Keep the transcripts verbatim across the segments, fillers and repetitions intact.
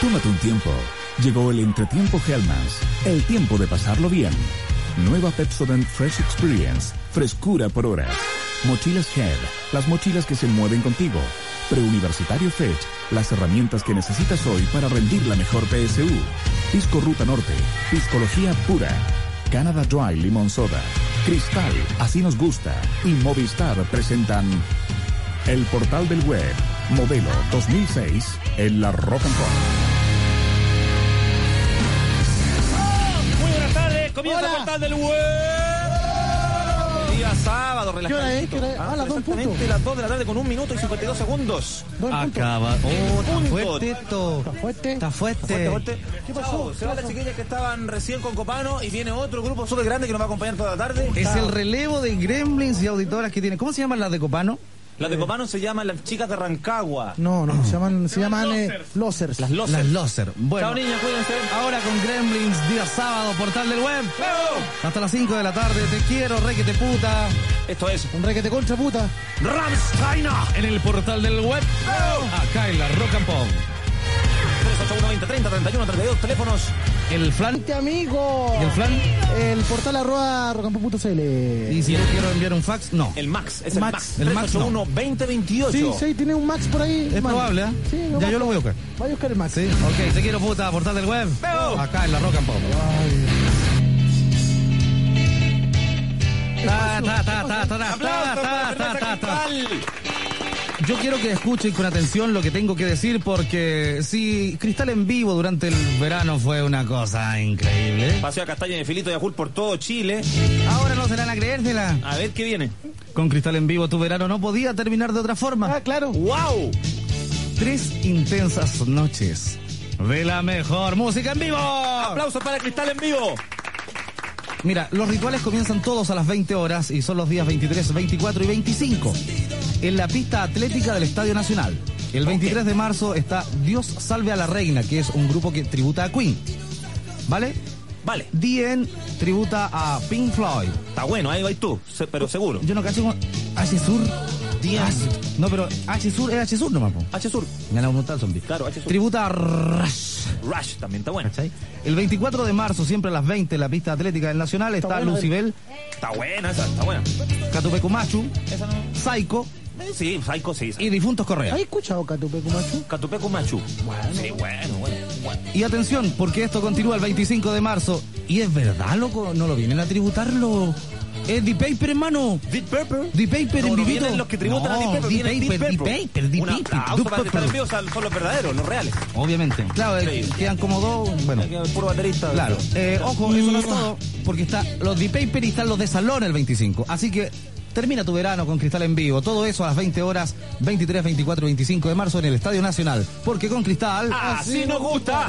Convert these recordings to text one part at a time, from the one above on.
Tómate un tiempo. Llegó el entretiempo Hellmann's, el tiempo de pasarlo bien. Nueva Pepsodent Fresh Experience, frescura por horas. Mochilas Head, las mochilas que se mueven contigo. Preuniversitario Fetch, las herramientas que necesitas hoy para rendir la mejor P S U. Pisco Ruta Norte, piscología pura. Canada Dry Limón Soda. Cristal, así nos gusta. Y Movistar presentan el portal del web, modelo dos mil seis, en la Rock and Pop. Muy buenas tardes, comienza Hola. el portal del web. El día sábado, relajadito. ¿Qué hora es? ¿Qué hora es? Ah, las dos exactamente puntos. las dos de la tarde con un minuto y cincuenta y dos segundos. Dos puntos. Acaba. Oh, está Punto. fuerte esto. ¿Está fuerte? Está fuerte. Fuerte, fuerte. ¿Qué pasó? Chao, se van las chiquillas que estaban recién con Copano y viene otro grupo súper grande que nos va a acompañar toda la tarde. Es el relevo de gremlins y auditoras que tiene. ¿Cómo se llaman las de Copano? Las de Copano se llaman las chicas de Rancagua. No, no, se llaman, se llaman eh, losers. Las Losers. Las Loser. Bueno, Chao niños, cuídense. ahora con Gremlins, día sábado, portal del web. Hasta las cinco de la tarde. Te quiero, rey que te puta. Esto es Un requete contra puta. Rammstein en el portal del web. Acá en la Rock and Pop. tres ocho uno veinte treinta treinta y uno treinta y dos teléfonos. El flan. Este amigo. ¿Y el flan? El portal arroba rocampo.cl. Y si yo quiero enviar un fax, no. El Max, es el Max. Max. El Max tres ocho uno veinte veintiocho. Sí, sí, tiene un Max por ahí. Es mano. probable, ¿eh? Sí, no ya va- yo lo voy a buscar. Vaya a buscar el Max. Sí, ok, te quiero puta, portal del web. Veo. Acá en la Rock and Pop. Ta, ta, ta, ta, ta, ta, Aplausos ta, para ta, Cerveza ta, ta. Cristal. Yo quiero que escuchen con atención lo que tengo que decir porque si Cristal en vivo durante el verano fue una cosa increíble, Paseo a Castaña de Filito y Ajul por todo Chile. ahora no serán a creérsela. A ver qué viene. Con Cristal en vivo tu verano no podía terminar de otra forma. Ah, claro. ¡Wow! Tres intensas noches de la mejor música en vivo. Aplausos para Cristal en vivo. Mira, los rituales comienzan todos a las veinte horas y son los días veintitrés, veinticuatro y veinticinco en la pista atlética del Estadio Nacional. El veintitrés de marzo está Dios Salve a la Reina, que es un grupo que tributa a Queen. ¿Vale? Vale, D N tributa a Pink Floyd. está bueno, ahí vais tú, se- pero seguro. Yo no cacho con H Sur. D N. Ah, no, pero H Sur es H Sur nomás, po. H Sur. Me han aumentado el zombie. Claro, H Sur. Tributa a Rush. Rush también está bueno. ¿Cachai? El veinticuatro de marzo, siempre a las veinte, en la pista atlética del Nacional, está bueno, Lucibel, Está buena esa, está buena. Catupecumachu, Esa no. Psycho Eh, Sí, Psycho sí. y Difuntos Correa. ¿Has escuchado Catupecu Machu? Catupecu Machu. Sí, bueno, bueno, bueno. Y atención, porque esto continúa el veinticinco de marzo. Y es verdad, loco, no lo vienen a tributarlo. Es The Paper, hermano. Deep Purple. The Paper No, en no vivito. vienen los que tributan No, a Deep Purple, The vienen Paper, Deep The Purple. Paper, The Un Paper, aplauso The para que están en Paper. vivo, son son los verdaderos, los reales. Obviamente. Claro, eh, Increíble. quedan como dos. Bueno. El puro baterista. Claro, eh, ojo, eso no es todo, porque está los The Paper y están los de Salón el veinticinco. Así que termina tu verano con Cristal en vivo. Todo eso a las veinte horas, veintitrés, veinticuatro y veinticinco de marzo en el Estadio Nacional. Porque con Cristal... Así nos gusta.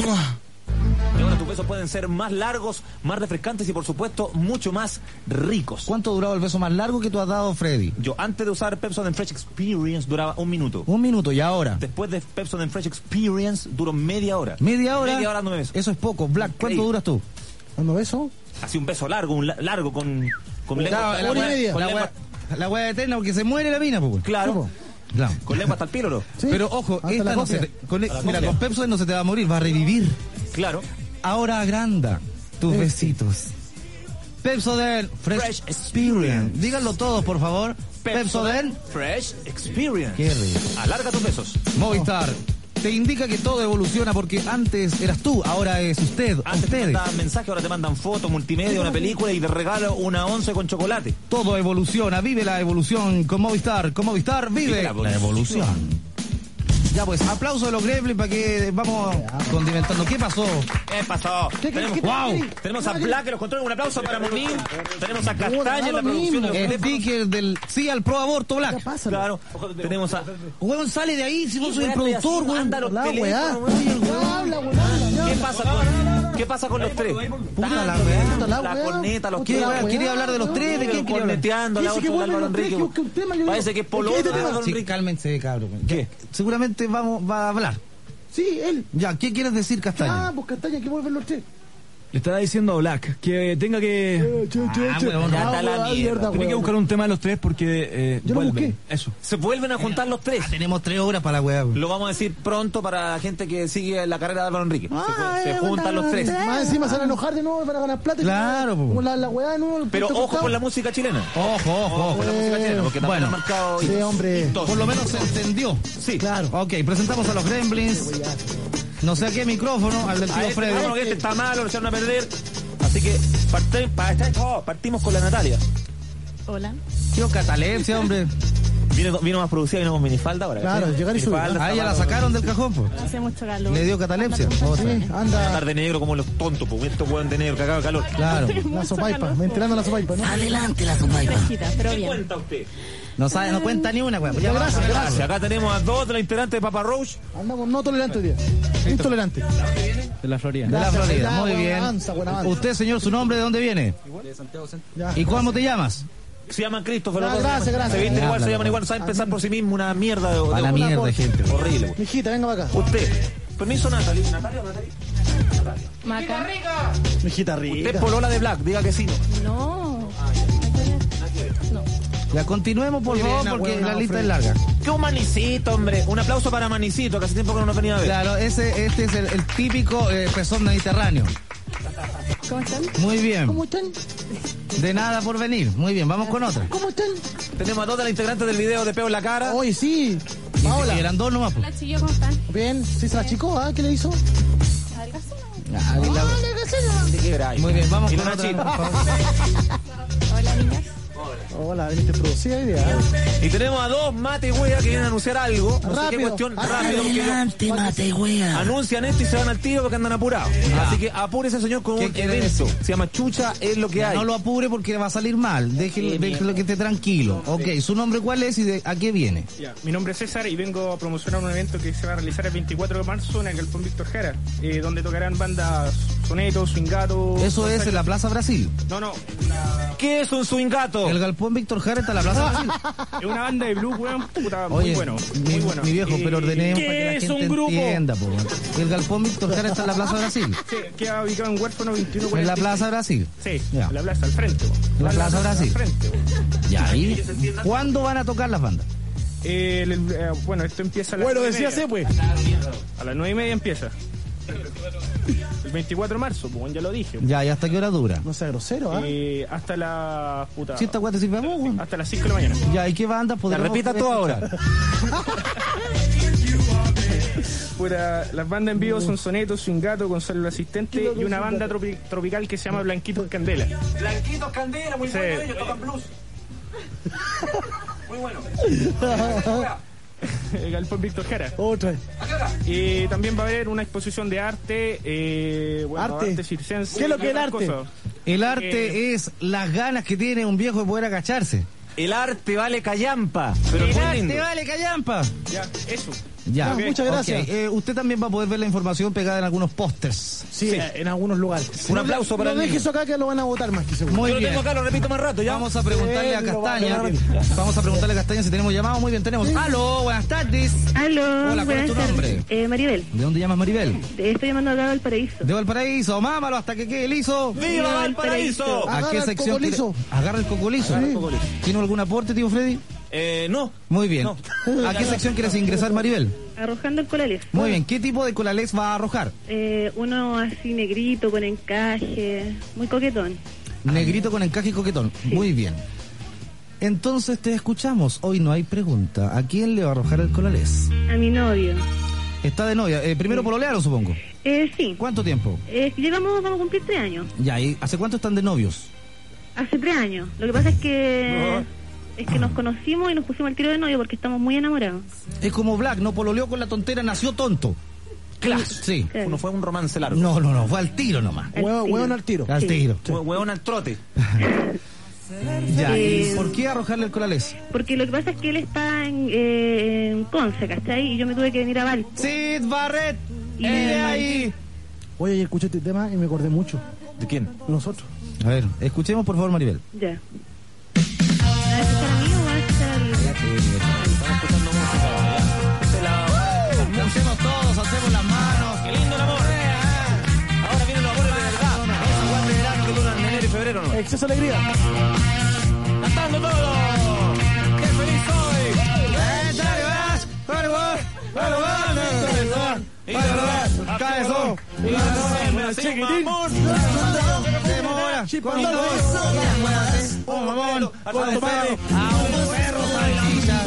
Y ahora tus besos pueden ser más largos, más refrescantes y por supuesto mucho más ricos. ¿Cuánto ha durado el beso más largo que tú has dado, Freddy? Yo antes de usar Pepsodent Fresh Experience duraba un minuto. Un minuto, y ahora. Después de Pepsodent Fresh Experience duró media hora. ¿Media hora? Media hora no me beso. Eso es poco. Black, ¿cuánto Increíble. duras tú? ¿Cuándo beso? Así un beso largo, un la- largo con, con lengua. La, la, con hora y media. con la, lengua- wea- la wea eterna porque se muere la mina, pues. Claro, Sí, po. Claro. con lengua hasta el píloro. Sí. Pero ojo, Hasta esta la no se copia. te- con, la mira, copia. con Pepsodent no se te va a morir, va a revivir. Claro. Ahora agranda tus Sí. besitos. Pepsodent Fresh, Fresh Experience. Díganlo todos, por favor. Pepsodent. Fresh Experience. Qué rico. Alarga tus besos. Movistar. Te indica que todo evoluciona porque antes eras tú, ahora es usted, Antes te ustedes. mandaban mensajes, ahora te mandan fotos, multimedia, una película y te regalo una once con chocolate. Todo evoluciona, vive la evolución con Movistar. Con Movistar vive Vive la la evolución. Ya pues, aplauso de los Gremlins para que vamos condimentando. ¿Qué pasó? ¿Qué pasó? ¿Qué, qué, tenemos, qué, wow. qué, qué? tenemos a ¿Qué? Black en los controles, un aplauso para Munir. Tenemos a Castaña en la da lo producción de los mismo. El teléfonos. sticker del sí al pro aborto Ya Black. pasa. Claro, tenemos a... Weón, sale de ahí si vos soy el Weón, productor, así, weón. anda los La weá. teléfonos, weón. Ya habla, weón. habla, ¿Qué ya. pasa con, ¿qué pasa con los tres? Puta la La, weá. Puta la la weá. corneta, los Puta ¿Qué, la weón? weá. Quería hablar de los tres, ¿de quién quería hablar? corneteando, la Dice que otra del vuelven Álvaro los tres, Enrique. que- que un tema, yo digo, Parece que es ¿de Polo. qué este tema? Álvaro Sí, Enrique. cálmense, cabrón. ¿Qué? Seguramente vamos va a hablar. Sí, él. Ya, ¿qué quieres decir, Ah, Castaña? pues Castaña, que vuelven los tres. Le estaba diciendo a Black que tenga que... Eh, che, che, Ah, che. huevón, ya está la huevón, mierda. Tiene que buscar un tema de los tres porque... Eh, Yo lo vuelven. busqué. Eso. Se vuelven a juntar los tres. Ah, tenemos tres horas para la weá. Lo vamos a decir pronto para la gente que sigue la carrera de Álvaro Enrique. Se, Ah, se eh, juntan los tres. Más encima se van a enojar de nuevo para ganar plata. Claro, po. Como la, la weá de nuevo. el Pero punto ojo cortado. con la música chilena. Ojo, ojo, Ojo ojo. con la música chilena, porque también Bueno, ha marcado... Sí, hombre. hitos. Por lo menos se entendió. Sí. Claro. Ok, presentamos a los Gremlins. No sé a qué micrófono, al del A tío este, Freddy. vámonos, que este está malo, lo echaron a perder. Así que parte- pa- oh, partimos con la Natalia. Hola. Tío catalepsia, hombre. Vino, vino más producida, vino con minifalda ahora. Claro, ¿sí? llegar y subir. Minifalda, A ella la zapatos. sacaron del cajón, pues. Hace mucho calor. Le dio catalepsia. Anda, Otra. Sí, anda. Andar de negro como los tontos, pues estos hueón de negro, cagado de calor. Claro. La Mucho sopaipa, calor, ventilando la sopaipa, ¿no? Adelante la sopaipa. Fresquita, pero ¿Qué bien. cuenta usted? No sabe, no cuenta ni una, weón. Ya Gracias, vamos a ver. gracias. Acá tenemos a dos de los integrantes de Papa Roach. Andamos no tolerantes hoy día. Intolerantes. De la Florida. De la Gracias, Florida, ya, muy buena bien. avanza, buena avanza. Usted, señor, su nombre, ¿de dónde viene? Ya. ¿Y cómo te llamas? Se llaman Christopher. Ah, los dos gracias, se llaman- gracias. Se visten igual, Habla, se llaman weón. igual, no saben pensar por sí mismos una mierda de, de A la una mierda, cosa gente. horrible. güey. Mijita, venga para acá. Usted, permiso Natalia, Natalia o Natalia. Maca. Mijita Usted rica. es polola de Black, diga que sí. No. No. Ya continuemos, por Muy favor, bien, porque weón, la lista Freddy. es larga. Qué un manicito, hombre. Un aplauso para Manicito, que hace tiempo que no nos venía a ver. Claro, ese, este es el, el típico eh, pezón mediterráneo. ¿Cómo están? Muy bien. ¿Cómo están? De nada por venir. Muy bien, vamos con otra. ¿Cómo están? Tenemos a dos de las integrantes del video de Peo en la cara. Oye, sí. Y Paola. eran dos nomás, pues. Hola, chiquillos, ¿cómo están? Bien. ¿Sí se la achicó? ¿Ah? ¿Qué le hizo? ¿Adelgazó? Ah, y la- ¿De qué era ahí? Muy bien, vamos Y con la otra, Nachito. por favor. Hola, niñas. Hola, viniste producida hoy día. Y tenemos a dos mate y wea que vienen a anunciar algo. No sé qué Rápido. cuestión, rápido. porque ellos mate, wea. anuncian esto y se van al tiro porque andan apurados. Así que apúrese, señor, con ¿Qué un quiere evento. decir? Se llama Chucha, es lo que hay. No lo apure porque va a salir mal. Déjelo, déjelo que esté tranquilo. Ok, ¿su nombre cuál es y de a qué viene? Ya, mi nombre es César y vengo a promocionar un evento que se va a realizar el veinticuatro de marzo en el Galpón Víctor Jara, eh, donde tocarán bandas Soneto, Swingato. Eso es en la Plaza Brasil. No, no, la- ¿Qué es un swingato? El Galpón Víctor Jara está en la Plaza Brasil. es una banda de blues, weón, puta, Oye, muy bueno, mi, muy bueno. mi viejo, Eh, pero ordenemos ¿qué para que la es gente un grupo? entienda, po, weón. El Galpón Víctor Jara está en la Plaza Brasil. Sí, queda ubicado en Huérfano veintiuno En la cuarenta y seis. Plaza Brasil. Sí, Ya. en la plaza, al frente. weón. En la Plaza Brasil. Al frente, weón. Ya, ¿y cuándo van a tocar las bandas? Eh, el- eh, bueno, esto empieza a las Bueno, nueve y decía media. pues. A las nueve y media empieza. El veinticuatro de marzo, pues, ya lo dije. Ya, ¿y hasta qué hora dura? No sea grosero, ¿ah? Eh, hasta la puta. Si esta weá te sirve a vos, weón. Hasta las cinco de la mañana. Ya, ¿y qué bandas La podemos repita todo ahora. Puta, las bandas en vivo son Soneto, Swingato, Gonzalo el Asistente y una banda tropi- tropical que se llama Blanquitos Candela. Blanquitos Candela, muy Sí. bueno, ellos tocan blues. Muy bueno. El Galpón Víctor Jara. Otra. Y también va a haber una exposición de arte, eh, bueno, Arte. arte circense. ¿Qué es lo que y es el otras arte? cosas. El arte es las ganas que tiene un viejo de poder agacharse. El arte vale callampa, pero es el muy arte lindo. vale callampa. Ya, eso. Ya, Ah, muchas ok. gracias. Eh, usted también va a poder ver la información pegada en algunos pósters. Sí, en algunos lugares. Un aplauso para no el deje niño. eso acá que lo van a votar más que seguro. Muy Yo lo bien. tengo acá, lo repito más rato, ya. Vamos a preguntarle a Eh, lo va- Castaña. lo va a repetir. Vamos a preguntarle a Castaña si tenemos llamado. Muy bien, tenemos. Aló, buenas tardes. Aló, Hola, ¿cuál es tu buenas nombre? tardes. Eh, Maribel, ¿De dónde llamas, Maribel? te estoy llamando acá del Paraíso. De Valparaíso. Mámalo hasta que quede liso. ¡Viva Valparaíso! ¿A Agarra qué el sección cocolizo. quiere- Agarra el cocolizo. Agarra el cocolizo. ¿Tiene algún aporte, tío Freddy? Eh, no. Muy bien. No. ¿A qué sección quieres ingresar, Maribel? Arrojando el colales. Muy bien. ¿Qué tipo de colales va a arrojar? Eh, uno así negrito, con encaje, muy coquetón. Negrito con encaje y coquetón. Muy bien. Entonces te escuchamos. Hoy no hay pregunta. ¿A quién le va a arrojar el colalés? A mi novio. Está de novia. Eh, primero pololearon, supongo. Eh, sí. ¿Cuánto tiempo? Eh, llegamos, vamos a cumplir tres años. Ya, ¿y hace cuánto están de novios? Hace tres años. Lo que pasa es que... Es que nos conocimos y nos pusimos al tiro de novio porque estamos muy enamorados. Es como Black, no pololeó con la tontera, nació tonto. Claro. Sí. Claro. Uno fue un romance largo. No, no, no, fue al tiro nomás. Al Huevo, tiro. hueón al tiro. Al Sí. tiro. Hue- Huevón al trote. Ya, ¿y Eh, por qué arrojarle el colalés? Porque lo que pasa es que él está en, eh, en Conce, ¿cachai? Y yo me tuve que venir a Valpo. Sid Barrett, Y- ¡eh, ahí! Oye, ayer escuché este tema y me acordé mucho. ¿De quién? de Nosotros. A ver, escuchemos por favor, Maribel. Ya. ¿Vas a escuchar a mí o vas a escuchar a alguien? Estamos escuchando música. ¿Ya? Esta es la- Hacemos todos, hacemos las manos. ¡Qué lindo el amor! Ahora vienen los amores de verdad. febrero no. Exceso de alegría. ¡Cantando todo! ¡Qué feliz soy! Cabezón. Chiquitín. Demora. Con dos. Un mamón. Con tu perro. A un perro salchicha.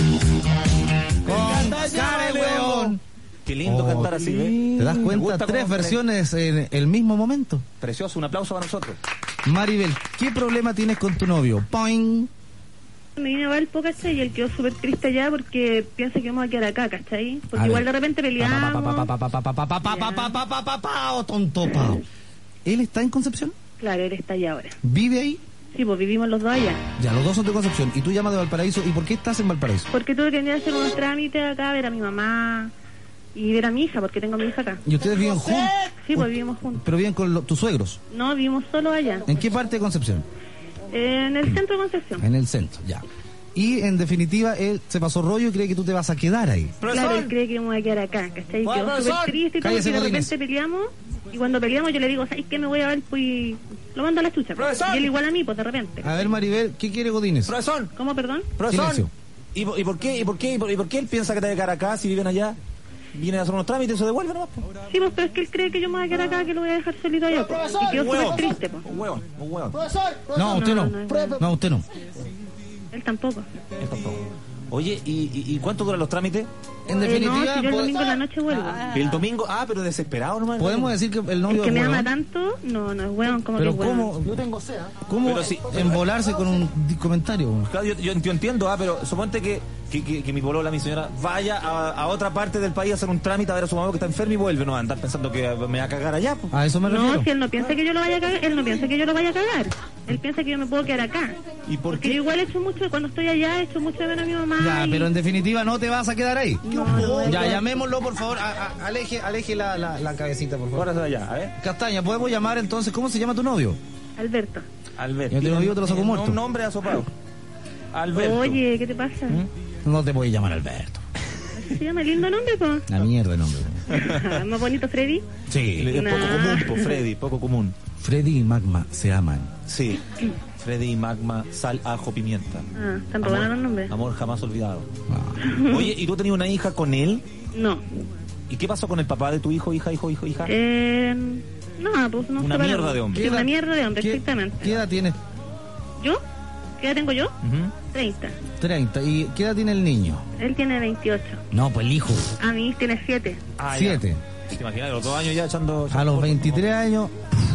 Con cara de hueón. Qué lindo cantar así, ¿ves? ¿Te das Me cuenta? gusta Tres cómo- versiones en el mismo momento. Precioso, un aplauso para nosotros. Maribel, ¿qué problema tienes con tu novio? Poing. Me vine a Valpo, ¿cachai? Y él quedó súper triste allá porque piensa que vamos a quedar acá, ¿cachai? Porque A igual ver. de repente peleamos. Pao, tonto pao. ¿Él está en Concepción? Claro, él está allá ahora. ¿Vive ahí? Sí, pues vivimos los dos allá. Ya, los dos son de Concepción. ¿Y tú llamas de Valparaíso? ¿Y por qué estás en Valparaíso? Porque tuve que venir a hacer unos trámites acá, ver a mi mamá y ver a mi hija, porque tengo a mi hija acá. ¿Y ustedes viven juntos? Sí, pues vivimos juntos. ¿Pero viven con lo- tus suegros? No, vivimos solo allá. ¿En qué parte de Concepción? En el centro de Concepción. En el centro, ya. Y en definitiva, él se pasó rollo y cree que tú te vas a quedar ahí. Claro, él cree que me voy a quedar acá, ¿cachai? Bueno, Quedó súper profesor. triste y todo, Cállese, y de Godínez. repente peleamos. Y cuando peleamos yo le digo, ¿sabes qué? Me voy a ver, pues, y lo mando a la chucha. pues. Profesor. Y él igual a mí, pues, de repente. A ver, Maribel, ¿qué quiere Godínez? Profesor, ¿Cómo, perdón? profesor. Silencio. ¿Y, por- y por qué, y por qué, y por, y por qué él piensa que te debe quedar acá si viven allá? Vienen a hacer unos trámites y se devuelve nomás. po. Sí, pues, pero es que él cree que yo me voy a quedar acá, que lo voy a dejar solito allá. pues. Y quedó Un súper huevo. triste, pues. Un huevo, un huevo. No, usted no. No, no, no, no. No, usted no. Él tampoco. Él tampoco. Oye, ¿y, y, y cuánto duran los trámites? En Eh, no, definitiva, si yo el po- domingo en la noche vuelvo. El domingo, ah, pero desesperado nomás. podemos decir que el Es novio que es me ama huevón. tanto, no, no es hueón, como que Pero es hueón. ¿cómo, Yo tengo sea. cómo Pero sí. embolarse con un di- comentario? Claro, yo, yo, yo entiendo, ah, pero suponte que, que, que, que mi polola, mi señora, vaya a, a otra parte del país a hacer un trámite a ver a su mamá que está enferma y vuelve, no va a andar pensando que me va a cagar allá. po. A eso me refiero. No, si él no piensa que yo lo vaya a cagar, él no piensa que yo lo vaya a cagar. Él piensa que yo me puedo quedar acá. ¿Y por Porque qué? yo igual he hecho mucho, cuando estoy allá, he hecho mucho de ver a mi mamá. Ya, y- pero en definitiva no te vas a quedar ahí. No, no voy a Ya, quedar. llamémoslo, por favor. A- a- aleje aleje la, la, la cabecita, por favor. Ahora se va allá, a ver. Castaña, ¿podemos llamar entonces? ¿Cómo se llama tu novio? Alberto. Alberto. Yo te lo digo, te lo saco Tiene muerto. Un nombre asopado. Alberto. Oye, ¿qué te pasa? No te voy a llamar Alberto. ¿Así se llama? Lindo nombre, po. La mierda de nombre. Más bonito, Freddy. Sí. Es Nah. poco común, po, Freddy, poco común. Freddy y Magma se aman. Sí. Freddy, magma, sal, ajo, pimienta. Ah, están robando los nombres. Amor jamás olvidado. Ah. Oye, ¿y tú tenías una hija con él? No. ¿Y qué pasó con el papá de tu hijo, hija, hijo, hijo, hija? Eh, no, pues no Una separamos. mierda de hombre. Sí, una mierda de hombre, ¿Qué- exactamente. ¿Qué edad tienes? ¿Yo? ¿Qué edad tengo yo? Ujú. treinta. treinta. ¿Y qué edad tiene el niño? Él tiene veintiocho. No, pues el hijo. A mí tiene siete. Ah, ya. Siete. ¿Te imaginas? Los dos años ya echando... A los veintitrés años.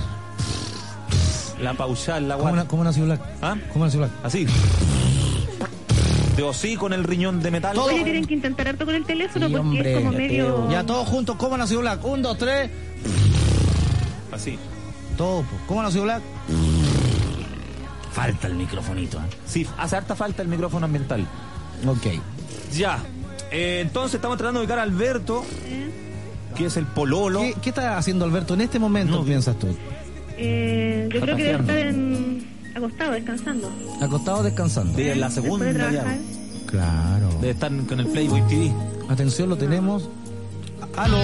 La pauchal, la ¿Cómo, guata. na- cómo nació Black? ¿Ah? ¿Cómo nació Black? Así. De hocico con el riñón de metal. Oye, tienen que intentar harto con el teléfono Sí, porque hombre. es como Ya medio... Ya todos juntos, ¿cómo nació Black? Un, dos, tres. Así. Todo. po. ¿Cómo nació Black? Falta el microfonito. ¿eh? Sí, hace harta falta el micrófono ambiental. Ok. Ya. Eh, entonces estamos tratando de ubicar a Alberto, que es el pololo. ¿Qué, qué está haciendo Alberto en este momento, No. piensas tú? Eh, yo Está creo que debe paseando. estar en... acostado, descansando. Acostado descansando. De la segunda Después de ya. trabajar. Claro. Debe estar con el Playboy T V. Atención, lo tenemos. Aló.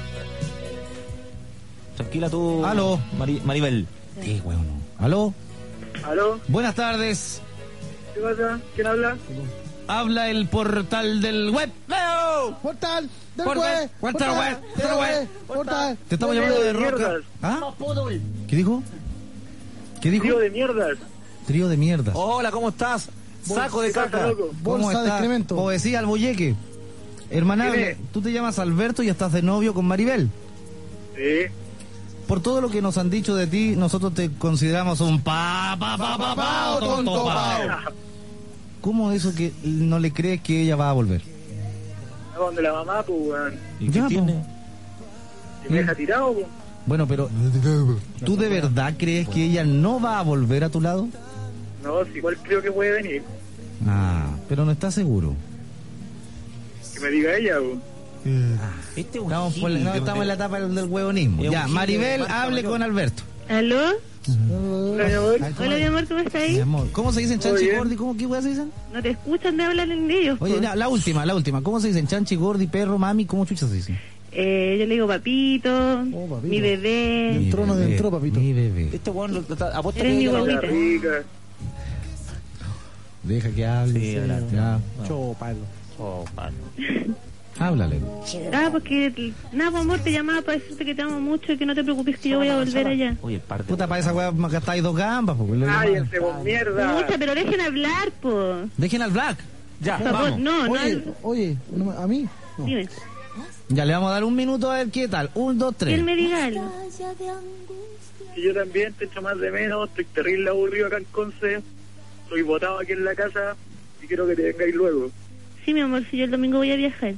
Tranquila tú. Aló. Mari- Maribel. Sí, bueno. Aló. ¿Aló? Buenas tardes. ¿Qué pasa? ¿Quién habla? Habla el portal del web. ¡Leo! Portal del Portal, web. portal web, portal web. Portal. Te estamos llamando de roca. Mierdas. ¿Ah? ¿Qué dijo? ¿Qué dijo? Tío de mierdas. Trío de mierdas. Hola, ¿cómo estás? Saco de ¿Qué pasa, caca. loco? ¿Cómo Bolsa de está? excremento. Poesía al boyeque. Hermanable, ¿Quién tú te llamas Alberto y estás de novio con Maribel. Sí. Por todo lo que nos han dicho de ti, nosotros te consideramos un pa pa pa pa pa tonto pa. ¿Cómo es eso que no le crees que ella va a volver? ¿A dónde la mamá, pues, weón? ¿Y qué Ya, po. tiene? ¿Y me deja tirado, pues? Bueno, pero ¿tú de verdad crees que ella no va a volver a tu lado? No, si igual creo que puede venir. Ah, pero no estás seguro. Que me diga ella, pues. Este es un Estamos, por- gil no, de- estamos en la etapa del, del huevonismo. Es un Ya, gil Maribel, de marca hable mayor. con Alberto. ¿Aló? Hola, mi amor. Ay, ¿cómo- Hola, mi amor, ¿cómo estás Mi ahí? amor, ¿cómo se dicen ¿Todo chanchi bien? gordi? ¿Cómo qué weas se dicen? No te escuchan de hablar en ellos. Oye, po. la, la última, la última. ¿Cómo se dicen chanchi gordi, perro, mami? ¿Cómo chuchas se dicen? Eh, yo le digo papito, Oh, papito. mi bebé. El trono bebé, entró, papito. Mi bebé. Este weón lo- lo- apuesta Eres que mi ella lo- guaguita. rica. Deja que hable. Sí, adelante. Ya. Chopalo. Oh, palo. Háblale. Ah, porque nada, pues, amor, te llamaba para decirte que te amo mucho y que no te preocupes que yo voy a volver allá. Oye, el par de... Puta, para esa weá me gastáis dos gambas, pues. le- Cállense, vos mierda. Mucha, pero dejen hablar, pues. Dejen al Black. Ya, Por favor, vamos. no, no. Oye, oye, no me- a mí. No. Dime, Ya le vamos a dar un minuto a ver qué tal. Un, dos, que tres. él me diga algo. Y yo también te echo más de menos, estoy terrible aburrido acá en Conce. Estoy botado aquí en la casa y quiero que te vengáis luego. Sí, mi amor, si yo el domingo voy a viajar.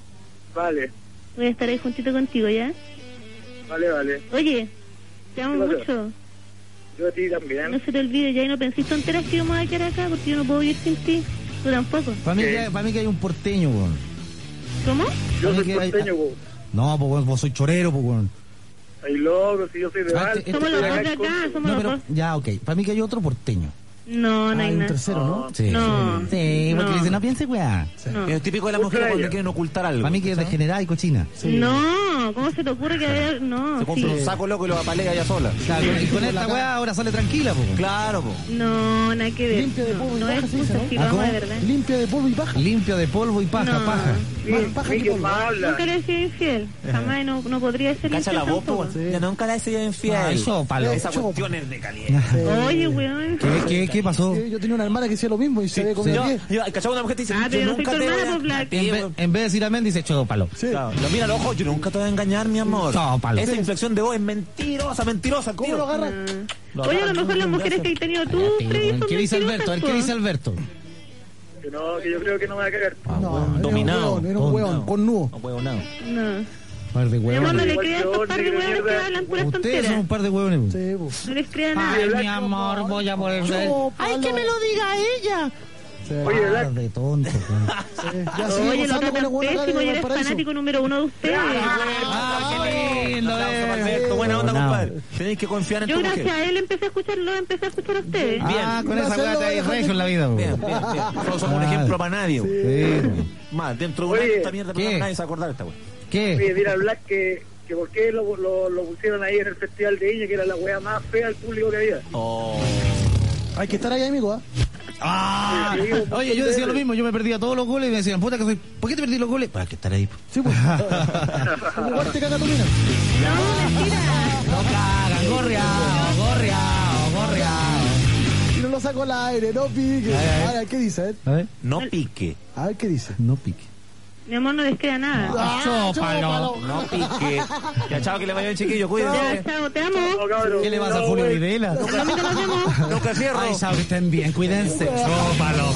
Vale, Voy a estar ahí juntito contigo, ¿ya? vale, vale. Oye, te amo ¿Qué pasa? mucho. Yo a ti No también. se te olvide, ya, y no pensís tonteras que vamos a quedar acá, porque yo no puedo vivir sin ti. Tú tampoco. Para mí, ¿Qué? que, para mí que hay un porteño, weón. ¿Cómo? Yo a mí soy que hay- porteño, vos. No, pues weón, vos soy chorero, pues weón. Ay, loco, si yo soy de Ah, Val. este- Somos este- los dos de en acá, Conce. somos No, los pero, dos. ya, ok. Para mí que hay otro porteño. No, no Ah, hay hay un nada. tercero, ¿no? Sí. No. Sí, porque No. dice, no piense, weá. No. Es típico de las mujeres cuando quieren ocultar algo. Para mí que es degenerada y cochina. No, ¿cómo se te ocurre que haya... No, Se compra sí. un saco loco y lo apalea ella sola. Claro, y con esta weá ahora sale tranquila, pues. Claro, po. No, nada que ver. Limpia de polvo y No paja, es se dice, justo, ¿no? si ¿Ah, lo amo cómo? de verdad. Limpia de polvo y paja. Limpio de polvo y paja, No. paja. Más paja que Miguel, polvo. más habla. Nunca le he sido infiel. Jamás no, no podría ser Cacha la infiel voz, po. tampoco. Sí. Ya nunca la he sido infiel. Ah, eso, palo. Esa Chopa. cuestión es de caliente. Oye, weón. ¿Qué, qué, qué pasó? Sí, yo tenía una hermana que hacía lo mismo y se había comido Yo, diez. yo, ¿cachai? Una mujer te dice, Ah, pero yo yo no soy nunca tu te voy hermana, a... pues, Black. Sí, En vez, en vez de decir amén, dice chodo palo. Sí. Claro, lo mira a los ojos, yo nunca te voy a engañar, mi amor. No, palo. Esa inflexión de voz es mentirosa, mentirosa, ¿Cómo tío. lo agarras? Lo Oye, a agarran lo mejor de las un mujeres brazo. que has tenido tú, Sí, Freddy, weón. son ¿Qué dice Alberto? A ver, ¿qué dice mentirosas, Alberto? Que no, que yo creo que no me va a cagar. Ah, No, weón. era dominado. un hueón, era un hueón, con nudo. No, huevo, no. po. No. Par de Mi amor, no huevones. le Igual creas a que estos vos, par de negro hueones que mierda. hablan puras Ustedes son tonteras. un par de huevones. Sí, pues. No les creas nada. Ay, mi amor, voy a volver. Chópalo. Ay, que me lo diga ella. Sí. Oye, Par Black, de tonto, weón. Sí. Ya sigue Oye, lo gozando con el tratan hueón acá pésimo y de eres Valparaíso. fanático número uno de ustedes. Ah, qué lindo, Aplauso eh. para Alberto, buena onda, No. compadre. Tenéis que confiar en Yo tu gracias mujer. a él empecé a escucharlo, empecé a escuchar a ustedes. Ah, con esa Gracias, weá te lo hay voy a dejar regio en la vida, Bien, weón. bien, bien. Nosotros somos un Ah. ejemplo para nadie, güey. Sí, weón. Más, dentro de un año Oye, esta mierda, ¿qué? pero nadie se va a acordar de esta, güey. ¿Qué? oye, dile a Black que, que por qué lo, lo, lo pusieron ahí en el Festival de Viña, que era la wea más fea del público que había. Oh. Hay que estar ahí, amigo, ¿ah? Ah, Sí, un oye, yo montón decía de lo mismo, yo me perdía todos los goles y me decían, puta que soy, ¿por qué te perdí los goles? Para que estar ahí. Sí, pues. Como igual te caga tu mina. No, mentira. No cagan, gorriao, gorriao, gorriao. Y no lo saco al aire, no pique. A ver, ¿qué dice? A ver, A ver, No pique. a ver qué dice. no pique. Mi amor, no les crea nada. Ah, Chópalo. No pique. Ya, chao, que le vaya bien, chiquillo. Ya, Cuídense. chao, te amo. No, cabrón. ¿Qué le vas a No, Julio güey. Videla? El domingo nos vemos. Nunca cierro. Ay, chao, que estén bien, cuídense. Chópalo.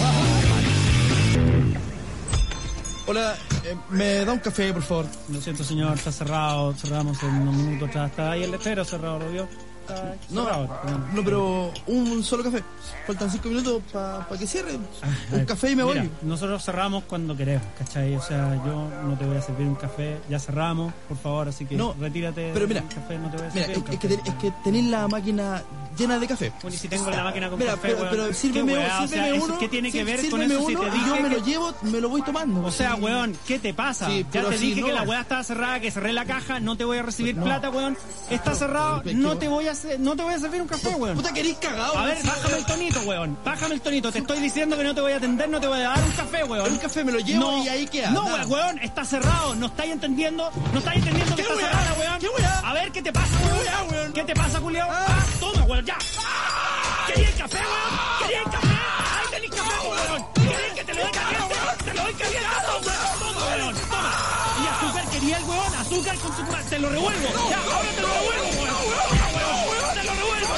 Hola, eh, ¿me da un café, por favor? Lo siento, señor, está cerrado. Cerramos en unos minutos. Está, está ahí el letrero cerrado, ¿lo vio? Está No, cerrado. no, pero un solo café. Faltan cinco minutos para que cierre. A Un ver, café y me voy. mira, nosotros cerramos cuando queremos, ¿cachai? O sea, yo no te voy a servir un café. Ya cerramos, por favor, así que No, retírate pero mira, del café. No te voy a Mira, servir es, un es que, café. ten- es que tenéis la máquina llena de café. Bueno, y si tengo la máquina con Mira, café, pero, weón, pero ¿qué sírveme, weá? O sea, sírveme ¿eso uno. ¿qué tiene que sí- ver con sírveme eso si uno te y dije yo me que- lo llevo, me lo voy tomando. O sea, Sí. weón, ¿qué te pasa? Sí, ya pero te así dije no. que la weá estaba cerrada, que cerré la caja, no te voy a recibir plata, weón. Está cerrado, no te voy a hacer, no te voy a servir un café, weón. Puta, querís cagado. A ver, ¿no? bájame el tonito, weón. Bájame el tonito. Te estoy diciendo que no te voy a atender, no te voy a dar un café, weón. Un café me lo llevo No. y ahí queda. No, nada. weón, weón, está cerrado. ¿No estáis entendiendo? ¿No estáis entendiendo que ¿Qué está weá? cerrada, weón? ¿Qué weá? A ver, ¿qué te pasa, weón? ¿Qué weá, weón? ¿Qué te pasa, Julio? Ah, toma, weón, ya. ¿Quería el café, weón? ¿Quería el café? Ahí tenéis café, weón. ¿Queréis que te lo doy caliente? Te lo doy caliente, toma, toma, weón, toma. Y azúcar, quería el weón, azúcar con su... Te lo revuelvo. Ya, ahora te lo revuelvo, weón. Ya, weón, te lo revuelvo,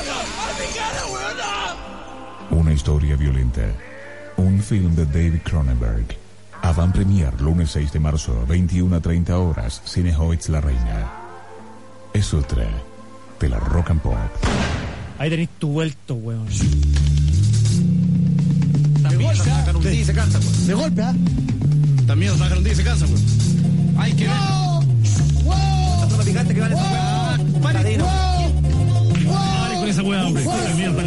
ya. Una historia violenta. Un film de David Cronenberg. Avant premier lunes seis de marzo, veintiuna treinta horas, Cinehoids La Reina. Es otra de la Rock and Pop. Ahí tenéis tu vuelto, weón. También Sacan un día y se cansa, güey. De golpe, ¿ah? También sacan un día y se cansa, weón. Ay, qué Son los picantes que van a esa weá. Paladino. Dale con esa weá, hombre. Qué mierda.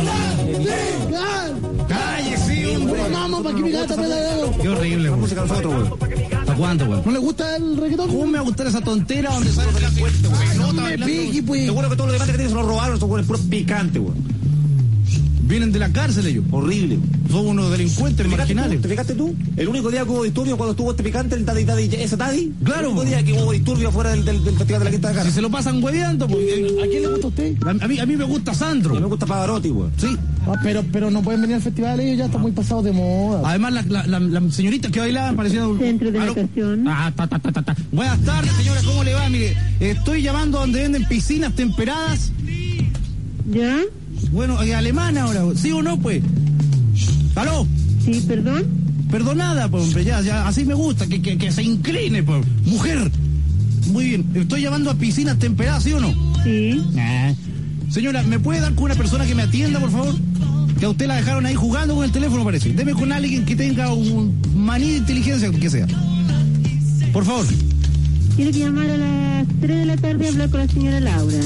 ¡Cállese, hombre! ¡Vamos, para que mi gata me la dé! Qué horrible, La weón. música de nosotros, güey. La cuándo, weón? ¿No le gusta el reggaetón? ¿Cómo me va a gustar esa tontera donde sale el delincuente, weón? No me pique, pues. Seguro que todos los demantes que tienen se los robaron, son puro picante, weón. Vienen de la cárcel ellos. Horrible. Son unos delincuentes marginales. ¿Te fijaste tú? El único día que hubo disturbio cuando estuvo este picante, el Daddy Daddy, ese Daddy. Claro. El único día que hubo disturbio afuera del, del, del festival de la Quinta de Cara. Si se lo pasan hueveando, pues. ¿A quién le gusta a usted? A, a mí, a mí me gusta Sandro. A mí me gusta Pavarotti, weón. Sí. Ah, pero, pero no pueden venir al festival, ellos ya están muy pasados de moda. Además, la, la, la, la señorita que bailaban parecían... Centro de ¿Aló? natación. Ah, ta, ta, ta, ta, ta. Buenas tardes, señora, ¿cómo le va? Mire, estoy llamando donde venden piscinas temperadas. ¿Ya? Bueno, eh, alemana ahora, ¿sí o no, pues? ¿Aló? Sí, perdón. Perdonada, pues, hombre, ya, ya, así me gusta, que, que, que se incline, pues. Mujer. Muy bien, estoy llamando a piscinas temperadas, ¿sí o no? Sí. Nah. Señora, ¿me puede dar con una persona que me atienda, por favor? Que a usted la dejaron ahí jugando con el teléfono, parece. Deme con alguien que tenga un maní de inteligencia, que sea. Por favor. Tiene que llamar a las tres de la tarde y hablar con la señora Laura.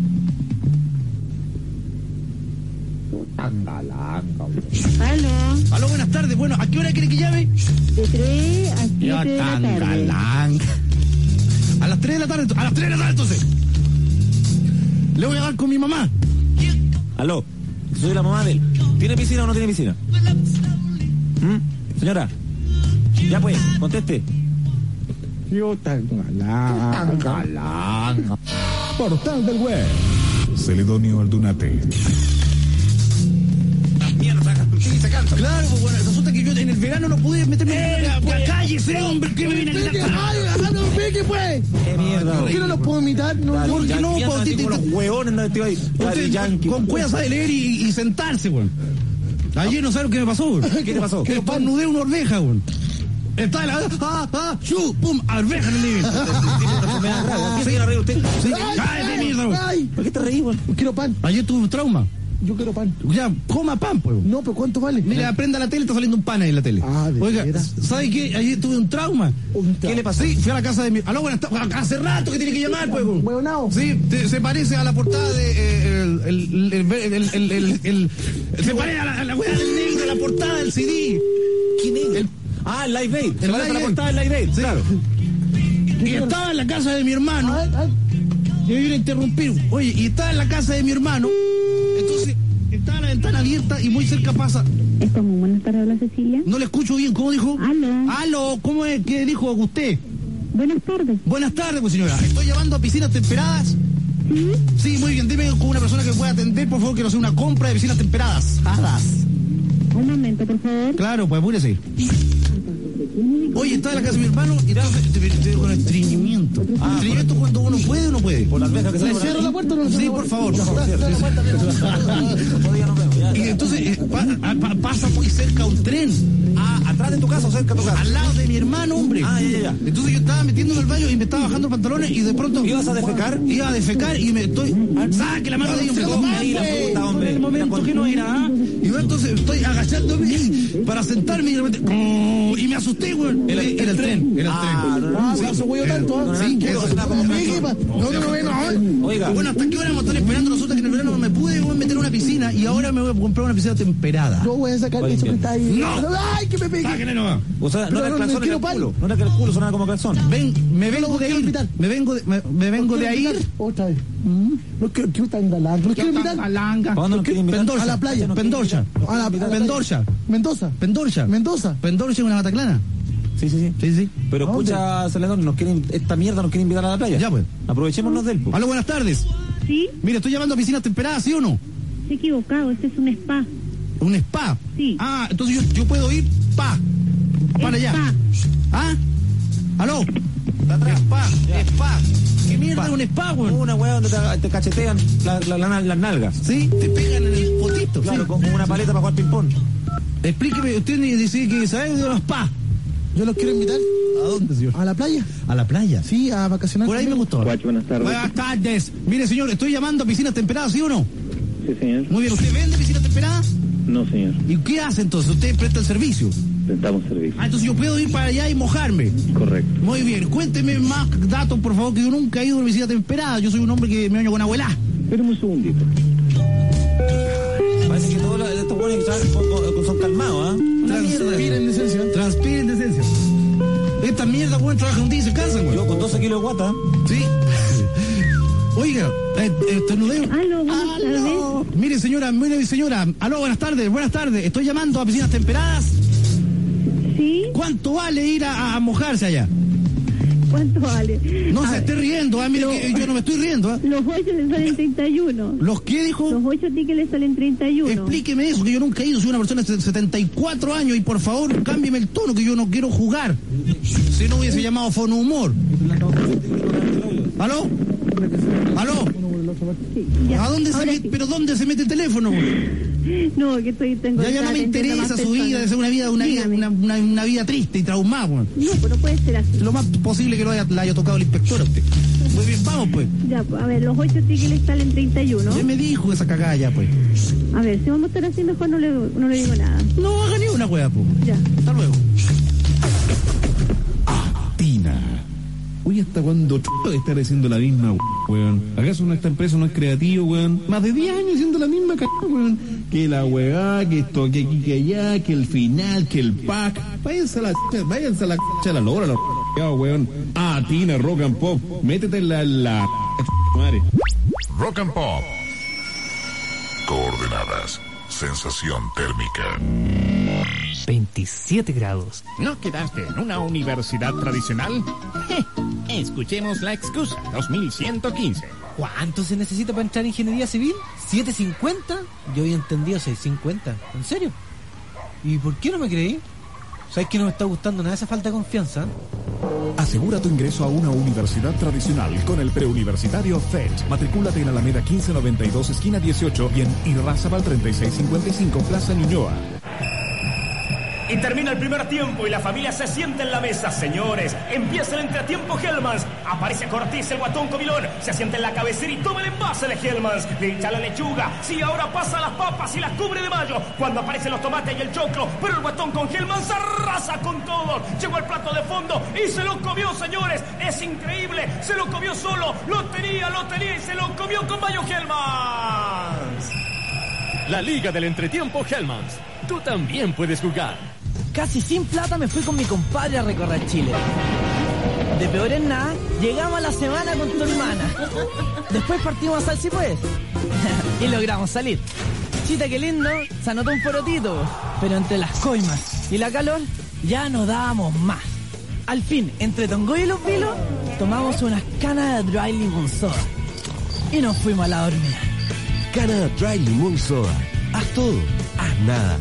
Aló. Aló, buenas tardes. Bueno, ¿a qué hora quiere que llame? De tres a siete de la tarde. Galán. A las tres de la tarde, a las tres de la tarde entonces. Le voy a dar con mi mamá. Aló, soy la mamá de él. ¿Tiene piscina o no tiene piscina? ¿Mm? Señora, ya pues, conteste. Yo tan galán. Galán. Portal del Web. Celedonio Aldunate. Claro, pues bueno, resulta que yo en el verano no pude meterme en la pues, calle, ese hombre que me viene a quitar. ¡Ay, no me pique, pues! ¡Qué mierda! ¿Por qué no los puedo imitar? No, Dale, ¿por qué ya, no, ya, pa' así ti, como ti, los hueones, no estoy ahí. Dale, Usted, yankee. con cuevas de leer y, y sentarse, weón. Ayer no sabes lo que me pasó, weón. ¿Qué te pasó? Que estornudé una ordeja, weón. Está en la... ¡Ah, ah! ¡Shu! ¡Pum! ¡Arveja en el living! ¿Qué se quiere reír usted? Sí. ¡Ay, ¡Cállate, mierda, weón! ay! ¿Por qué te reí, weón? Quiero pan. Ayer tuve un trauma. Yo quiero pan. Ya, coma pan, pues. No, pero ¿cuánto vale? Mira, prenda la tele, está saliendo un pan ahí en la tele. Ah, ¿de Oiga, veras? ¿sabe qué? Ayer tuve un trauma. Un ¿Qué le pasó? Sí, fui a la casa de mi... Aló, buenas tardes. Hace rato que tiene que llamar, pues. Hueonao. Sí, te- se parece a la portada de... eh, el, el, el, el, el, el, el, el- se parece a la, a la weá del negro, la portada del C D. ¿Quién es? El- Ah, el Live Aid. Se El parece a Live la Aid. portada del Live Aid, Sí. claro. Y estaba en la casa de mi hermano. Ay, ay. Y me vino a interrumpir. Oye, y estaba en la casa de mi hermano. Entonces, estaba la ventana abierta y muy cerca pasa... ¿Está muy buenas para hablar, Cecilia? No le escucho bien, ¿cómo dijo? Aló. Aló, ¿cómo es? ¿Qué dijo usted? Buenas tardes. Buenas tardes, pues señora. Estoy llamando a piscinas temperadas. ¿Sí? Sí, muy bien. Dime con una persona que pueda atender, por favor, que nos haga una compra de piscinas temperadas. Hadas. Un momento, por favor. Claro, pues apúrese. Oye, está en la casa de mi hermano y entonces te, te, te, con estreñimiento. Ah, ¿Estreñimiento cuando uno puede o no puede? Por las vejas que se ¿Le le cierro la puerta o no le Sí, cierro por la favor. puerta? Sí, sí, sí. Otro día nos vemos, ya. Y entonces eh, pa- a- pa- pasa muy cerca un tren. Ah, ¿atrás de tu casa o cerca de tu casa? Al lado de mi hermano, hombre. Ah, ya, ya, ya. Entonces yo estaba metiéndome al baño y me estaba bajando los pantalones y de pronto... ¿Ibas a defecar? Iba a defecar y me estoy... ¡Saque la mano de ahí, hombre! Toma ahí la Hombre, puta, hombre. en el momento que no era, ¿ah? Y yo entonces estoy agachándome para sentarme y de repente... ¡oh! Y me asusté, güey. Era, era el tren, era el Ah, tren. no, no, Ah, sí. no se huevo tanto, ¿ah? Sí, ¿Qué eso. cosa? No me pique, pa. No, no, no, no. Oiga. Bueno, ¿hasta qué hora vamos a estar esperando? Resulta que en el verano no me pude voy a meter a una piscina y ahora me voy a comprar una piscina temperada. Yo voy a sacar eso que está ahí. No. ¡Ay, que me pique! Sáquenle nomás. O sea, no Pero era el no, calzón, no era quiero el pan. culo. No era que el culo sonaba como calzón. Ven, me vengo los de quiero ir. invitar. Me vengo de, me, me vengo de ahí. Otra vez. No quiero, quiero tan galán. Los quiero invitar. Galanga. ¿Para dónde nos quiere invitar? Pendorcha. A la playa. Pendorcha. A la, a la playa. Pendorcha. Mendoza. Pendorcha. Mendoza. Pendorcha es una mataclana. Sí, sí, sí. Sí, sí. Pero ¿A dónde? escucha, Celedón, nos quieren, esta mierda nos quiere invitar a la playa. Ya, pues. Aprovechémonos del po. Aló, buenas tardes. ¿Sí? Mire, estoy llamando a piscinas temperadas, ¿sí o no? Se ha equivocado. Este es un spa. Un spa. Sí. Ah, entonces yo, yo puedo ir pa. Para allá. Spa. ¿Ah? ¿Aló? Spa. Spa. ¿Qué mierda es un spa, güey? Una weá donde te, te cachetean la- la- la- las nalgas. Sí, te pegan en el potito. Claro, sí. con, con una paleta para jugar ping-pong. Explíqueme, usted dice que sabe de los spa. Yo los quiero invitar ¿A dónde, señor? a la playa. A la playa. Sí, a vacacionar. Por ahí me gustó. Guacho, buenas tardes. Buenas tardes. Mire, señor, estoy llamando a piscinas temperadas, ¿sí o no? Sí, señor. Muy bien, ¿usted vende piscinas temperadas? No, señor. ¿Y qué hace entonces? ¿Usted presta el servicio? Prestamos servicio. Ah, entonces yo puedo ir para allá y mojarme. Correcto. Muy bien, cuénteme más datos, por favor, que yo nunca he ido a una piscina temperada. Yo soy un hombre que me baño con abuela. Espérame un segundito. Parece que todos los- estos buenos son, son calmados, ¿ah? Trans- Transpiren decencia. Transpiren decencia. Esta mierda, weón, trabajan un día y se cansan, weón. Yo con doce kilos de guata. Sí. Oiga, eh, eh, estornudeo. Aló, buenas Aló. Mire, señora, mire, señora. Aló, buenas tardes, buenas tardes. Estoy llamando a piscinas temperadas. Sí. ¿Cuánto vale ir a, a mojarse allá? ¿Cuánto vale? No A se ver, esté riendo, ah, mire lo- que yo no me estoy riendo. ¿Ah? Los ocho le salen treinta y uno. ¿Los qué dijo? Los ocho tickets le salen treinta y uno. Explíqueme eso, que yo nunca he ido, soy una persona de setenta y cuatro años y por favor cámbieme el tono, que yo no quiero jugar. Si no hubiese llamado Fono Humor. ¿Aló? ¿Aló? Sí, ya. ¿A dónde se Ahora mete? sí. ¿Pero dónde se mete el teléfono? No, que estoy, tengo... Ya, ya no me atendiendo interesa más su vida, personas. de ser una vida, una vida, Dígame. una, una, una vida triste y traumada, weón. No, pues no puede ser así. Lo más posible que lo haya, la haya tocado el inspector a usted. Muy bien, vamos pues. Ya, pues, a ver, los ocho tickets le salen treinta y uno. Ya me dijo esa cagada ya, pues. A ver, si vamos a estar así, mejor no le, no le digo nada. No haga ni una wea, pues. Ya. Hasta luego. Tina. Oye, ¿hasta cuándo ch... estar haciendo la misma, weón? ¿Acaso nuestra empresa no es creativo, weón? Más de diez años haciendo la misma cagada, weón. Que la weá, que esto, que aquí, que allá, que el final, que el pack. Váyanse a la ch... váyanse a la ch... a la lora, la ch... weón. Ah, Tina, Rock and Pop. Métete en la... la... ch... madre. Rock and Pop. Coordenadas. Sensación térmica. veintisiete grados. ¿No quedaste en una universidad tradicional? Je, escuchemos la excusa dos mil ciento quince. ¿Cuánto se necesita para entrar en ingeniería civil? ¿siete cincuenta? Yo había entendido seis cincuenta. ¿En serio? ¿Y por qué no me creí? ¿Sabes que no me está gustando nada esa falta de confianza? Asegura tu ingreso a una universidad tradicional con el preuniversitario F E T. Matricúlate en Alameda quince noventa y dos, esquina dieciocho y en Irrazabal treinta y seis cincuenta y cinco, Plaza Ñuñoa. Y termina el primer tiempo y la familia se sienta en la mesa. Señores, empieza el entretiempo Hellmann's. Aparece Cortés, el guatón comilón. Se sienta en la cabecera y toma el envase de Hellmann's. Le echa la lechuga. Sí, ahora pasa las papas y las cubre de mayo. Cuando aparecen los tomates y el choclo. Pero el guatón con Hellmann's arrasa con todo. Llegó al plato de fondo y se lo comió, señores. Es increíble. Se lo comió solo. Lo tenía, lo tenía y se lo comió con mayo Hellmann's. La Liga del Entretiempo Hellmann's. Tú también puedes jugar. Casi sin plata me fui con mi compadre a recorrer Chile. De peor en nada, llegamos a la semana con tu hermana. Después partimos a Salsipuez y logramos salir. Chita, qué lindo, se anotó un forotito. Pero entre las coimas y la calor, ya no dábamos más. Al fin, entre Tongoy y Los Vilos, tomamos unas canas de dry limón soda. Y nos fuimos a la dormida. Cana Dry Limón Soda. Haz todo, haz nada.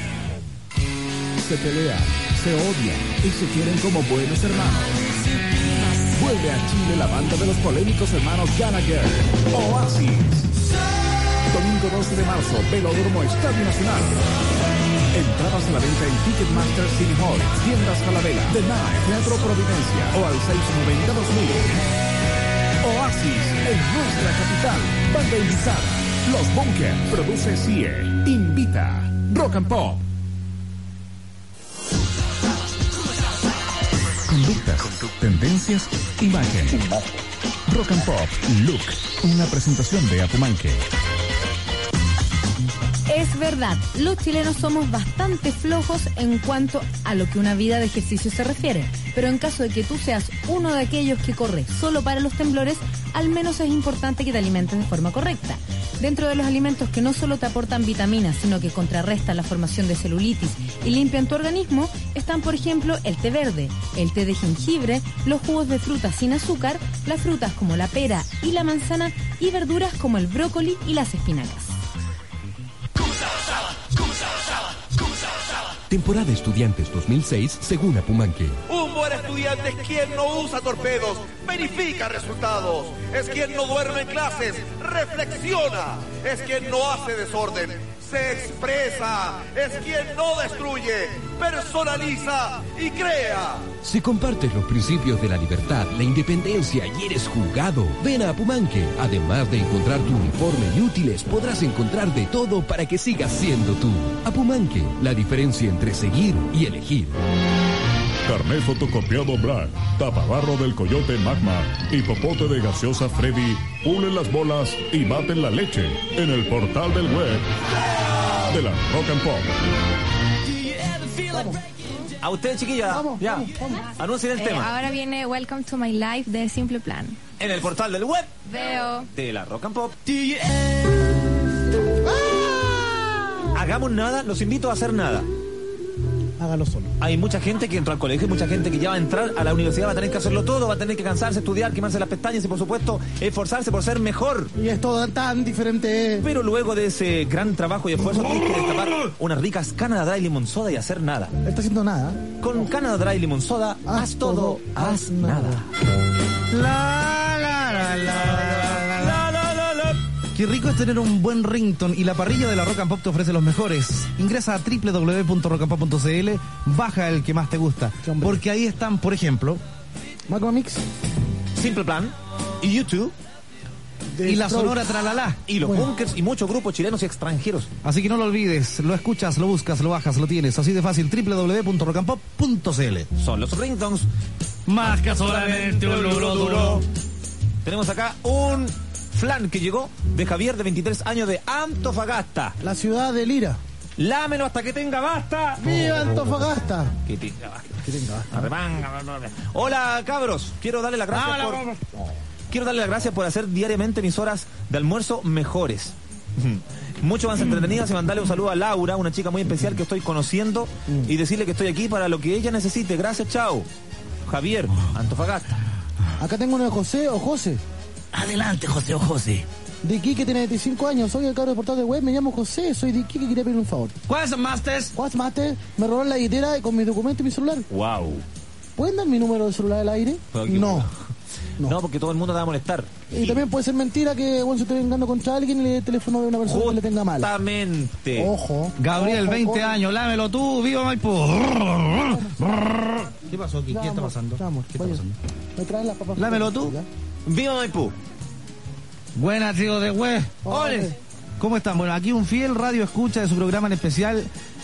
Se pelean, se odian y se quieren como buenos hermanos. Vuelve a Chile la banda de los polémicos hermanos Gallagher, Oasis. Domingo doce de marzo, Velódromo Estadio Nacional. Entradas a la venta en Ticketmaster City Hall, Tiendas Falabella, The Night, Teatro Providencia o al seis noventa dos mil. Oasis en nuestra capital. Banda invitada. Los Bunker. Produce C I E. Invita. Rock and Pop. Conductas, tendencias, imagen. Rock and Pop, Look, una presentación de Apumanque. Es verdad, los chilenos somos bastante flojos en cuanto a lo que una vida de ejercicio se refiere, pero en caso de que tú seas uno de aquellos que corre solo para los temblores, al menos es importante que te alimentes de forma correcta. Dentro de los alimentos que no solo te aportan vitaminas, sino que contrarrestan la formación de celulitis y limpian tu organismo, están por ejemplo el té verde, el té de jengibre, los jugos de frutas sin azúcar, las frutas como la pera y la manzana y verduras como el brócoli y las espinacas. Temporada Estudiantes dos mil seis, según Apumanque. Un buen estudiante es quien no usa torpedos, verifica resultados, es quien no duerme en clases, reflexiona, es quien no hace desorden, se expresa, es quien no destruye, personaliza y crea. Si compartes los principios de la libertad, la independencia y eres jugado, ven a Apumanque. Además de encontrar tu uniforme y útiles, podrás encontrar de todo para que sigas siendo tú. Apumanque, la diferencia entre seguir y elegir. Carné fotocopiado Black, tapabarro del Coyote Magma y popote de gaseosa Freddy, pulen las bolas y baten la leche en el portal del web de la Rock and Pop. A ustedes, chiquillas, Vamos, ya. vamos, vamos. Anuncien el Eh, tema. ahora viene Welcome to My Life de Simple Plan. En el portal del web Veo. de la Rock and Pop. Hagamos nada, los invito a hacer nada. Hágalo solo. Hay mucha gente que entró al colegio, mucha gente que ya va a entrar a la universidad, va a tener que hacerlo todo, va a tener que cansarse, estudiar, quemarse las pestañas y por supuesto esforzarse por ser mejor. Y es todo tan diferente. Pero luego de ese gran trabajo y esfuerzo tienes que destapar unas ricas Canada Dry Limon Soda y hacer nada. No está haciendo nada. Con Canada Dry Limon Soda, haz todo, haz nada. La, la, la, la, la, la, la, la. Qué rico es tener un buen ringtone y la parrilla de la Rock and Pop te ofrece los mejores. Ingresa a doble u doble u doble u punto rock and pop punto c l, baja el que más te gusta. Porque ahí están, por ejemplo, Magma Mix, Simple Plan y YouTube. y la Sonora Tralala. Y los Bueno. bunkers y muchos grupos chilenos y extranjeros. Así que no lo olvides, lo escuchas, lo buscas, lo bajas, lo tienes. Así de fácil, doble u doble u doble u punto rock and pop punto c l. Son los ringtones. Más que solamente un logro duro. Tenemos acá un flan que llegó de Javier de veintitrés años de Antofagasta. la ciudad de Lira. Lámelo hasta que tenga basta. ¡Viva Antofagasta! Que tenga basta. Que tenga basta. Arremanga, bla, bla, bla. Hola, cabros. Quiero darle las gracias Hola, por... vamos. Quiero darle las gracias por hacer diariamente mis horas de almuerzo mejores. Mucho más entretenidas y mandarle un saludo a Laura, una chica muy especial que estoy conociendo, y decirle que estoy aquí para lo que ella necesite. Gracias, chao. Javier, Antofagasta. Acá tengo uno de José o José. Adelante, José o José. De Iquique, tiene veinticinco años. Soy el cabro de portal de web. Me llamo José. Soy de Iquique y quería pedir un favor. ¿Cuáles son masters? What's matter? Me robaron la billetera con mi documento y mi celular. Wow. ¿Pueden dar mi número de celular al aire? Pero qué No. No. no, porque todo el mundo te va a molestar. Y también puede ser mentira que bueno, se esté vengando contra alguien y le dé el teléfono de una persona que le tenga mal. Justamente. Ojo. Gabriel, Ojo, veinte ojo. años, lámelo tú, viva Maipú. ¿Qué pasó aquí? ¿Qué está Vamos, pasando? vamos, ¿Qué está vaya. pasando? ¿Me traen las papas? Lámelo tú. ¡Viva Maipú! Buenas, tío de web. Ole. ¿Cómo están? Bueno, aquí un fiel radio escucha de su programa en especial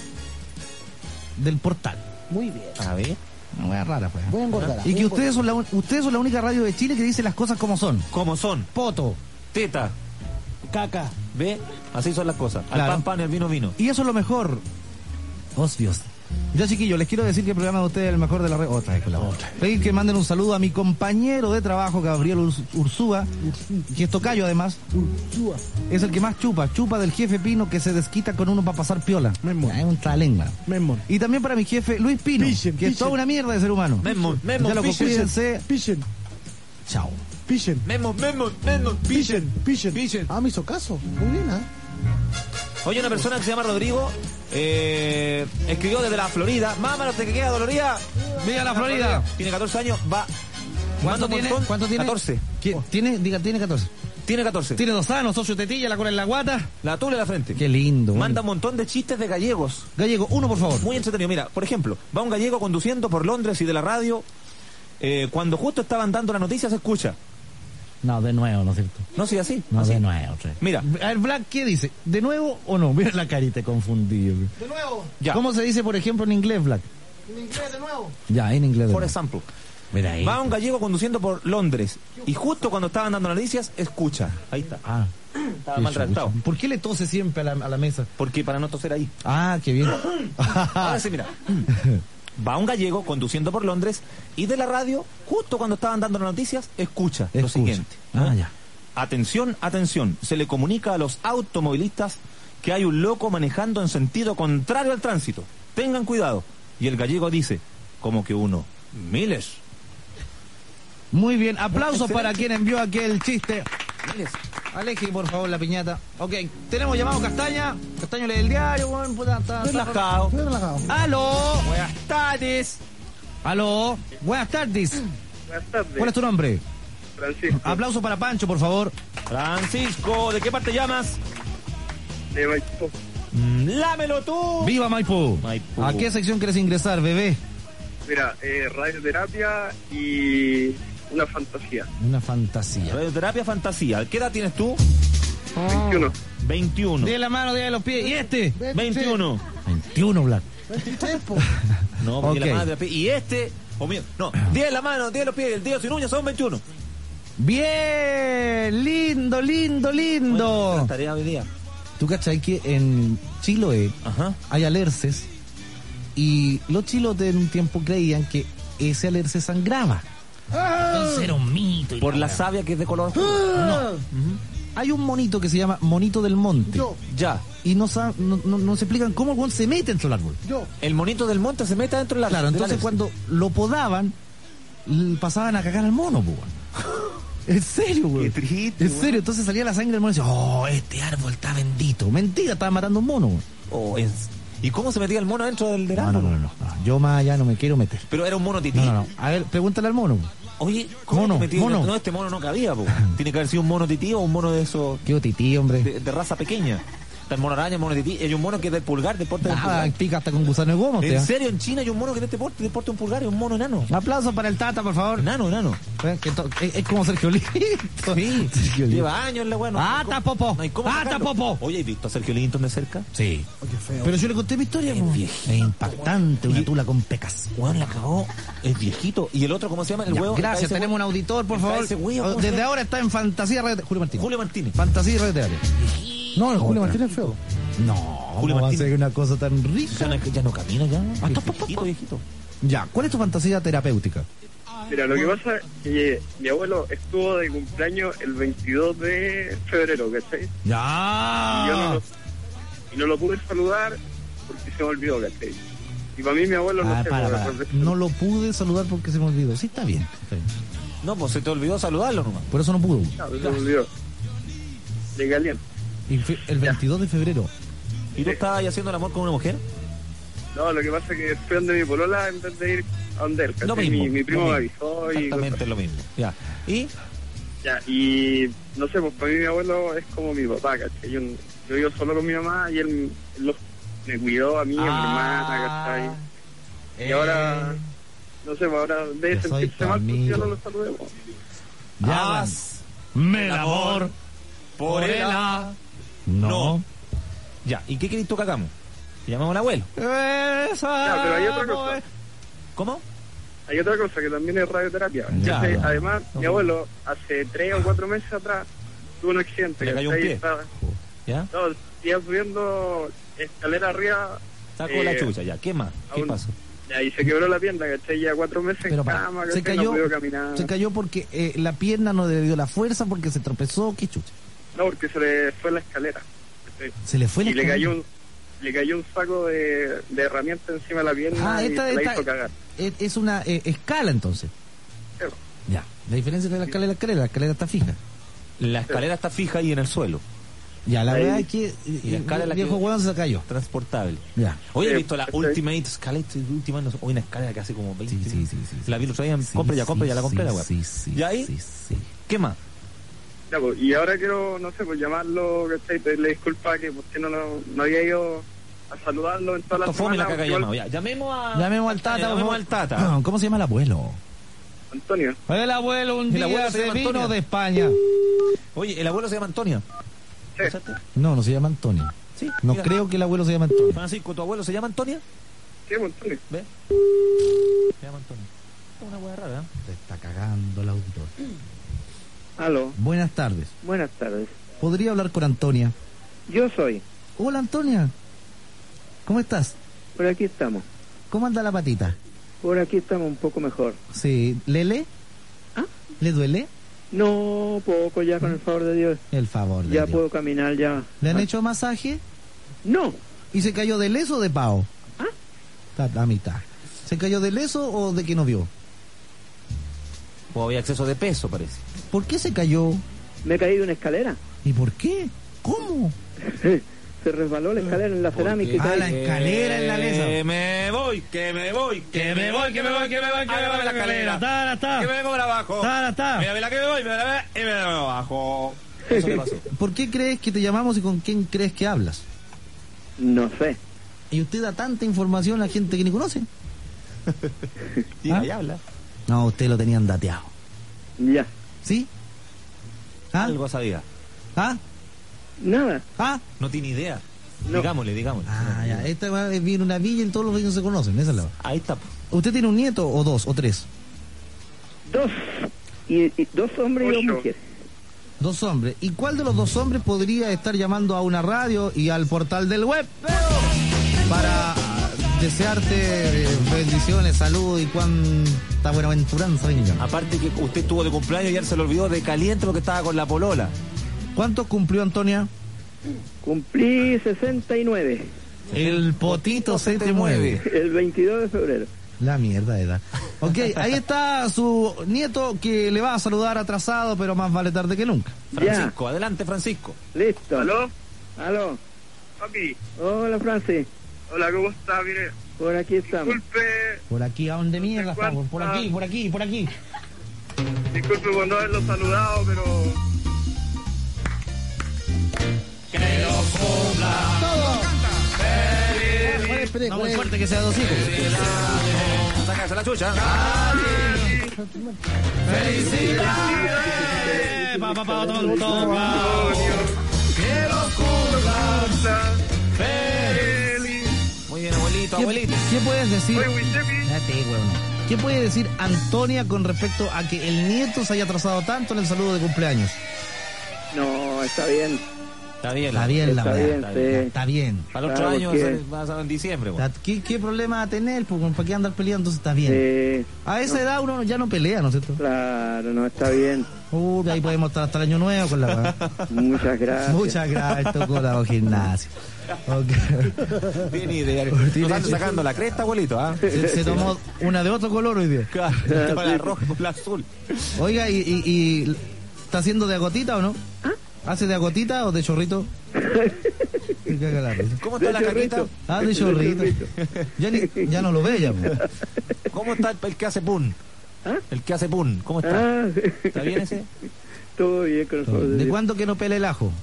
del portal. Muy bien. A ver. Una wea rara, pues. Voy a engordar. Y que ustedes son, la, un- ustedes son la única radio de Chile que dice las cosas como son. ¿Cómo son? Poto. Teta. Caca. ¿Ve? Así son las cosas. Al Claro. pan pan y al vino vino. Y eso es lo mejor. Osios. Ya, chiquillos, les quiero decir que el programa de ustedes es el mejor de la red. Otra vez con la otra. Pedir que manden un saludo a mi compañero de trabajo, Gabriel Urs- Ursúa, que es tocayo además. Ursúa. Es el que más chupa, chupa del jefe Pino que se desquita con uno para pasar piola. Memor. Ya, es un tralenga. Memor. Y también para mi jefe Luis Pino, Pichen, que es pichen. toda una mierda de ser humano. Memo, memo, Ya loco, pichen. cuídense. Pichen. Chao. Pichen. Memo, memo, memo, Pichen. Pichen. Pichen. Ah, me hizo caso. Muy bien, ¿ah? Oye, una persona que se llama Rodrigo eh, escribió desde la Florida. Mamá, no te queda dolorida. ¡Viva la Florida! Tiene catorce años, va. ¿Cuánto manda un tiene? montón. ¿Cuánto tiene? catorce. ¿Quién- ¿Tiene? Diga, tiene catorce. Tiene catorce. Tiene dos años, socio tetilla, la cola en la guata. La tula en la frente. Qué lindo. Manda un montón de chistes de gallegos. Gallego, uno por favor. Muy entretenido. Mira, por ejemplo, va un gallego conduciendo por Londres y de la radio. Eh, cuando justo estaban dando la noticia, se escucha. No, de nuevo, ¿no es cierto? No, sí, así. No, así. de nuevo, sí. Mira, A ver, Black, ¿qué dice? ¿De nuevo o no? Mira la carita confundido. De nuevo. ya. ¿Cómo se dice, por ejemplo, en inglés, Black? En inglés de nuevo. Ya, en inglés. de Por nuevo. ejemplo, Mira ahí. va un gallego conduciendo por Londres y justo cuando estaban dando noticias, escucha. Ahí está. Ah, Estaba qué mal redactado. chucha. ¿Por qué le tose siempre a la, a la mesa? Porque para no toser ahí. Ah, qué bien. Ahora sí, mira. Va un gallego conduciendo por Londres y de la radio, justo cuando estaban dando las noticias, escucha, lo Escucha. siguiente. ¿no? Ah, ya. Atención, atención. Se le comunica a los automovilistas que hay un loco manejando en sentido contrario al tránsito. Tengan cuidado. Y el gallego dice, como que uno, miles. Muy bien, aplausos Excelente. para quien envió aquel chiste. Miles. Aleje, por favor, la piñata. Ok, tenemos llamado Castaña. Castaño lee el diario, weón, puta, está- está- Relajado. Estoy relajado. ¡Aló! Buenas tardes. ¡Aló! Buenas tardes. Buenas tardes. ¿Cuál es tu nombre? Francisco. Aplauso para Pancho, por favor. Francisco, ¿de qué parte llamas? De Maipú. Mm, Lámelo tú. ¡Viva Maipú! Maipú. ¿A qué sección quieres ingresar, bebé? Mira, eh, radioterapia y una fantasía. Una fantasía. Radioterapia Fantasía. ¿Qué edad tienes tú? veintiuno. veintiuno. Dile la mano, dile los pies. ¿Y este? veintiuno. veintiuno, Black. veintitrés, po. No, porque Ok. la madre. Y este, o mío, no, diez la mano, diez los pies, el dedo sin uñas son veintiuno. Bien, lindo, lindo, lindo. Bueno, tarea hoy día. ¿Tú cachai que en Chiloé Ajá. hay alerces Y los chilotes en un tiempo creían que ese aler se sangraba. Entonces era un mito. Por la savia que es de color azul. No. Hay un monito que se llama monito del monte. Yo. Ya. Y no, sa- no, no, no se explican cómo el weón se mete dentro del árbol. Yo. El monito del monte se mete dentro de la... Claro, de la entonces leche. cuando lo podaban, l- pasaban a cagar al mono, pues. En serio, güey. Qué triste, En güey. serio, entonces salía la sangre del mono y decía, oh, este árbol está bendito. Mentira, estaba matando un mono, güey. Oh, es- ¿Y cómo se metía el mono dentro del, del No, no, árbol? no, no, no. Yo más allá no me quiero meter. Pero era un mono tití. No, no, no. A ver, pregúntale al mono. Oye, ¿cómo Mono, te metí? mono. No, este mono no cabía, po. Tiene que haber sido un mono tití o un mono de esos... Qué tití, hombre. De, de raza pequeña. Está el mono araña, el mono tití. Hay un mono que es del pulgar, de porte del Ah, pulgar. pica hasta con gusano de goma, usted, En ¿ah? serio, en China hay un mono que es de este porte, de porte un pulgar, es un mono enano. Un aplauso para el Tata, por favor. Enano, enano. Eh, que to- Es, es como Sergio Lito. Sí, Sergio Lito. lleva años la weá. no- ¡Ah, no- está popo! no hay cómo ¡Ah, sacarlo. está popo! Oye, ¿has visto a Sergio Linton de cerca? Sí. Qué feo. Pero yo le conté mi historia, Es po. viejito, Es impactante, una tula con pecas. Weón, la cagó. Es viejito. ¿Y el otro cómo se llama? El Ya, huevo. gracias, Está ese tenemos un huevo- auditor, por está favor. ese huevo, ¿cómo se Desde llama? ahora está en Fantasía Radio. Julio Martínez. Julio Martínez. Fantasía Radio Teatro. No, el Julio Martínez es feo. No, Julio ¿cómo va a Martínez. ser una cosa tan Ya rica? no, ya no camina ya. Ah, Es pa, pa, pa, viejito, pa. viejito. Ya, ¿cuál es tu fantasía terapéutica? Mira, lo que pasa es que mi abuelo estuvo de cumpleaños el veintidós de febrero, ¿cachai? ¡Ya! Y yo no lo, y no lo pude saludar porque se me olvidó, ¿cachai? Y para mí mi abuelo no Ah, sé, para, por- para. por- No lo pude saludar porque se me olvidó. Sí, está bien. Está bien. No, pues se te olvidó saludarlo nomás. Por eso no pudo. no, se me olvidó. Llegué al Y fue el veintidós de febrero. ¿Y tú estabas ahí haciendo el amor con una mujer? No, lo que pasa es que fui donde mi polola en vez de ir a donde él, ¿cachai? Lo mismo. Mi, mi primo lo me mismo. avisó y... Exactamente lo mismo. Ya. ¿Y? Ya, y no sé, pues para mí mi abuelo es como mi papá, ¿cachai? Yo, yo vivo solo con mi mamá y él, él los- me cuidó a mí, a mi Ah. hermana, ¿cachai? Y Eh. ahora, no sé, pues ahora debe Yo soy sentirse tu mal porque yo amigo. no lo saludé, pues. Ya, Haz me el el amor por el a- No. No. Ya. ¿Y qué querés tú que hagamos? Te llamamos al abuelo. Ya, pero hay otra cosa. ¿Cómo? Hay otra cosa que también es radioterapia. Ya. ¿cachai? Además, mi abuelo hace tres o cuatro meses atrás tuvo un accidente. Le cayó un ¿cachai? pie. Estaba- ¿Ya? No, iba subiendo escalera arriba. Saco eh, la chucha, ya. ¿Qué más? ¿Qué aún- pasó? Ya, y se quebró la pierna, ¿cachai? Ya cuatro meses Pero en para, cama, se ¿cachai? cayó, No pudo caminar. se cayó porque eh, la pierna no le dio la fuerza porque se tropezó, qué chucha. No, porque se le fue la escalera. ¿cachai? Se le fue la y le escalera. cayó un le cayó un saco de, de herramientas encima de la pierna Ah, y esta, se la esta- hizo cagar. es, es una eh, escala entonces. Sí. Ya. La diferencia de la escalera y la escalera, la escalera está fija. La escalera está fija ahí en el suelo. Ya, la Ahí. verdad es que eh, Y la escalera el la viejo que- hueón se cayó. Transportable. Ya. Oye, he Sí, visto la ¿cachai? Ultimate Escalator, Ultimate, no sé, hoy una escalera que hace como veinte. Sí, sí, sí, sí, sí. La vi el otro día, Sí, compra ya, compra sí, ya, la compré sí, la weá. Sí, sí. ¿Y ahí? Sí, sí. ¿Qué más? Ya, pues, y ahora quiero, no sé, pues llamarlo, ¿cachai? Pedirle disculpas que porque no, no, no había ido a saludarlo en toda la Esto fome la semana. caga porque llamado. igual- Ya, llamemos a... Llamemos al Tata, por Llamemos favor. al Tata. ¿Cómo se llama el abuelo? Antonio. El abuelo un El día abuelo se se llama vino Antonio. de España. Oye, el abuelo se llama Antonio. Sí. ¿Cachaste? No, no se llama Antonio. Sí. No mira. creo que el abuelo se llame Antonio. Francisco, ¿tu abuelo se llama Antonio? Sí, pues, Antonio. ¿Ve? Se llama Antonio. Es una hueá rara, ¿eh? Te está cagando el auditor. Aló, Buenas tardes. buenas tardes. ¿Podría hablar con Antonia? Yo soy. Hola, Antonia. ¿Cómo estás? Por aquí estamos. ¿Cómo anda la patita? Por aquí estamos un poco mejor. Sí. ¿Lele? ¿Ah? ¿Le duele? No, poco ya, con el favor de Dios. El favor de Ya Dios. puedo caminar, ya. ¿Le han Ah, hecho masaje? No. ¿Y se cayó de leso o de pao? ¿Ah? Está a mitad. ¿Se cayó de leso o de que no vio? O había exceso de peso, parece. ¿Por qué se cayó? Me he caído de una escalera. ¿Y por qué? ¿Cómo? Se resbaló la escalera en la cerámica y Ah, caí. la escalera en la lesa. Que me voy, que me voy, que me voy, que me voy, que me voy, que me voy la escalera. Está, está. Que me voy para abajo. Está, está. Mira, mira que me voy, mira, mira, y me voy abajo. Eso le pasó. ¿Por qué crees que te llamamos y con quién crees que hablas? No sé. Y usted da tanta información a la gente que ni conoce. Diga, ¿Ah? y habla. No, usted lo tenían dateado. Ya. ¿Sí? ¿Ah? Algo sabía. ¿Ah? Nada. ¿Ah? No tiene idea. No. Digámosle, digámosle. Ah, ya. Esta va- vive en una villa y todos los vecinos se conocen. Esa es la. Ahí está. ¿Usted tiene un nieto o dos o tres? Dos. Y, y dos hombres y dos Ocho. mujeres. Dos hombres. ¿Y cuál de los dos hombres podría estar llamando a una radio y al portal del web para desearte eh, bendiciones, salud y cuánta buenaventuranza venga. Aparte que usted estuvo de cumpleaños y ayer se lo olvidó de caliente porque estaba con la polola. ¿Cuánto cumplió, Antonia? Cumplí sesenta y nueve. El potito se te mueve. El veintidós de febrero. La mierda de edad. Ok, ahí está su nieto que le va a saludar atrasado, pero más vale tarde que nunca. Francisco, ya. Adelante, Francisco. Listo. ¿Aló? ¿Aló? Papi. Hola, Francis. Hola, ¿cómo estás? Mire. Por aquí estamos. Disculpe. Por aquí, ¿a dónde mierda estamos? Por aquí, por aquí, por aquí. Disculpe por no haberlo saludado, pero... Que lo cumpla. Todo. No muy fuerte que sea dos hijos. Sácase la chucha. ¡Felicidades! Papá, papá, todo, todo. Que lo cumpla. Feliz. Muy bien, abuelito, ¿Qué, abuelito. ¿Qué puedes decir? Oye, Wisepi. Date, huevón. ¿Qué puede decir Antonia con respecto a que el nieto se haya atrasado tanto en el saludo de cumpleaños? No, está bien. Está bien, Está bien la Está verdad. bien, Está sí. bien. Está bien. Para el otro Claro, año va a que- ser- va a ser en diciembre. güey. ¿Qué, ¿Qué problema va a tener? Pues, ¿para qué andar peleando? Entonces está bien. Sí. A esa edad uno ya no pelea, ¿no es cierto? Claro, no, está bien. Uy, ahí podemos estar hasta el año nuevo con la weá. Muchas gracias. Muchas gracias, tocó la gimnasio. Ok. Tiene idea. Nos anda sacando la cresta, abuelito. ¿ah? Se, se tomó una de otro color hoy día. Claro, con la roja con la azul. Oiga, ¿y, y, y está haciendo de agotita o no? ¿Hace de agotita o de chorrito? Me caga la risa. ¿Cómo está la caquita? Ah, de chorrito. Ya, ni- ya no lo ve ya. pues. ¿Cómo está el, el que hace pun? El que hace pun, ¿cómo está? Ah, sí. ¿Está bien ese? Todo bien, con el favor de ¿De Dios. cuánto que no pele el ajo?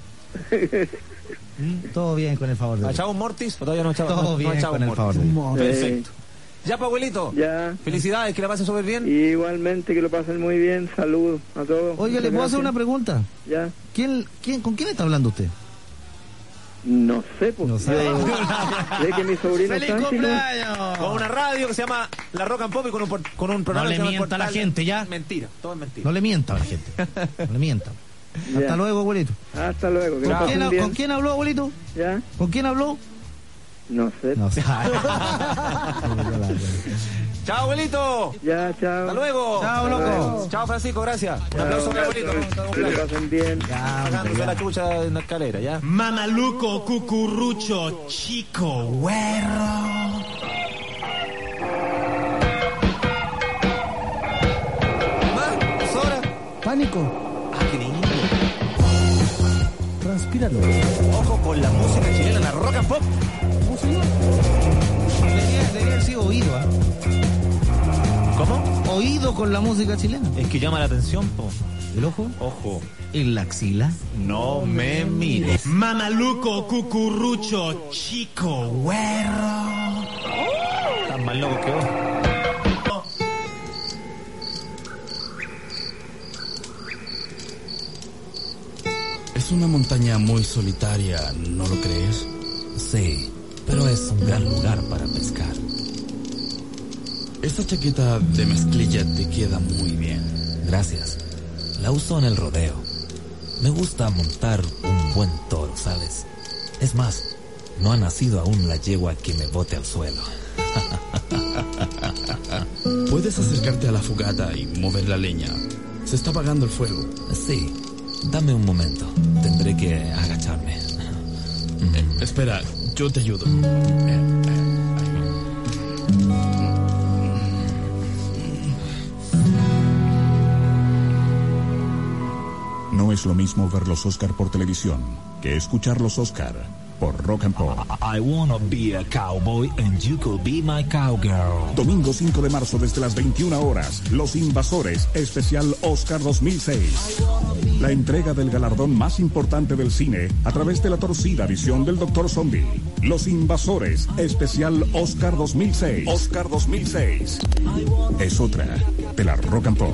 Todo bien, con el favor de ¿Ha Dios. echado un mortis o todavía no ha echado? Todo no, no ha bien, echado con un el favor de mortis? Dios. Perfecto. Ya, pa' abuelito. Ya. Felicidades, que la pase súper bien. Igualmente, que lo pasen muy bien. Saludos a todos. Oiga, ¿le Muchas puedo hacer una gracias. pregunta? Ya. ¿Quién, quién, ¿Con quién está hablando usted? No sé, pues. No sabe. Yo- sé que mi sobrino ¡Feliz Sánchez, cumpleaños! Con una radio que se llama La Rock and Pop y con un, por- con un programa No le que se llama El mienta a la Portal. gente, ya. Mentira, todo es mentira. No le mienta a la gente. No le mienta. Ya. Hasta luego, abuelito. Hasta luego. Que Chao. lo ¿Con pasen quién, bien. ¿Con quién habló, abuelito? ¿Ya? ¿Con quién habló? No sé. No sabe. Chao, abuelito. Ya, chao. Hasta luego. Chao, loco. Chao, Francisco, gracias. Un Chao. aplauso para el abuelito. Que lo pasen bien. Ya, hombre, Sacándose ya. la chucha en la escalera, ¿ya? Mamaluco, cucurrucho, chico, güero. ¿Más? ¿Sora? Pánico. Ah, qué lindo. Transpíralo. Ojo con la música chilena, la Rock and Pop. Debería, debería haber sido oído, ¿ah? ¿Cómo? Oído con la música chilena. Es que llama la atención, po. ¿El ojo? Ojo. ¿En la axila? No me mires. Mamaluco, cucurrucho, chico, güero. Están más locos que vos. Es una montaña muy solitaria, ¿no lo crees? Sí, pero es un gran lugar para pescar. Esta chaqueta de mezclilla te queda muy bien. Gracias. La uso en el rodeo. Me gusta montar un buen toro, ¿sabes? Es más, no ha nacido aún la yegua que me bote al suelo. Puedes acercarte a la fogata y mover la leña. Se está apagando el fuego. Sí, dame un momento. Tendré que agacharme. Eh, espera, yo te ayudo. No es lo mismo ver los Oscar por televisión que escuchar los Oscar por Rock and Pop. I wanna be a cowboy and you could be my cowgirl. Domingo cinco de marzo desde las veintiuna horas, Los Invasores, especial Oscar dos mil seis. La entrega del galardón más importante del cine a través de la torcida visión del Doctor Zombie. Los Invasores, especial Oscar dos mil seis. Oscar dos mil seis. Es otra de la Rock and Pop.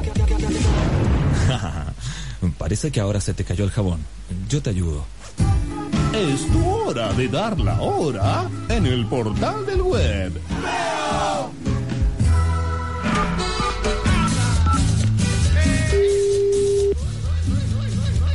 Parece que ahora se te cayó el jabón. Yo te ayudo. Es tu hora de dar la hora en el portal del web.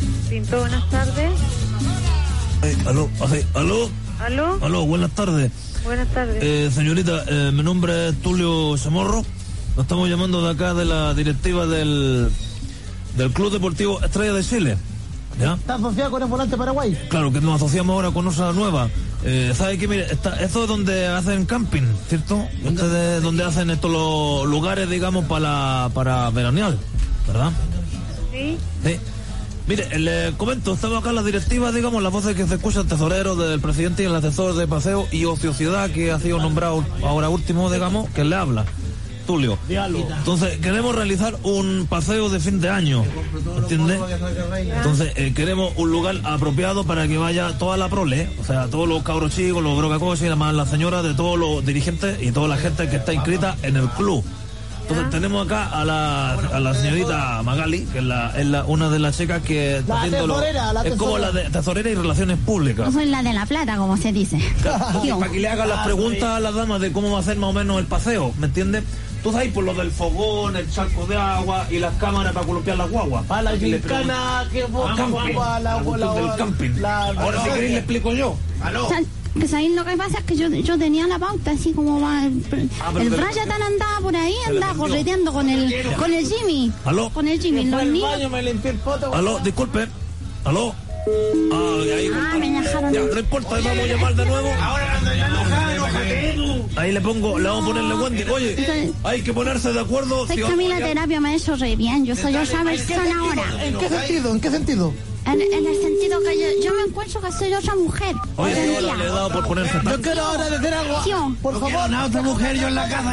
Pinto, buenas tardes. Eh, aló, eh, aló, ¿Aló? aló, buenas tardes. Buenas tardes. Eh, señorita, eh, mi nombre es Tulio Chamorro. Nos estamos llamando de acá de la directiva del, del Club Deportivo Estrella de Chile. ¿Ya? ¿Está asociado con el volante Paraguay? Claro, que nos asociamos ahora con otra nueva. Eh, ¿Sabe qué? Mire, está, esto es donde hacen camping, ¿cierto? Este es donde hacen estos los lugares, digamos, para, para veranear, ¿verdad? Sí. Sí. Mire, le comento, estamos acá en la directiva, digamos, las voces que se escuchan, tesorero del presidente y el asesor de paseo y ociosidad que ha sido nombrado ahora último, digamos, que le habla. Tulio. Entonces, queremos realizar un paseo de fin de año, ¿entiendes? Entonces, eh, queremos un lugar apropiado para que vaya toda la prole, ¿eh? O sea, todos los cabros chicos, los brocacoches y además las señoras de todos los dirigentes y toda la gente que está inscrita en el club. Entonces, tenemos acá a la, a la señorita Magali, que es, la, es la, una de las chicas que está La haciendo lo- tesorera, la es como tesorera. la de tesorera y relaciones públicas. Yo soy la de la plata, como se dice. Para que le hagan las preguntas a las damas de cómo va a ser más o menos el paseo, ¿me entiendes? Tú sabes por lo del fogón, el charco de agua y las cámaras para columpiar las guaguas. Para la Y le gincana, que preguntan- camping, la, la, la cuestión del camping. Ahora si queréis le explico yo. O sea, que sabéis lo que pasa es que yo, yo tenía la pauta así como va el, Ah, pero el te- Brian andaba por ahí, se le andaba perdió. correteando con el con el Jimmy. ¿Aló? Con el Jimmy, los niños. me limpié el poto. Aló, disculpe. Aló. Ah, ahí, Ah, me dejaron. ya, no importa, ahí vamos a llamar de nuevo. Ahí le pongo, le vamos a ponerle Wendy. Oye, hay que ponerse de acuerdo. Sé si que a vamos mí a la llam- terapia me ha hecho re bien. Yo soy otra persona ahora. ¿En qué sentido? ¿En qué sentido? En, en el sentido que yo, yo me encuentro que soy otra mujer. Oye, hoy en señora, le he día. dado por ponerse Yo tan... quiero ahora decir algo. Tío. Por favor. Una otra mujer yo en la casa.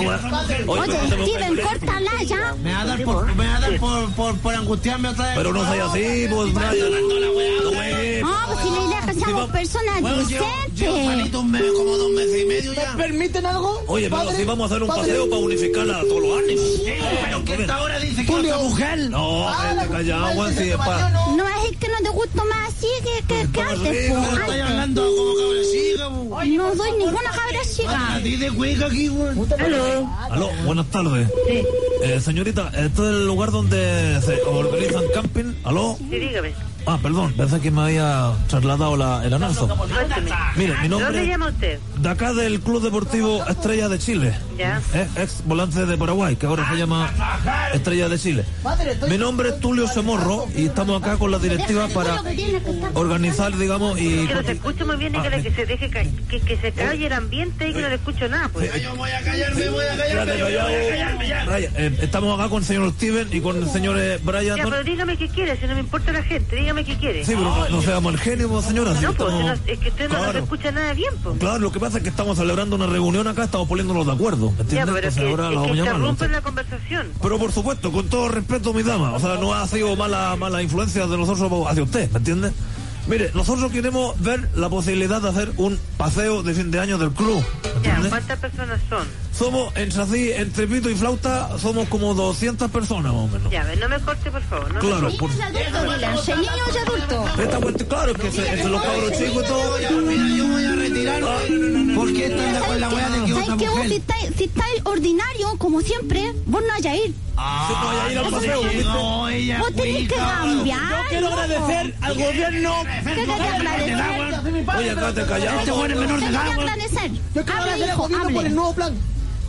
Oye, Steven, córtala ya. Me va a dar por, me va a dar por, por, por angustiarme otra vez. Pero no sea así, pues, Brian. No, güey. No, pues si la idea es que seamos personas Bueno, yo, yo decentes. salito un mes, como dos meses y medio ya. ¿Me permiten algo? Oye, pero Padre, si vamos a hacer un padre. paseo para unificar a todos los ánimos. Pero que esta hora dice que Julio. otra mujer. No, Ah, vete la- callado, la- Juan, si es la- para... No es que no te gusto más así que, que, que antes, así? po, Estoy antes. hablando como cabrecita, po. No soy ninguna cabra A chica. ti de cuica aquí, weón. Aló. Aló, buenas tardes. Sí. Eh, señorita, ¿esto es el lugar donde se organizan camping? ¿Aló? Sí, dígame. Ah, perdón, pensé que me había trasladado la, el anuncio. Cuénteme. Mire, mi ¿Dónde nombre llama usted? de acá del Club Deportivo Estrella de Chile. Ya. Eh, ex volante de Paraguay, que ahora se llama Estrella de Chile. Padre, estoy- Mi nombre es Tulio Semorro y estamos acá con la directiva para organizar, digamos, y... Que no se escucha muy bien, dígale que se deje ca- que, que se calle el ambiente y que no le escucho nada, pues. Yo voy a callarme, voy a callarme, Quédate yo voy a callado. callarme ya. Brian, eh, estamos acá con el señor Steven y con el señor eh, Brian. Ya, pero dígame qué quiere, si no me importa la gente, dígame qué quiere. Sí, pero no, no seamos el genio, pues, señora. si No, pues, estamos- no, es que usted no, no se Claro. escucha nada bien, pues. Claro, lo que pasa es que estamos celebrando una reunión acá, estamos poniéndonos de acuerdo, ¿me Ya, entiendes? pero es Entonces que, ahora es la que vamos a llamar, ¿no? interrumpen la conversación. Pero por supuesto, con todo respeto, mi dama, o sea, no ha sido mala, mala influencia de nosotros hacia usted, ¿me entiende? Mire, nosotros queremos ver la posibilidad de hacer un paseo de fin de año del club, ¿me Ya, entiende? ¿cuántas personas son? Somos, entre así, entre pito y flauta, somos como doscientas personas más o menos. Ya, a ver, no me corte, por favor. No Claro, me por Niños y adultos, Dylan, soy niños y adultos. esta cuestión, claro, que se- entre los cabros chicos y todo. Mira, yo voy a retirarme. ¿Por qué están de con la weá de que ¿Sabes otra que vos si mujer? estáis si estáis ordinario, como siempre, vos no vayas a ir? Se no vaya a ir al paseo, ¿viste? No, ella Vos tenés que cambiar. Yo quiero agradecer al gobierno. ¿Qué querés agradecer? Oye, acá te callado. Este weón es menor ¿Qué de querés edad, weón. agradecer? Yo quiero Hable, agradecer al hijo, gobierno por el hable. nuevo plan.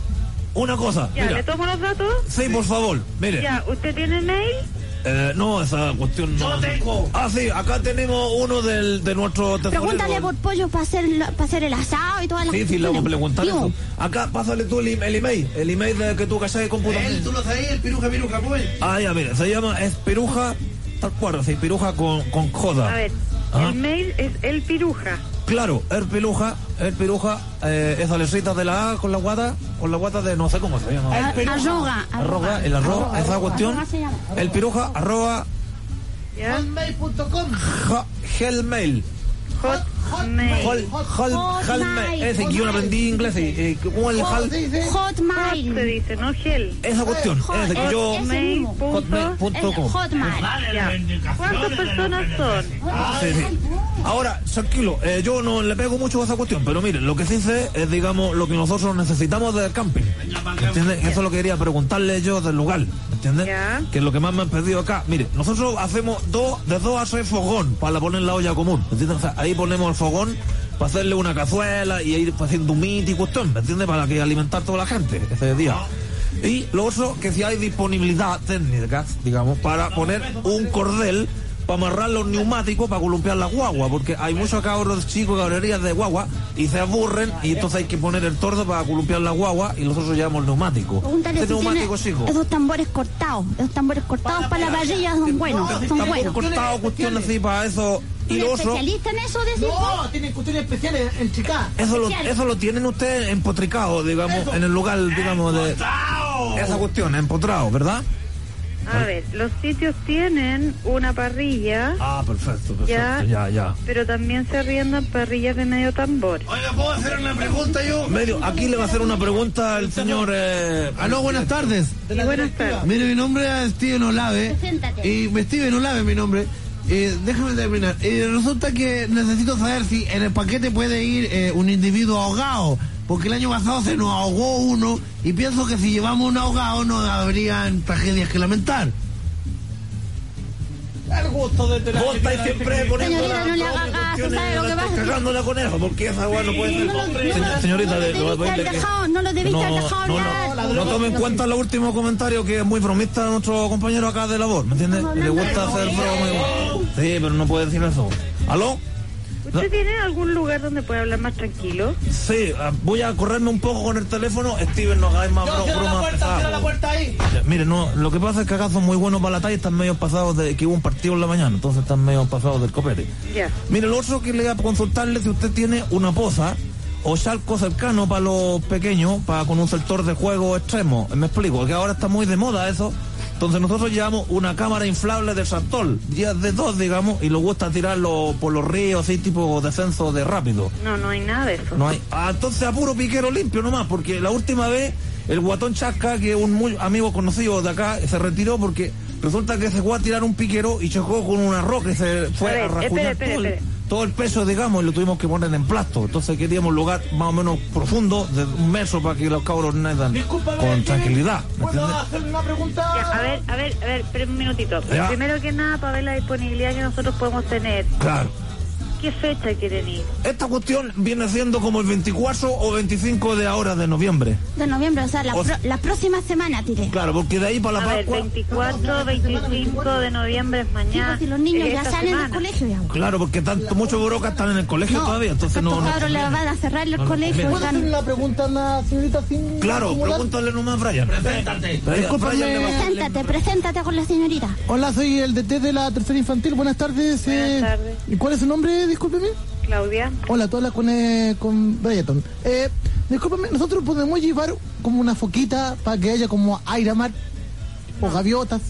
Una cosa, Ya, ¿le mira. tomo los datos? Sí, por favor, mire. Ya, ¿usted tiene mail? Eh, no, esa cuestión no. Yo tengo. Ah, sí, acá tenemos uno del, de nuestro tesorero. Pregúntale por pollo para hacer, la- para hacer el asado y todas las Sí, sí, le vamos a preguntar Tío, eso. Acá, pásale tú el, im- el email, el email de que tú cachai de computación. Él, tú lo sabes, el piruja, piruja, pues. Ah, ya, mira, se llama, es piruja, tal cual, sí, piruja con, con joda. A ver, Ah. el mail es el piruja. Claro, el piruja, el piruja, eh, esa letrita de la A con la guata, con la guata de no sé cómo se llama. a- arroga, Arroba, el arroba, esa cuestión. arroba se llama. El piruja, arroba, ¿Ya? hotmail punto com. ja, Hellmail. Hotmail. Hol, hol, Hellmail. Ese que yo no aprendí inglés. y, eh, ¿Cómo el hal? Hot se Hotmail. dice, no gel. Esa cuestión, ese que yo... Ese mismo. Hotmail punto com. Hotmail. Ya. ¿Cuántas personas son? Sí, sí. Ahora, tranquilo, eh, yo no le pego mucho a esa cuestión, pero miren, lo que sí sé es, digamos, lo que nosotros necesitamos del camping. ¿Me entiendes? Eso es lo que quería preguntarle yo del lugar, ¿me entiendes? Ya. Que es lo que más me han pedido acá. Mire, nosotros hacemos dos, de dos a tres fogón para poner la olla común, ¿me entiendes? O sea, ahí ponemos el fogón para hacerle una cazuela y ir haciendo un miti y cuestión, ¿me entiendes? Para que alimentar a toda la gente ese día. Y lo otro, que si hay disponibilidad técnica, digamos, para poner un cordel para amarrar los neumáticos para columpiar la guagua, porque hay muchos cabros chicos, cabrerías de guagua, y se aburren, y entonces hay que poner el tordo para columpiar la guagua, y nosotros llevamos el neumático. Pregúntale ¿Este si neumático, tiene chico? esos tambores cortados, esos tambores cortados para la parrilla son buenos, son Tambor buenos. cortado, cuestiones así para eso. Y lo otro, ¿Especialista en eso, decís No, vos? tienen cuestiones especiales en Chicago. eso lo, eso lo tienen ustedes empotricado, digamos, en el lugar, digamos, de esa cuestión, empotrado, ¿verdad? A ver, los sitios tienen una parrilla. Ah, perfecto, perfecto, Ya. ya, ya. Pero también se arriendan parrillas de medio tambor. Oiga, ¿puedo hacer una pregunta yo? Medio, aquí le va a hacer una pregunta el señor... Eh... Aló, buenas tardes. Sí, buenas tardes. Mire, mi nombre es Steven Olave. Preséntate. Y Steven Olave mi nombre. Eh, déjame terminar. Eh, resulta que necesito saber si en el paquete puede ir eh, un individuo ahogado. Porque el año pasado se nos ahogó uno y pienso que si llevamos un ahogado no habrían tragedias que lamentar. El gusto de tener. Vos estáis siempre poniendo Señorita, no le haga caso, ¿sabe lo que pasa? cagando la coneja, porque esa agua no puede ser. No lo- no Señor- lo- Señorita, no lo le- le voy a debiste pedirle haber que- dejado, no lo debiste haber dejado no, hablar. no, no tome en cuenta los últimos comentarios, que es muy bromista nuestro compañero acá de labor, ¿me entiendes? Estamos Le hablando gusta de hacer broma. broma igual. Sí, pero no puede decir eso. ¿Aló? ¿Usted tiene algún lugar donde pueda hablar más tranquilo? Sí, ah, voy a correrme un poco con el teléfono. Steven, no hagáis más bro- Cierra la bromas puerta, cierra la pesadas. puerta ahí. Ya, mire, no, lo que pasa es que acá son muy buenos para la talla y están medio pasados de que hubo un partido en la mañana, entonces están medio pasados del copete. Ya. Mire, lo otro que le voy a consultarle, si usted tiene una poza o chalco cercano para los pequeños, para con un sector de juego extremo. Me explico, que ahora está muy de moda eso. Entonces nosotros llevamos una cámara inflable de tractor, ya de dos, digamos, y nos gusta tirarlo por los ríos, así tipo descenso de rápido. No, no hay nada de eso. No hay. Ah, entonces a puro piquero limpio nomás, porque la última vez el guatón Chasca, que es un muy amigo conocido de acá, se retiró porque resulta que se fue a tirar un piquero y chocó con una roca y se fue A ver, a rajuñar espere, todo, el- espere. todo el peso, digamos, y lo tuvimos que poner en plasto. Entonces queríamos un lugar más o menos profundo, de un metro, para que los cabros nadan con tranquilidad. ¿me ¿Puedo entiendes? hacerle una pregunta? Ya, a ver, a ver, a ver, espere un minutito. Ya. Primero que nada, para ver la disponibilidad que nosotros podemos tener. Claro. ¿Qué fecha quieren ir? Esta cuestión viene siendo como el veinticuatro o veinticinco de ahora de noviembre. De noviembre, o sea, la, O sea- pro- la próxima semana, tiré. Claro, porque de ahí para la A ver, Pascua... veinticuatro, veinticinco de noviembre es mañana. Si los niños es ya esta salen del semana. colegio, ya. Claro, porque tanto muchos burocas están en el colegio No, todavía, entonces no... estos no cabros le conviene. van a cerrar el No, no colegio. conviene. ¿Puedo hacerle una pregunta a la señorita sin Claro, acumular? pregúntale nomás, Brian. Preséntate. Discúlpame. Preséntate, preséntate con la señorita. Hola, soy el D T de la tercera infantil. Buenas tardes. Buenas eh, tardes. ¿Y cuál es su nombre? Discúlpeme. Claudia. Hola, tú hablas con, eh, con Brian. Eh, discúlpeme, nosotros podemos llevar como una foquita para que haya como aire mar o gaviotas.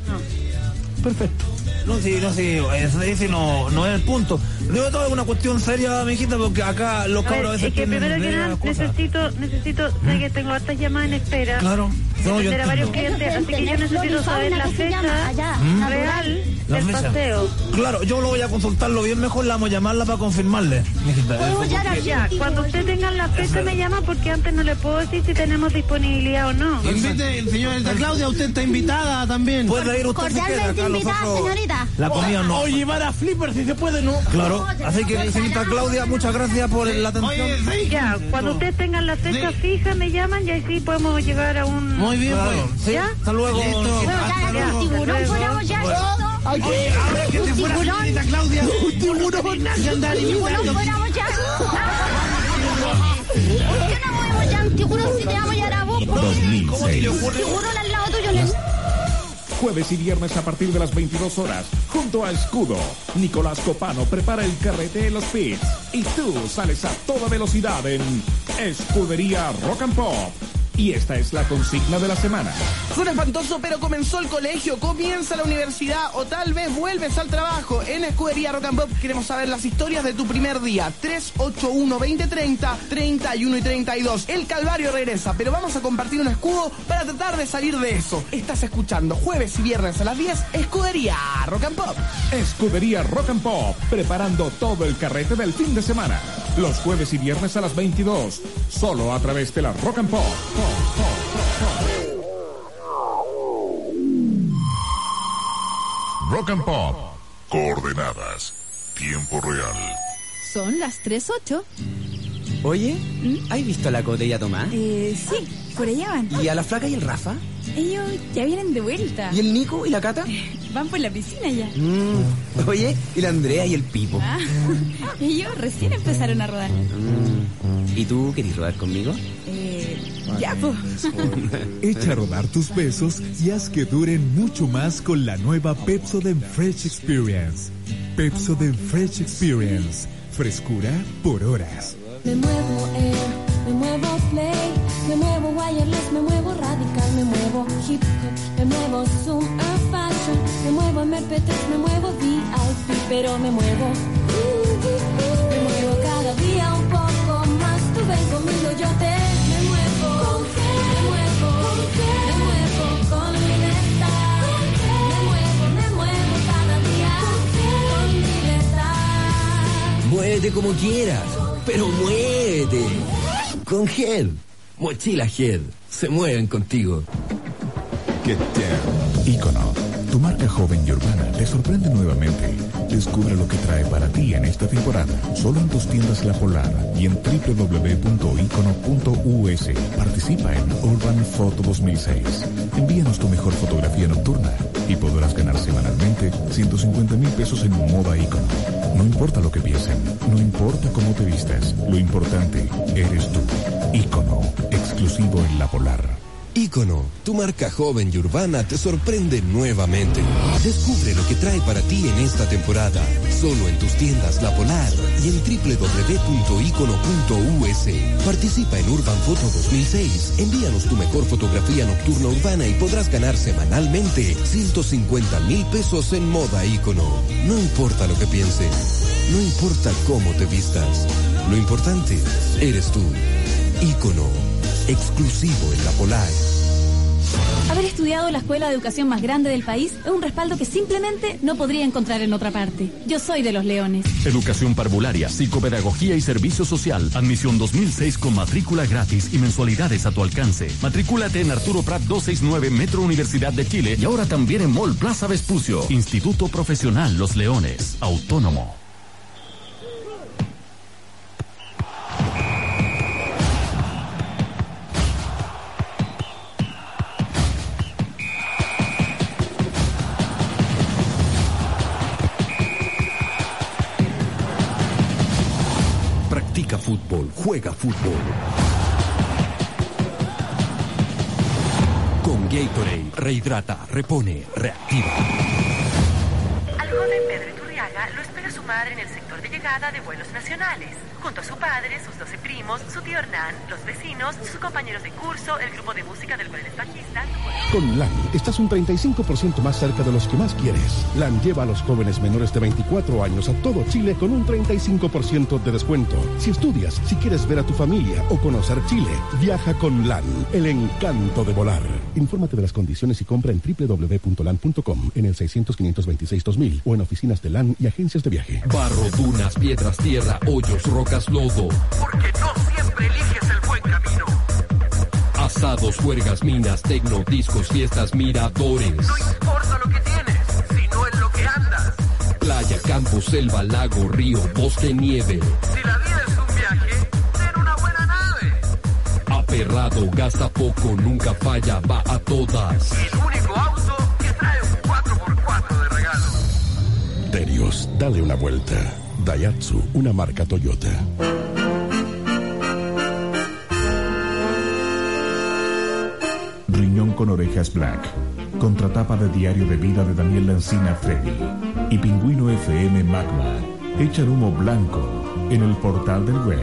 No. Perfecto. No, sí, no, sí, ese, ese no, no es el punto. Luego todo es una cuestión seria, mijita, porque acá los A ver, cabros a veces es que tienen primero que ideas, nada cosas. necesito, necesito, sé que tengo hartas llamadas en espera. Claro, no, yo Atender a varios entiendo. clientes, así que yo necesito saber la fecha ¿Mm? real La del fecha. paseo. Claro, yo lo voy a consultarlo bien mejor, la vamos a llamarla para confirmarle, mijita. Ya, cuando usted tenga la fecha me llama porque antes no le puedo decir si tenemos disponibilidad o no. Invite, señorita Claudia, usted está invitada también. Puede ir usted si quiere, Cordialmente acá invitada, nosotros... señorita. La comida no. O llevar a Flipper si se puede, ¿no? Claro, así que señorita Claudia, muchas gracias por la atención. Ya, cuando ustedes tengan la fecha fija me llaman y así podemos llegar a un... Muy bien, Claro, pues. sí, ¿Ya? hasta luego. Listo. Bueno, Hasta ya, luego. un tiburón fuéramos ya. Ay, Oye, ahora que se fuera tiburón. señorita Claudia. un tiburón. Y andar Un tiburón imitando. fuéramos ya. ¿Por qué no movemos ya un tiburón si te vamos a llevar a vos? ¿Por qué? dos mil seis. Un tiburón al lado tuyo, le... Jueves y viernes a partir de las veintidós horas, junto a Escudo. Nicolás Copano prepara el carrete en los pits. Y tú sales a toda velocidad en Escudería Rock and Pop. Y esta es la consigna de la semana. Suena espantoso, pero comenzó el colegio, comienza la universidad o tal vez vuelves al trabajo. En Escudería Rock and Pop queremos saber las historias de tu primer día. tres ocho uno, veinte treinta, treinta y uno y treinta y dos. El calvario regresa, pero vamos a compartir un escudo para tratar de salir de eso. Estás escuchando jueves y viernes a las diez, Escudería Rock and Pop. Escudería Rock and Pop, preparando todo el carrete del fin de semana. Los jueves y viernes a las veintidós, solo a través de la Rock and Pop. Rock and Pop. Coordenadas. Tiempo real. Son las tres ocho. Oye, ¿has visto a la Cote y a Tomás? Eh, sí, por allá van. ¿Y a la Flaca y el Rafa? Ellos ya vienen de vuelta. ¿Y el Nico y la Cata? Van por la piscina ya. Mm. Oye, ¿y la Andrea y el Pipo? Ah, ellos recién empezaron a rodar. Mm. ¿Y tú querés rodar conmigo? Eh, ya, pues. Echa a rodar tus besos y haz que duren mucho más con la nueva Pepsodent Fresh Experience. Pepsodent Fresh Experience. Frescura por horas. Me muevo air, me muevo play, me muevo wireless, me muevo radical, me muevo hip hop, me muevo zoom and fashion, me muevo M P tres, me muevo V I P, pero me muevo, me muevo cada día un poco más, tú ven conmigo, yo te, me muevo, con me muevo, me muevo con libertad, me muevo, me muevo cada día con libertad. Muévete como quieras, pero muévete. Con Head. Mochila Head. Se mueven contigo. Get Down. Ícono. Tu marca joven y urbana te sorprende nuevamente. Descubre lo que trae para ti en esta temporada. Solo en tus tiendas La Polar y en doble u doble u doble u punto icono punto u s. Participa en Urban Photo dos mil seis. Envíanos tu mejor fotografía nocturna y podrás ganar semanalmente ciento cincuenta mil pesos en moda ícono. No importa lo que piensen, no importa cómo te vistas, lo importante eres tú. Ícono, exclusivo en La Polar. Ícono, tu marca joven y urbana te sorprende nuevamente. Descubre lo que trae para ti en esta temporada, solo en tus tiendas La Polar y en doble u doble u doble u punto icono punto u s. Participa en Urban Photo dos mil seis, envíanos tu mejor fotografía nocturna urbana y podrás ganar semanalmente ciento cincuenta mil pesos en moda ícono. No importa lo que pienses, no importa cómo te vistas, lo importante eres tú. Ícono, exclusivo en La Polar. Haber estudiado en la escuela de educación más grande del país es un respaldo que simplemente no podría encontrar en otra parte. Yo soy de Los Leones. Educación parvularia, psicopedagogía y servicio social. Admisión dos mil seis con matrícula gratis y mensualidades a tu alcance. Matricúlate en Arturo Prat doscientos sesenta y nueve, Metro Universidad de Chile y ahora también en Mall Plaza Vespucio. Instituto Profesional Los Leones. Autónomo. Fútbol, juega fútbol. Con Gatorade, rehidrata, repone, reactiva. Al joven Pedro Iturriaga lo espera su madre en el sector de llegada de vuelos nacionales. Junto a su padre, sus doce primos, su tío Hernán, los vecinos, sus compañeros de curso, el grupo de música del cual él es bajista. Con LAN estás un treinta y cinco por ciento más cerca de los que más quieres. LAN lleva a los jóvenes menores de veinticuatro años a todo Chile con un treinta y cinco por ciento de descuento. Si estudias, si quieres ver a tu familia o conocer Chile, viaja con LAN, el encanto de volar. Infórmate de las condiciones y compra en doble u doble u doble u punto lan punto com, en el seiscientos, quinientos veintiséis, dos mil o en oficinas de LAN y agencias de viaje. Barro, dunas, piedras, tierra, hoyos, rocas, lodo. Porque no siempre eliges el buen camino. Asados, juergas, minas, tecno, discos, fiestas, miradores. No importa lo que tienes, sino en lo que andas. Playa, campo, selva, lago, río, bosque, nieve. Si la vida es un viaje, ten una buena nave. Aperrado, gasta poco, nunca falla, va a todas. El único auto que trae un cuatro por cuatro de regalo. Terios, dale una vuelta. Daihatsu, una marca Toyota. Riñón con orejas Black. Contratapa de Diario de Vida de Daniel Lancina Freddy. Y Pingüino F M Magma. Echan humo blanco en el portal del web.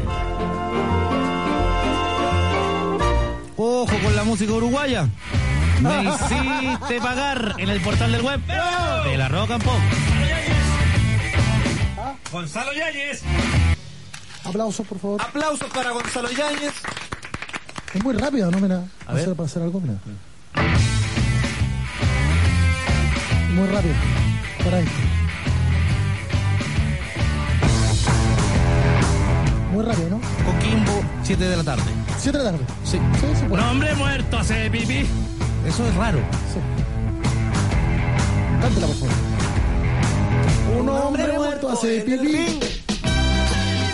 Ojo con la música uruguaya. Me hiciste pagar en el portal del web de la Rock and Pop. Gonzalo Yáñez. Aplausos, por favor. Aplausos para Gonzalo Yáñez. Es muy rápido, ¿no? Mira, a ver. para hacer algo, mira. Muy rápido. Para esto. Muy rápido, ¿no? Coquimbo, siete de la tarde. siete de la tarde. Sí. Sí, sí, Un hombre muerto hace pipí. Eso es raro. Sí. Cántela, por favor. Un hombre muerto hace pipí.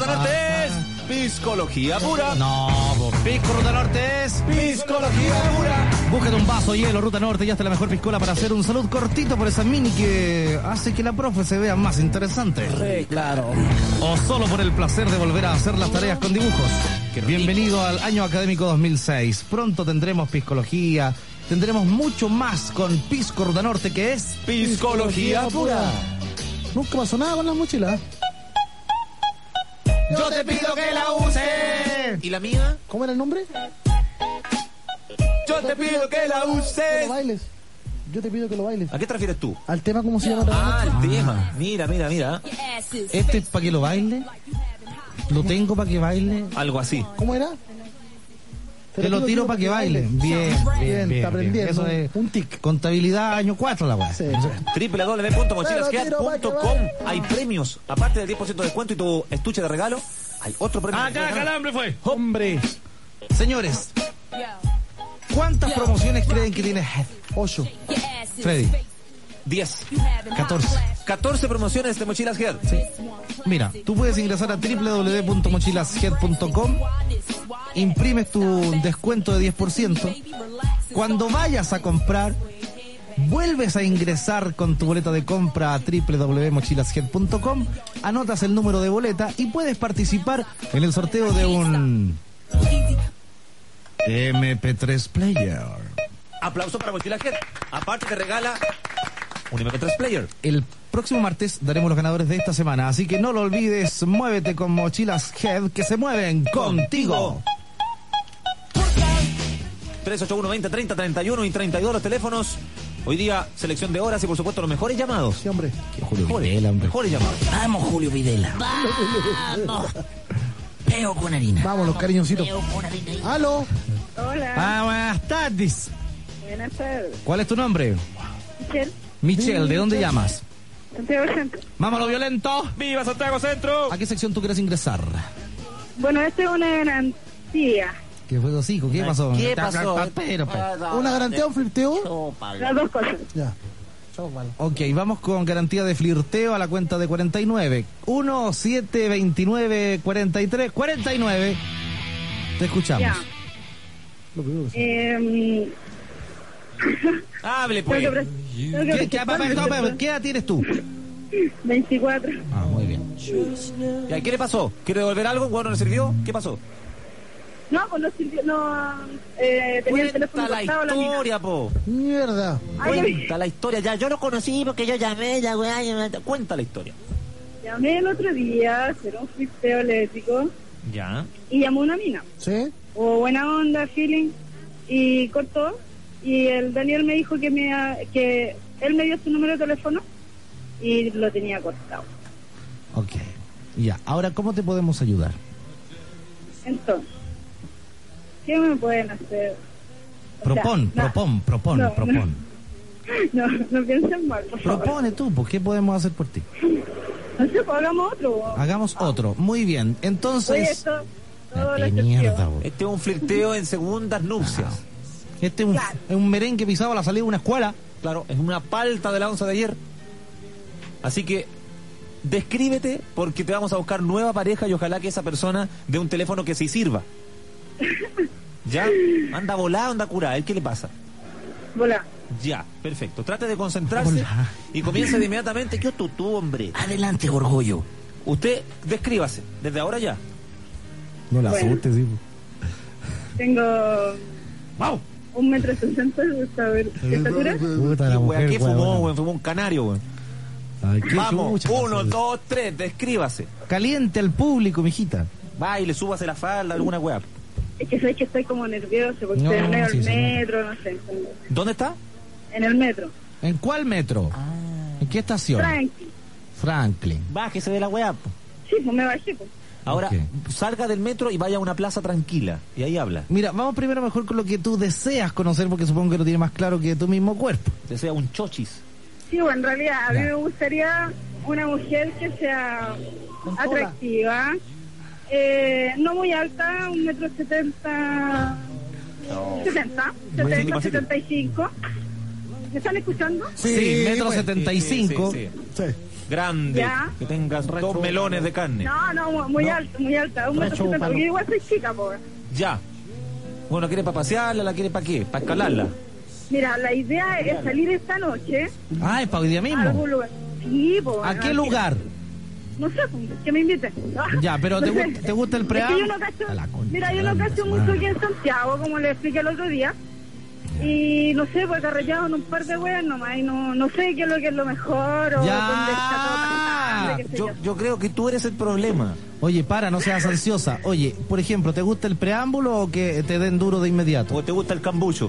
Ruta Norte es Piscología Pura. No, po, Pisco Ruta Norte es Piscología Pura. Búscate un vaso hielo, Ruta Norte, ya está la mejor piscola para hacer un salud cortito por esa mini que hace que la profe se vea más interesante. Sí, claro. O solo por el placer de volver a hacer las tareas con dibujos. Bienvenido al año académico dos mil seis. Pronto tendremos piscología, tendremos mucho más con Pisco Ruta Norte, que es Piscología Pura. Nunca pasó nada con las mochilas. Yo te pido que la uses. ¿Y la mía? ¿Cómo era el nombre? Yo te pido que la Que uses. lo bailes. Yo te pido que lo bailes. ¿A qué te refieres tú? Al tema, ¿cómo se llama? Ah, el tema. Mira, mira, mira. Este es para que lo baile. Lo tengo para que baile. Algo así. ¿Cómo era? Te lo tiro para que baile. Bien, bien, Bien, bien. está aprendiendo. Eso es Un tic. contabilidad año cuatro la weá. Sí. doble u doble u doble u punto mochilashead punto com. Hay premios. Aparte del diez por ciento de descuento y tu estuche de regalo, hay otro premio. Acá, Calambre fue. Hombre. Señores, ¿cuántas promociones creen que tiene Head? Ocho. Freddy. diez. catorce. catorce promociones de Mochilas Head. Mira, tú puedes ingresar a doble u doble u doble u punto mochilashead punto com, imprimes tu descuento de diez por ciento. Cuando vayas a comprar, vuelves a ingresar con tu boleta de compra a doble u doble u doble u punto mochilashead punto com, anotas el número de boleta y puedes participar en el sorteo de un eme pe tres player. Aplauso para Mochilas Head. Aparte te regala un eme pe tres player. El próximo martes daremos los ganadores de esta semana, así que no lo olvides, muévete con Mochilas Head, que se mueven contigo. tres ocho uno, veinte, treinta, treinta y uno y treinta y dos los teléfonos. Hoy día selección de horas y por supuesto los mejores llamados. Sí, hombre. Julio Mejores, Videla, hombre. mejores llamados. Vamos, Julio Videla. Vamos. Peo con harina. Vamos, los cariñositos. Peo con harina. ¡Aló! Hola. Ah, buenas tardes. Buenas tardes. ¿Cuál es tu nombre? Michelle. Michelle, ¿de dónde llamas? Santiago Centro. Mámalo violento. ¡Viva Santiago Centro! ¿A qué sección tú quieres ingresar? Bueno, esta es una garantía. ¿Qué fue hocico? ¿Qué pasó? ¿Qué pasó? Pero, pero. ¿Una garantía o un flirteo? Las dos cosas. Ya. Chao, malo. Ok, vamos con garantía de flirteo a la cuenta de cuarenta y nueve. uno, siete, veintinueve, cuarenta y tres, cuarenta y nueve. Te escuchamos. Ya. Lo primero que sé. Eh, Hable tengo pues. que pre- tengo que ¿Qué, qué, papá, presentarme. papá, papá, ¿qué edad tienes tú? veinticuatro. Ah, muy bien. ¿Y qué le pasó? ¿Quiere devolver algo? ¿Bueno, le sirvió? ¿Qué pasó? No, pues no sirvió, no, eh, tenía el teléfono Cuenta la cortado la mina. historia, po. Mierda. Ay, Cuenta la historia. Ya, yo lo conocí porque yo llamé, ya, weá. ya- Cuenta la historia. llamé el otro día a hacer un flirteo eléctrico Ya. y llamó una mina. ¿Sí? O buena onda, feeling, y cortó. Y el Daniel me dijo que me que él me dio su número de teléfono y lo tenía cortado. Ok. Ya, ahora, ¿cómo te podemos ayudar? Entonces, ¿qué me pueden hacer? O sea, Propón, no, propón, propón, no, propón. No, no piensen mal, por favor. Propone tú, pues, ¿qué podemos hacer por ti? No sé, pues hagamos otro. Hagamos otro. Muy bien. Oye, Entonces... esto, todo Ah, lo qué que mierda, güey. Este es un flirteo en segundas nupcias. Este es un, Claro. es un merengue pisado a la salida de una escuela. Claro, es una palta de la once de ayer. Así que descríbete porque te vamos a buscar nueva pareja y ojalá que esa persona dé un teléfono que sí sirva. ¿Ya? Anda volada, anda curada. ¿Qué le pasa? Volá. Ya, perfecto. Trate de concentrarse Hola. y comience de inmediatamente. ¿Qué tú, tú, hombre? Adelante, Gorgollo. Usted descríbase, desde ahora ya. No la Bueno. asustes, sí. Tengo ¡Wow! un metro sesenta de saber- de estatura. Puta, la ¿Qué, mujer, ¿qué fumó, huevona. güey? Fumó un canario, güey. Ay, qué Vamos, chucha, uno, pasa. dos, tres, descríbase. Caliente al público, mijita. Baile, súbase la falda, alguna weá. Es que sé que estoy como nervioso porque No, estoy en medio sí, del sí, no. metro, no sé. ¿Dónde está? En el metro. ¿En cuál metro? ¿En qué estación? Tranqui. Franklin. Bájese de la weá. po. Sí, pues me bajé. Pues. Ahora, Ok. salga del metro y vaya a una plaza tranquila. Y ahí habla. Mira, vamos primero mejor con lo que tú deseas conocer, porque supongo que lo tienes más claro que tu mismo cuerpo. Desea un chochis. Sí, bueno, en realidad a mí Ya. me gustaría una mujer que sea atractiva, eh, no muy alta, un metro setenta, setenta, setenta, setenta y cinco. ¿Me están escuchando? Sí, metro pues. setenta y cinco. Sí, sí, sí. Sí. grande, Ya. que tengas dos melones de carne. No, no, muy, muy No. alta, muy alta. Un metro setenta, porque igual soy chica, po. Ya. Bueno, ¿quiere para pasearla? ¿La quiere para qué? ¿Para escalarla? Mira, la idea es salir esta noche Ah, es para hoy día a mismo. algún lugar. Sí, po. ¿A qué así- lugar? No sé, pues, que me inviten. Ya, pero ¿te, No sé. gu- ¿te gusta el Es que preámbulo? yo no cacho, mira, yo no cacho mucho aquí en Santiago, como le expliqué el otro día. Y no sé, pues carreteado en un par de weas nomás. Y no, no sé qué es lo que es lo mejor o Ya. dónde está todo tan grande, qué sé Yo, yo. yo creo que tú eres el problema. Oye, para, no seas ansiosa. Oye, por ejemplo, ¿te gusta el preámbulo o que te den duro de inmediato? ¿O te gusta el cambucho?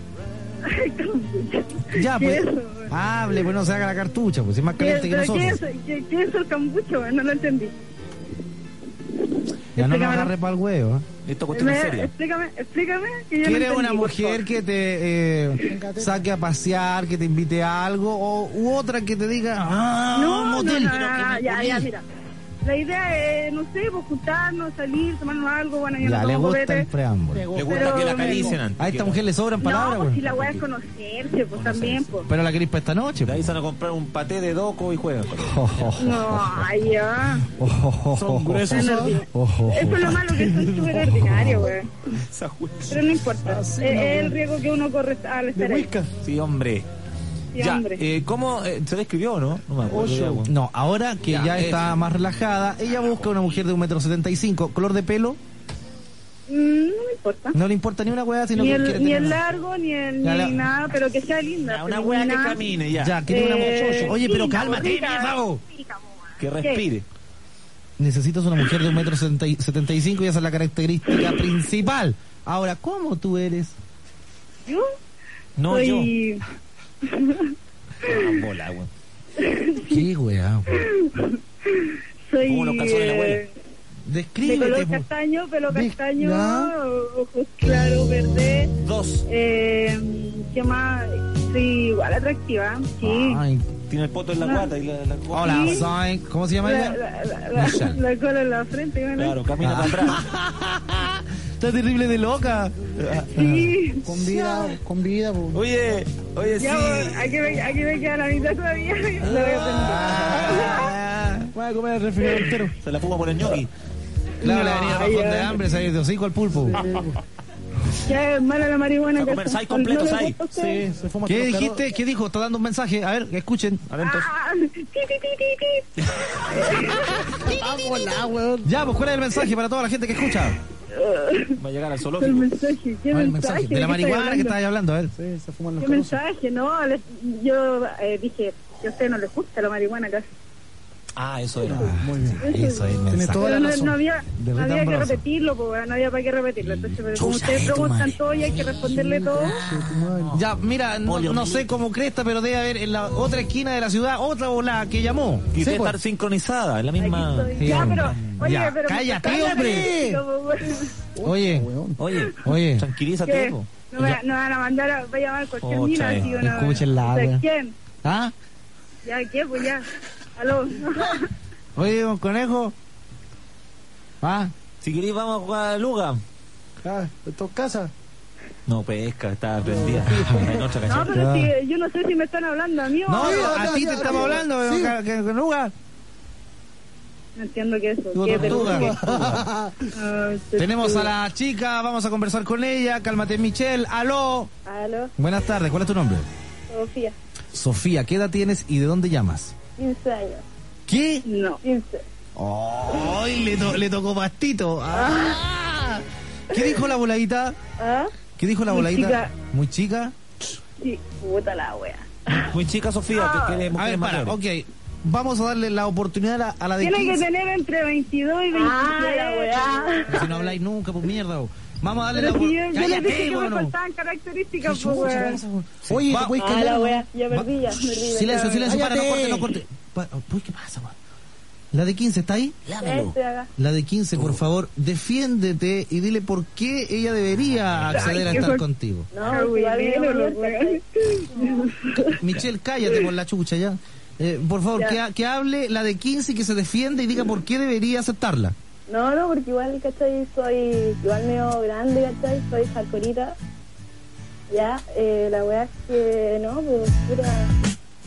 Ya, ¿Qué pues. es eso? Hable, pues no se haga la cartucha, pues es más ¿Qué, caliente que pero ¿qué nosotros. es, qué, qué es el cambucho? No lo entendí. Ya no nos Explícamelo. agarre para el huevo. ¿eh? Esto Me- explícame, explícame. Que yo no ¿Quieres entendí, una por mujer favor. que te eh, saque a pasear, que te invite a algo, o u otra que te diga, ah, No, no, motel? no, no, no, ya, ya, mira. La idea es, no sé, pues juntarnos, salir, tomarnos algo, bueno, yo Ya, no le tomo gusta copete. el preámbulo. Le gusta Pero que la me- acaricien antes. A esta mujer le sobran palabras, No, pues güey. si la weá es conocerse, pues también, pues. Pero la querés para esta noche. De ahí se van a comprar un paté de doco y juegan. No, ay, ya. Son gruesos. Ojo. Eso es lo malo, que son súper ordinarios, güey. Pero no importa. es, Así es no, el riesgo que uno corre al estar ahí. Sí, hombre. Sí, Ya, hombre. eh, ¿cómo eh, se describió, no? No me acuerdo. ya, bueno. No, ahora que ya, Ya, está eso. más relajada, ella busca una mujer de un metro setenta y cinco, color de pelo, Mm, no me importa. no le importa ni una weá, sino Ni que el, quiere ni tener el una- largo, ni el Ya, ni la- nada, pero que sea linda. Ya, una femenina. weá que camine, ya. Ya, quiere una Eh, muchacha. Oye, pero rica, cálmate, rica, mierda, vos. rica, mo, Que ¿qué? respire. Necesitas una mujer de un metro setenta y- setenta y cinco y esa es la característica principal. Ahora, ¿cómo tú eres? ¿Yo? No, Soy... Ah, bola, weón. ¿Qué weá? weón? Soy... Como los calzones de la abuela. eh, de Descríbete. color po. castaño, pelo Ve- castaño, ya. ojos claros, verde. Dos. Eh, ¿Qué más? Soy igual atractiva, sí. Ay, Tiene el poto en la No. guata y la, la hola, Sí. soy. ¿Cómo se llama La, ella? la, la, la, Michelle. la cola en la frente, ¿no? Claro, camina Ah. para atrás. Está terrible de loca. Sí. Con vida, con vida, pues. Oye, oye, sí. Ya, bueno, aquí me, aquí me queda la mitad todavía. La voy a aprender. Voy a comer el refrigerador entero. Se la fuma por el ñoqui. Claro, No, le venía ay, bajón de ya. hambre, salir de hocico al pulpo. Ya es mala la marihuana. Va a comer que sai completo, no le sai. gusta a usted. Se fuma ¿Qué con los dijiste? ¿Qué dijo? Está dando un mensaje. A ver, escuchen. Atentos. Ah, ti, ti, ti, ti, ti. Hola, weón. Ya, pues, ¿cuál es el mensaje para toda la gente que escucha? Va a llegar al El zoológico. mensaje, ¿qué A ver, el mensaje? mensaje. De la marihuana que estabas hablando, a ver. Sí, se fuman los ¿Qué carros. mensaje? No, les- yo eh, dije que a ustedes no les gusta la marihuana casi. Ah, eso era. Muy bien. Eso es el Tiene mensaje. toda la Pero no, razón. no había, De no Rita había que Ambrosio. repetirlo, pues, no había para qué repetirlo. Entonces, pero como Chucha, ustedes tu preguntan madre. todo y hay que responderle todo. Ya, mira, no, no sé cómo cresta, pero debe haber en la otra esquina de la ciudad otra bola que llamó. Y usted Sí, pues. estar sincronizada, es la misma. Aquí estoy. Ya, pero, oye, Ya, pero... cállate, hombre. Oye, Oye, oye, tranquilízate, ¿Qué? po. No me, no me van a mandar a, va a llamar cualquier Oh, mina, chale. así una... Escúchenla, no sé wea. ¿Quién? ¿ah? Ya, ¿qué? Pues ya. Aló. Oye, don conejo. ¿Ah? Si querés, vamos a jugar a Luga. Ah, esto es casa. No, pesca, está prendida. En otra No, canción. pero si, yo no sé si me están hablando a mí o No, a... a ya, ti ya, te ya, estamos ya. hablando, Sí. que- que- que lugar. No entiendo qué es eso. Tu ¿Qué? Pero tortuga. ¿qué? Ah, Tenemos a tortuga. la chica, vamos a conversar con ella. Cálmate, Michelle. Aló. Aló, Buenas tardes, ¿cuál es tu nombre? Sofía. Sofía, ¿qué edad tienes y de dónde llamas? quince años. ¿Qué? No. quince. ¡Ay, le, to- le tocó pastito! Ah. ¿Qué dijo la voladita? ¿Ah? ¿Qué dijo la Muy voladita? chica. ¿Muy chica? Sí, puta la wea. Muy chica, Sofía, que quiere A mujeres ver, para, mayores. ok. Vamos a darle la oportunidad a la, a la de Tiene que quince. tener entre veintidós y veintisiete. Ah, la wea. Si no habláis nunca, pues mierda. bo. Vamos a darle Pero la si yo, yo les dije ¡Cállate, que me bueno! faltaban características, ¿Qué pues, chucha weón. pasa, bo? Oye, Va- te puedes Ah, callar. la wea, ya Va- perdí, ya perdí. Silencio, silencio, para, no Cállate. corte, no corte. Pa- pues, ¿qué pasa, man? La de quince, ¿está ahí? Este haga. La de quince, por favor, defiéndete y dile por qué ella debería acceder a qué estar fue- contigo. No, pues, igual viene los weones. Michelle, cállate por la chucha ya. Eh, por favor, Ya. que, ha- que hable la de quince y que se defienda y diga por qué debería aceptarla. No, no, porque igual, ¿cachai? Soy igual medio grande, ¿cachai? Soy hardcoreita. Ya, eh, la wea es que, no, pues, pura,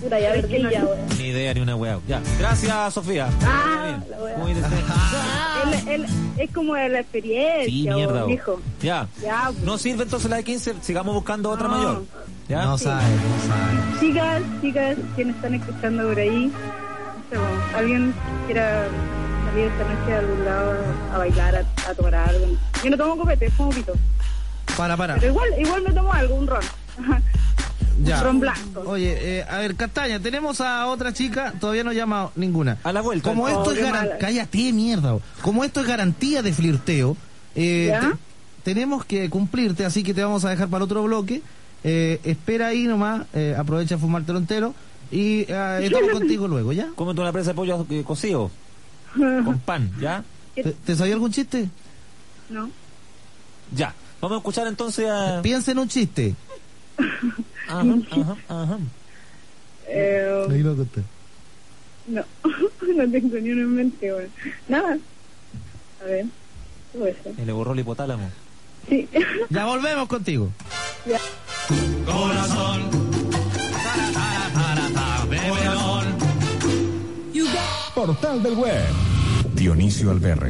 Puta, ya ves que ya, weón. Ni idea, ni una weá. Ya. Gracias, Sofía. Ah, la weá. Muy decente. Él, él, es como de la experiencia, Sí, mierda. weón, vos. hijo. Ya. Ya, pues. No sirve entonces la de quince, sigamos buscando otra No. mayor. ¿Ya? No sabe, no sabe. Chicas, chicas, quienes están escuchando por ahí, no sé, bueno, alguien quiera salir esta noche a algún lado a bailar, a, a tomar algo. Yo no tomo copete, es como pito. Para, para. Pero igual, igual me tomo algo, un ron. Ya. Ron blanco. Oye, eh, a ver, Castaña, tenemos a otra chica, todavía no llama ninguna. A la vuelta. Como Oh, esto es qué garantía, mala. cállate, mierda. Como esto es garantía de flirteo, eh, ¿Ya? te- tenemos que cumplirte, así que te vamos a dejar para otro bloque. Eh, espera ahí nomás, eh, aprovecha a fumártelo entero y eh, estamos contigo luego, ¿ya? Cómete una presa de pollo eh, cocido. Con pan, ¿ya? ¿Te, te sabía algún chiste? No. Ya. Vamos a escuchar entonces a... Piensa en un chiste. Ajá, ajá, ajá. Eh, Ahí lo conté. no, no tengo ni uno en mente, weón. Nada. A ver, ¿qué puede ser? Y le borró el hipotálamo. Sí. Ya volvemos contigo. Ya. Corazón. Portal del Web. Dionisio Alberre.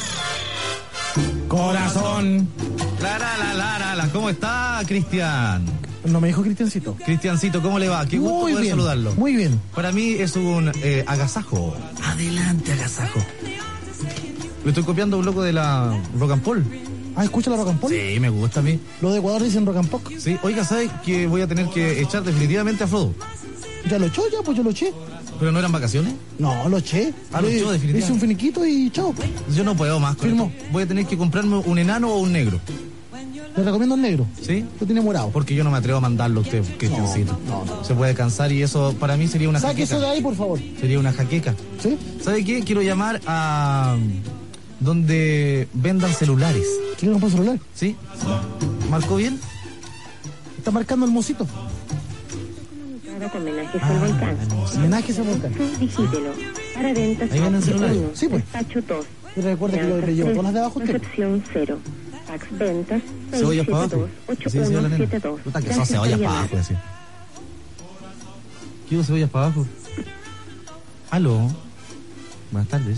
Corazón. La, la, la, la, la, la. ¿Cómo está, Cristian? No me dijo Cristiancito. Cristiancito, ¿cómo le va? Qué gusto Muy poder bien, saludarlo. muy bien. Para mí es un eh, agasajo. Adelante, agasajo. Le estoy copiando un loco de la Rock and Pop. Ah, ¿escucha la Rock and Pop? Sí, me gusta a mí. Los de Ecuador dicen Rock and Pop. Sí, oiga, ¿sabes que voy a tener que echar definitivamente a Frodo? ¿Ya lo echó? Ya, pues yo lo eché. ¿Pero no eran vacaciones? No, lo eché. Ah, lo Le- echó definitivamente. Hice un finiquito y chao. Yo no puedo más con Firmó. esto. Voy a tener que comprarme un enano o un negro. Le recomiendo el negro. ¿Sí? Lo tiene morado. Porque yo no me atrevo a mandarlo a usted, Cristiancito. No, no, no. Se puede cansar y eso para mí sería una Saque eso de jaqueca. ahí, por favor. Sería una jaqueca. ¿Sí? ¿Sabe qué? Quiero llamar a donde vendan celulares. ¿Quiere comprar un celular? ¿Sí? ¿Marcó bien? Está marcando el mosito. Con homenajes al volcán. Homenajes al volcán. Digítelo. Para ventas. Ahí vienen celulares. Sí, pues. Despacho dos. Y recuerda que yo le llevo todas las de abajo a usted. Recepción cero. Fax ventas. Cebollas para abajo. ocho Así decía la uno nena. siete dos. Puta que son cebollas para abajo, decía. ¿Qué hubo cebollas para abajo? Aló. Buenas tardes.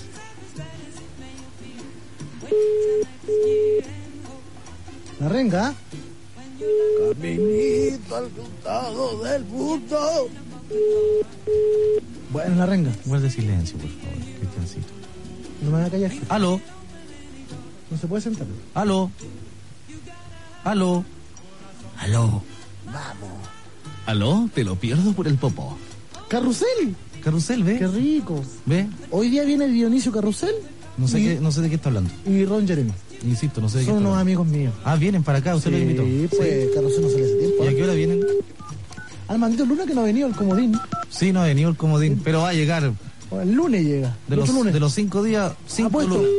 La renga. Caminito al costado del mundo. Bueno, la renga. Guarde silencio, por favor, Cristiancito. No me voy a callar. Aló. No se puede sentar. Aló. Aló. Aló. Vamos. Aló, te lo pierdo por el popó. Carrusel. Carrusel, ¿ve? Qué rico. ¿Ve? Hoy día viene Dionisio Carrusel No sé, y, qué, no sé de qué está hablando. y Ron Jeremy. Insisto, no sé de qué Son está unos hablando. amigos míos. Ah, vienen para acá, usted Sí, lo invitó. pues Carrusel no se le hace tiempo. ¿Y a qué hora vienen? Al maldito Luna que no ha venido el comodín. Sí, no ha venido el comodín, pero va a llegar. O el lunes llega. De El los, otro lunes. de los cinco días, cinco Apuesto. lunes.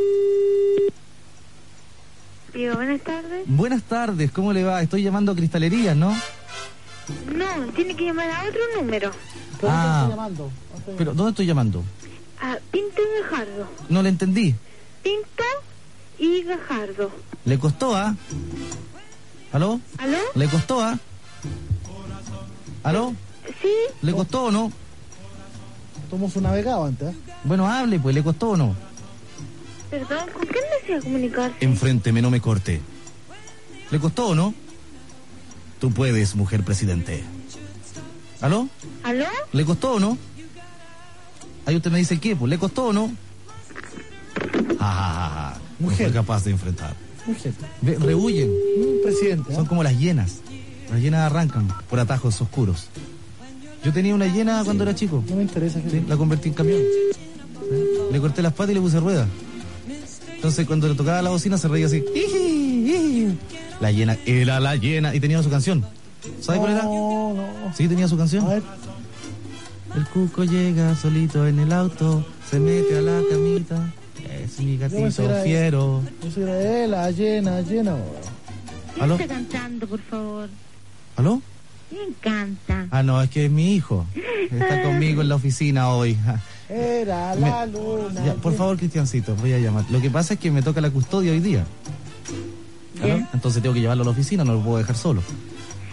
Digo, buenas tardes. Buenas tardes, ¿cómo le va? Estoy llamando a Cristalerías, ¿no? No, tiene que llamar a otro número. ¿Pero Ah. dónde está llamando? Pero, ¿dónde estoy llamando? A Pinto y Gajardo. No le entendí. Pinto y Gajardo. ¿Le costó, ah? ¿Aló? ¿Aló? ¿Le costó, ah? ¿Aló? Sí. ¿Le costó o no? Tomó su navegado antes. ¿eh? Bueno, hable, pues, ¿le costó o no? Perdón, ¿con quién desea comunicarse? Enfrénteme, no me corte. ¿Le costó o no? Tú puedes, mujer presidente. ¿Aló? ¿Aló? ¿Le costó o no? Ahí usted me dice qué, pues, ¿le costó o no? Ja, ja, ja, ja. No fue capaz de enfrentar. Mujer. Ve, rehuyen. Mm, presidente. ¿eh? Son como las hienas. Las hienas arrancan por atajos oscuros. Yo tenía una hiena cuando era chico. No me interesa. Sí, la convertí en camión. Sí. Le corté las patas y le puse ruedas. Entonces cuando le tocaba la bocina se reía así. "Iji, iji". La hiena era la hiena y tenía su canción. ¿Sabe cuál era? No, no. Sí, tenía su canción. A ver. El cuco llega solito en el auto, se mete a la camita. Es mi Yo gatito pensé que era- fiero. Yo soy de él, la llena, llena. ¿Quién ¿Aló? está cantando, por favor? ¿Aló? ¿Quién canta? Ah, no, es que es mi hijo. Está conmigo en la oficina hoy. Era Me- la luna. Ya, por favor, Cristiancito, voy a llamar. Lo que pasa es que me toca la custodia hoy día. ¿Aló? Entonces tengo que llevarlo a la oficina, no lo puedo dejar solo.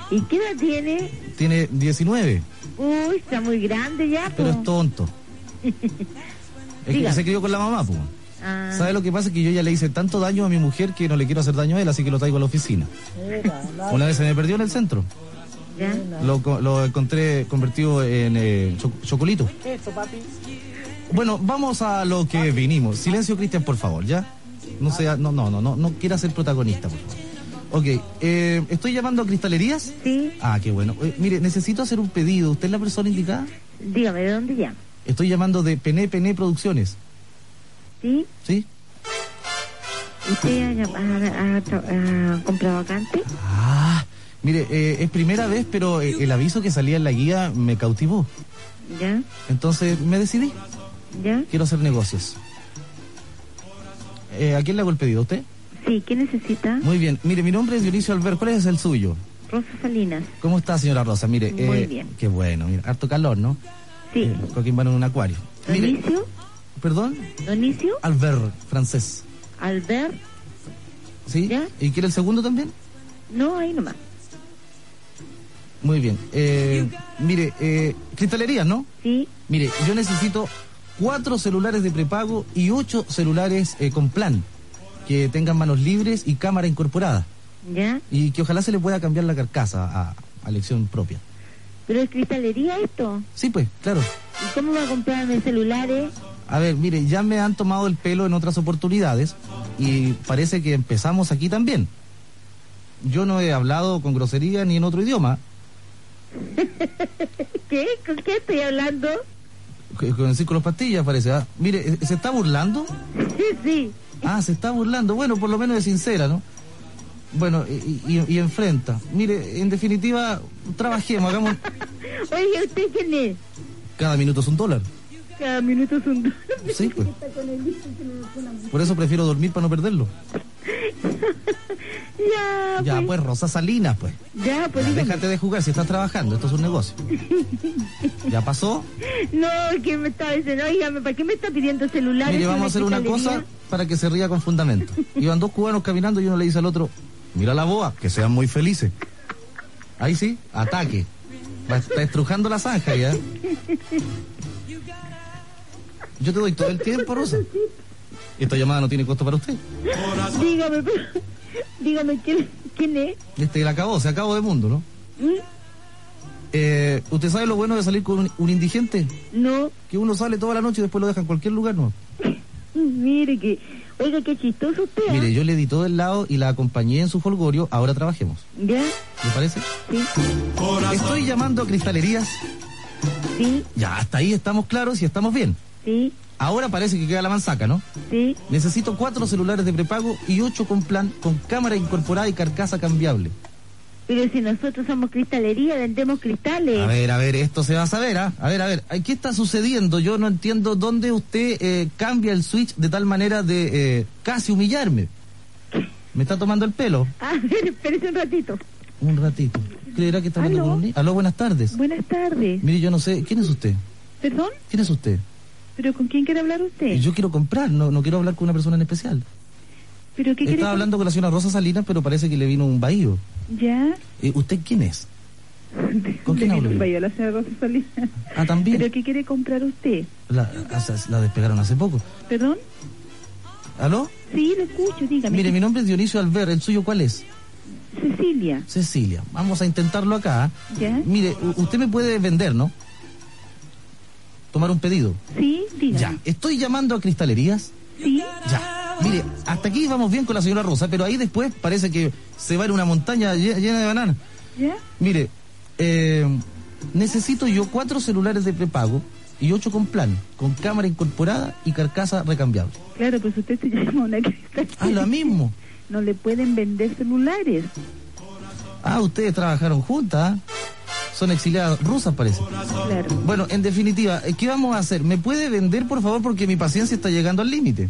¿Y qué edad tiene? Tiene diecinueve, Uy, está muy grande ya, pero po. es tonto. Es que Dígame. se crió con la mamá, pues. Ah. ¿Sabe lo que pasa? Que yo ya le hice tanto daño a mi mujer que no le quiero hacer daño a él, así que lo traigo a la oficina. Una vez se me perdió en el centro. ¿Ya? Lo, co- lo encontré convertido en eh, cho- chocolito. Eso, papi. Bueno, vamos a lo que vinimos. Silencio, Cristian, por favor, ¿ya? No sea, no, no, no, no, no quiera ser protagonista, por favor. Ok, eh, ¿estoy llamando a Cristalerías? Sí. Ah, qué bueno. Eh, mire, necesito hacer un pedido. ¿Usted es la persona indicada? Dígame, ¿de dónde llama? Estoy llamando de Pené Pené Producciones. ¿Sí? ¿Sí? ¿Usted ha, llam- ha- ha tra- ha comprado acá antes? Ah, mire, eh, es primera vez, pero eh, el aviso que salía en la guía me cautivó. ¿Ya? Entonces me decidí. ¿Ya? Quiero hacer negocios. Eh, ¿A quién le hago el pedido? ¿A usted? Sí, ¿qué necesita? Muy bien. Mire, mi nombre es Dionisio Albert. ¿Cuál es el suyo? Rosa Salinas. ¿Cómo está, señora Rosa? Mire, Muy eh, bien. Qué bueno, mira, harto calor, ¿no? Sí. Eh, Coquimbo en un acuario. Mire, ¿Donicio? ¿perdón? ¿Donicio? Albert, francés. ¿Albert? ¿Sí? ¿Y quiere el segundo también? No, ahí nomás. Muy bien. Eh, mire, eh, cristalerías, ¿no? Sí. Mire, yo necesito cuatro celulares de prepago y ocho celulares eh, con plan, que tengan manos libres y cámara incorporada. ¿Ya? Y que ojalá se le pueda cambiar la carcasa a, a elección propia. ¿Pero es cristalería esto? Sí, pues, claro. ¿Y cómo va a comprarme celulares? A ver, mire, ya me han tomado el pelo en otras oportunidades y parece que empezamos aquí también. Yo no he hablado con grosería ni en otro idioma. ¿Qué? ¿Con qué estoy hablando? Con el círculo pastillas parece. ¿Ah? Mire, ¿se está burlando? Sí. Ah, se está burlando. Bueno, por lo menos es sincera, ¿no? Bueno, y, y, y enfrenta. Mire, en definitiva, trabajemos, hagamos... Oye, ¿usted quién es? Cada minuto es un dólar. Cada minuto es un dólar. Sí, pues. Por eso prefiero dormir para no perderlo. Ya, Ya, pues, Rosa Salinas, pues. Ya, pues Ya, dígame. déjate de jugar si estás trabajando, esto es un negocio. ¿Ya pasó? No, que me está diciendo, oígame, ¿para qué me está pidiendo celulares? Mire, en vamos a hacer una cristalería? cosa para que se ría con fundamento. Iban dos cubanos caminando y uno le dice al otro, mira la boa, que sean muy felices. Ahí sí, ataque. Va, está estrujando la zanja ya. Yo te doy todo el tiempo, Rosa. Esta llamada no tiene costo para usted. Dígame, pero- dígame, ¿quién, quién es? Este la acabó, se acabó de mundo, ¿no? ¿Mm? Eh, ¿Usted sabe lo bueno de salir con un, un indigente? No. Que uno sale toda la noche y después lo deja en cualquier lugar, ¿no? Mire que, oiga, qué chistoso usted. ¿ah? Mire, yo le di todo el lado y la acompañé en su folgorio, ahora trabajemos. ¿Ya? ¿Le parece? Sí. Estoy llamando a cristalerías. Sí. Ya, hasta ahí estamos claros y estamos bien. Sí. Ahora parece que queda la manzaca, ¿no? Sí. Necesito cuatro celulares de prepago y ocho con plan, con cámara incorporada y carcasa cambiable. Pero si nosotros somos cristalería, vendemos cristales. A ver, a ver, esto se va a saber, ¿ah? A ver, a ver, ¿qué está sucediendo? Yo no entiendo dónde usted eh, cambia el switch de tal manera de eh, casi humillarme. ¿Me está tomando el pelo? A ver, espérese un ratito. Un ratito. ¿Creerá que está hablando ¿Aló? con un niño? Aló, buenas tardes. Buenas tardes. Mire, yo no sé, ¿quién es usted? ¿Perdón? ¿Quién es usted? ¿Pero con quién quiere hablar usted? Yo quiero comprar, no, no quiero hablar con una persona en especial. ¿Pero qué quiere? Estaba hablando con la señora Rosa Salinas, pero parece que le vino un bahío. ¿Ya? Eh, ¿Usted quién es? ¿Con quién hablo? yo? Vaya la señora Rosa Salinas. Ah, también. ¿Pero qué quiere comprar usted? La, ah, la despegaron hace poco. ¿Perdón? ¿Aló? Sí, lo escucho, dígame. Mire, mi nombre es Dionisio Albert, ¿el suyo cuál es? Cecilia. Cecilia. Vamos a intentarlo acá. ¿Ya? Mire, u- usted me puede vender, ¿no? Tomar un pedido. Sí, dígame. Ya, estoy llamando a cristalerías. Sí. Ya. Mire, hasta aquí vamos bien con la señora Rosa, pero ahí después parece que se va a ir una montaña lle- llena de bananas. ¿Ya? Mire, eh, necesito yo cuatro celulares de prepago y ocho con plan, con cámara incorporada y carcasa recambiable. Claro, pues usted se llama una cristalería. Ah, lo mismo. No le pueden vender celulares. Ah, ustedes trabajaron juntas, ¿ah? Son exiliadas rusas, parece. Claro. Bueno, en definitiva, ¿qué vamos a hacer? ¿Me puede vender, por favor, porque mi paciencia está llegando al límite?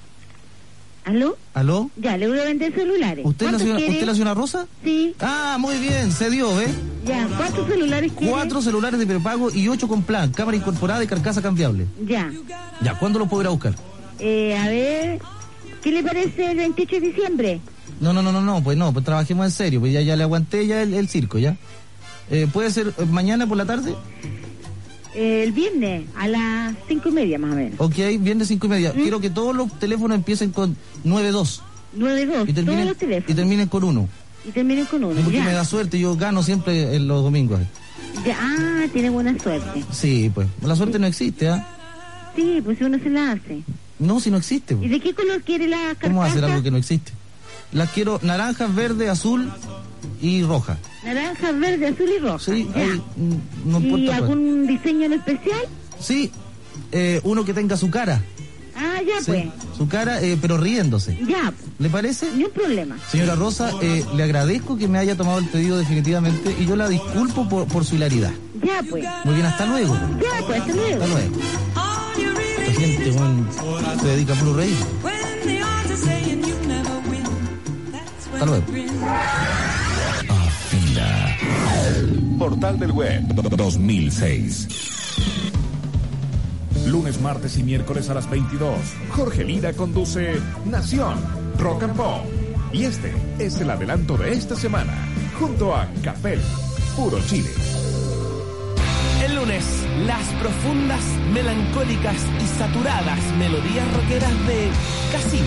¿Aló? ¿Aló? Ya, le voy a vender celulares. ¿Usted es la ¿Cuántos señora, quiere? ¿usted es la señora Rosa? Sí. Ah, muy bien, se dio, ¿eh? Ya, ¿cuántos celulares quiere? Cuatro celulares de prepago y ocho con plan, cámara incorporada y carcasa cambiable. Ya. Ya, ¿cuándo los puedo ir a buscar? Eh, a ver, ¿qué le parece el veintiocho de diciembre? No, no, no, no, no, pues no, pues trabajemos en serio, pues ya, ya le aguanté ya el, el circo, ¿ya? Eh, ¿Puede ser eh, mañana por la tarde? Eh, el viernes, a las cinco y media más o menos. Ok, viernes cinco y media. ¿Mm? Quiero que todos los teléfonos empiecen con nueve dos. nueve dos, y terminen, todos los teléfonos. Y terminen con uno. Y terminen con uno, porque ya. me da suerte, yo gano siempre en los domingos. Ya, ah, tiene buena suerte. Sí, pues, la suerte no existe, ¿ah? ¿eh? Sí, pues si uno se la hace. No, si no existe. Pues. ¿Y de qué color quiere la carcasa? ¿Cómo hacer algo que no existe? Las quiero naranja, verde, azul y roja. Naranja, verde, azul y roja. Sí, ahí, no importa. ¿Y algún cuál. diseño en especial? Sí, eh, uno que tenga su cara. Ah, ya sí, pues. Su cara, eh, pero riéndose. Ya. ¿Le parece? Ni un problema. Señora Rosa, eh, le agradezco que me haya tomado el pedido definitivamente y yo la disculpo por, por su hilaridad. Ya, pues. Muy bien, hasta luego. Ya, pues, hasta luego. Hasta luego. Esta gente, bueno, se dedica a puro reír. Hasta luego. Afila. Portal del Web dos mil seis. Lunes, martes y miércoles a las veintidós. Jorge Lira conduce Nación Rock and Pop. Y este es el adelanto de esta semana, junto a Capel, Puro Chile. El lunes, las profundas, melancólicas y saturadas melodías rockeras de Casino.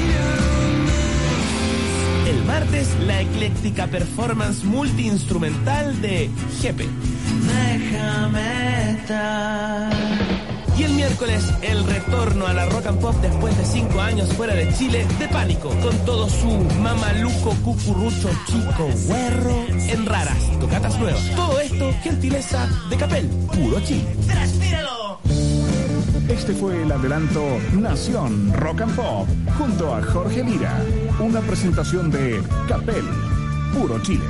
El martes, la ecléctica performance multiinstrumental de Jepe. Déjame estar. Y el miércoles, el retorno a la rock and pop después de cinco años fuera de Chile, de Pánico, con todo su mamaluco, cucurrucho, chico, guerro, en raras, tocatas nuevas. Todo esto, gentileza de Capel, Puro Chile. ¡Transpíralo! Este fue el adelanto Nación Rock and Pop, junto a Jorge Lira. Una presentación de Capel, Puro Chile.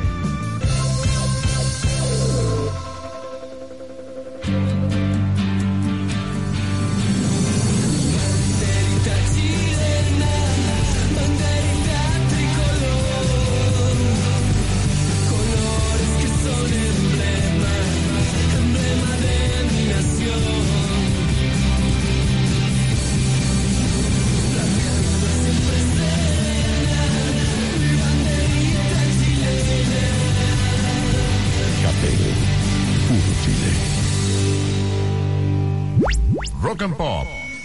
Rock and Pop.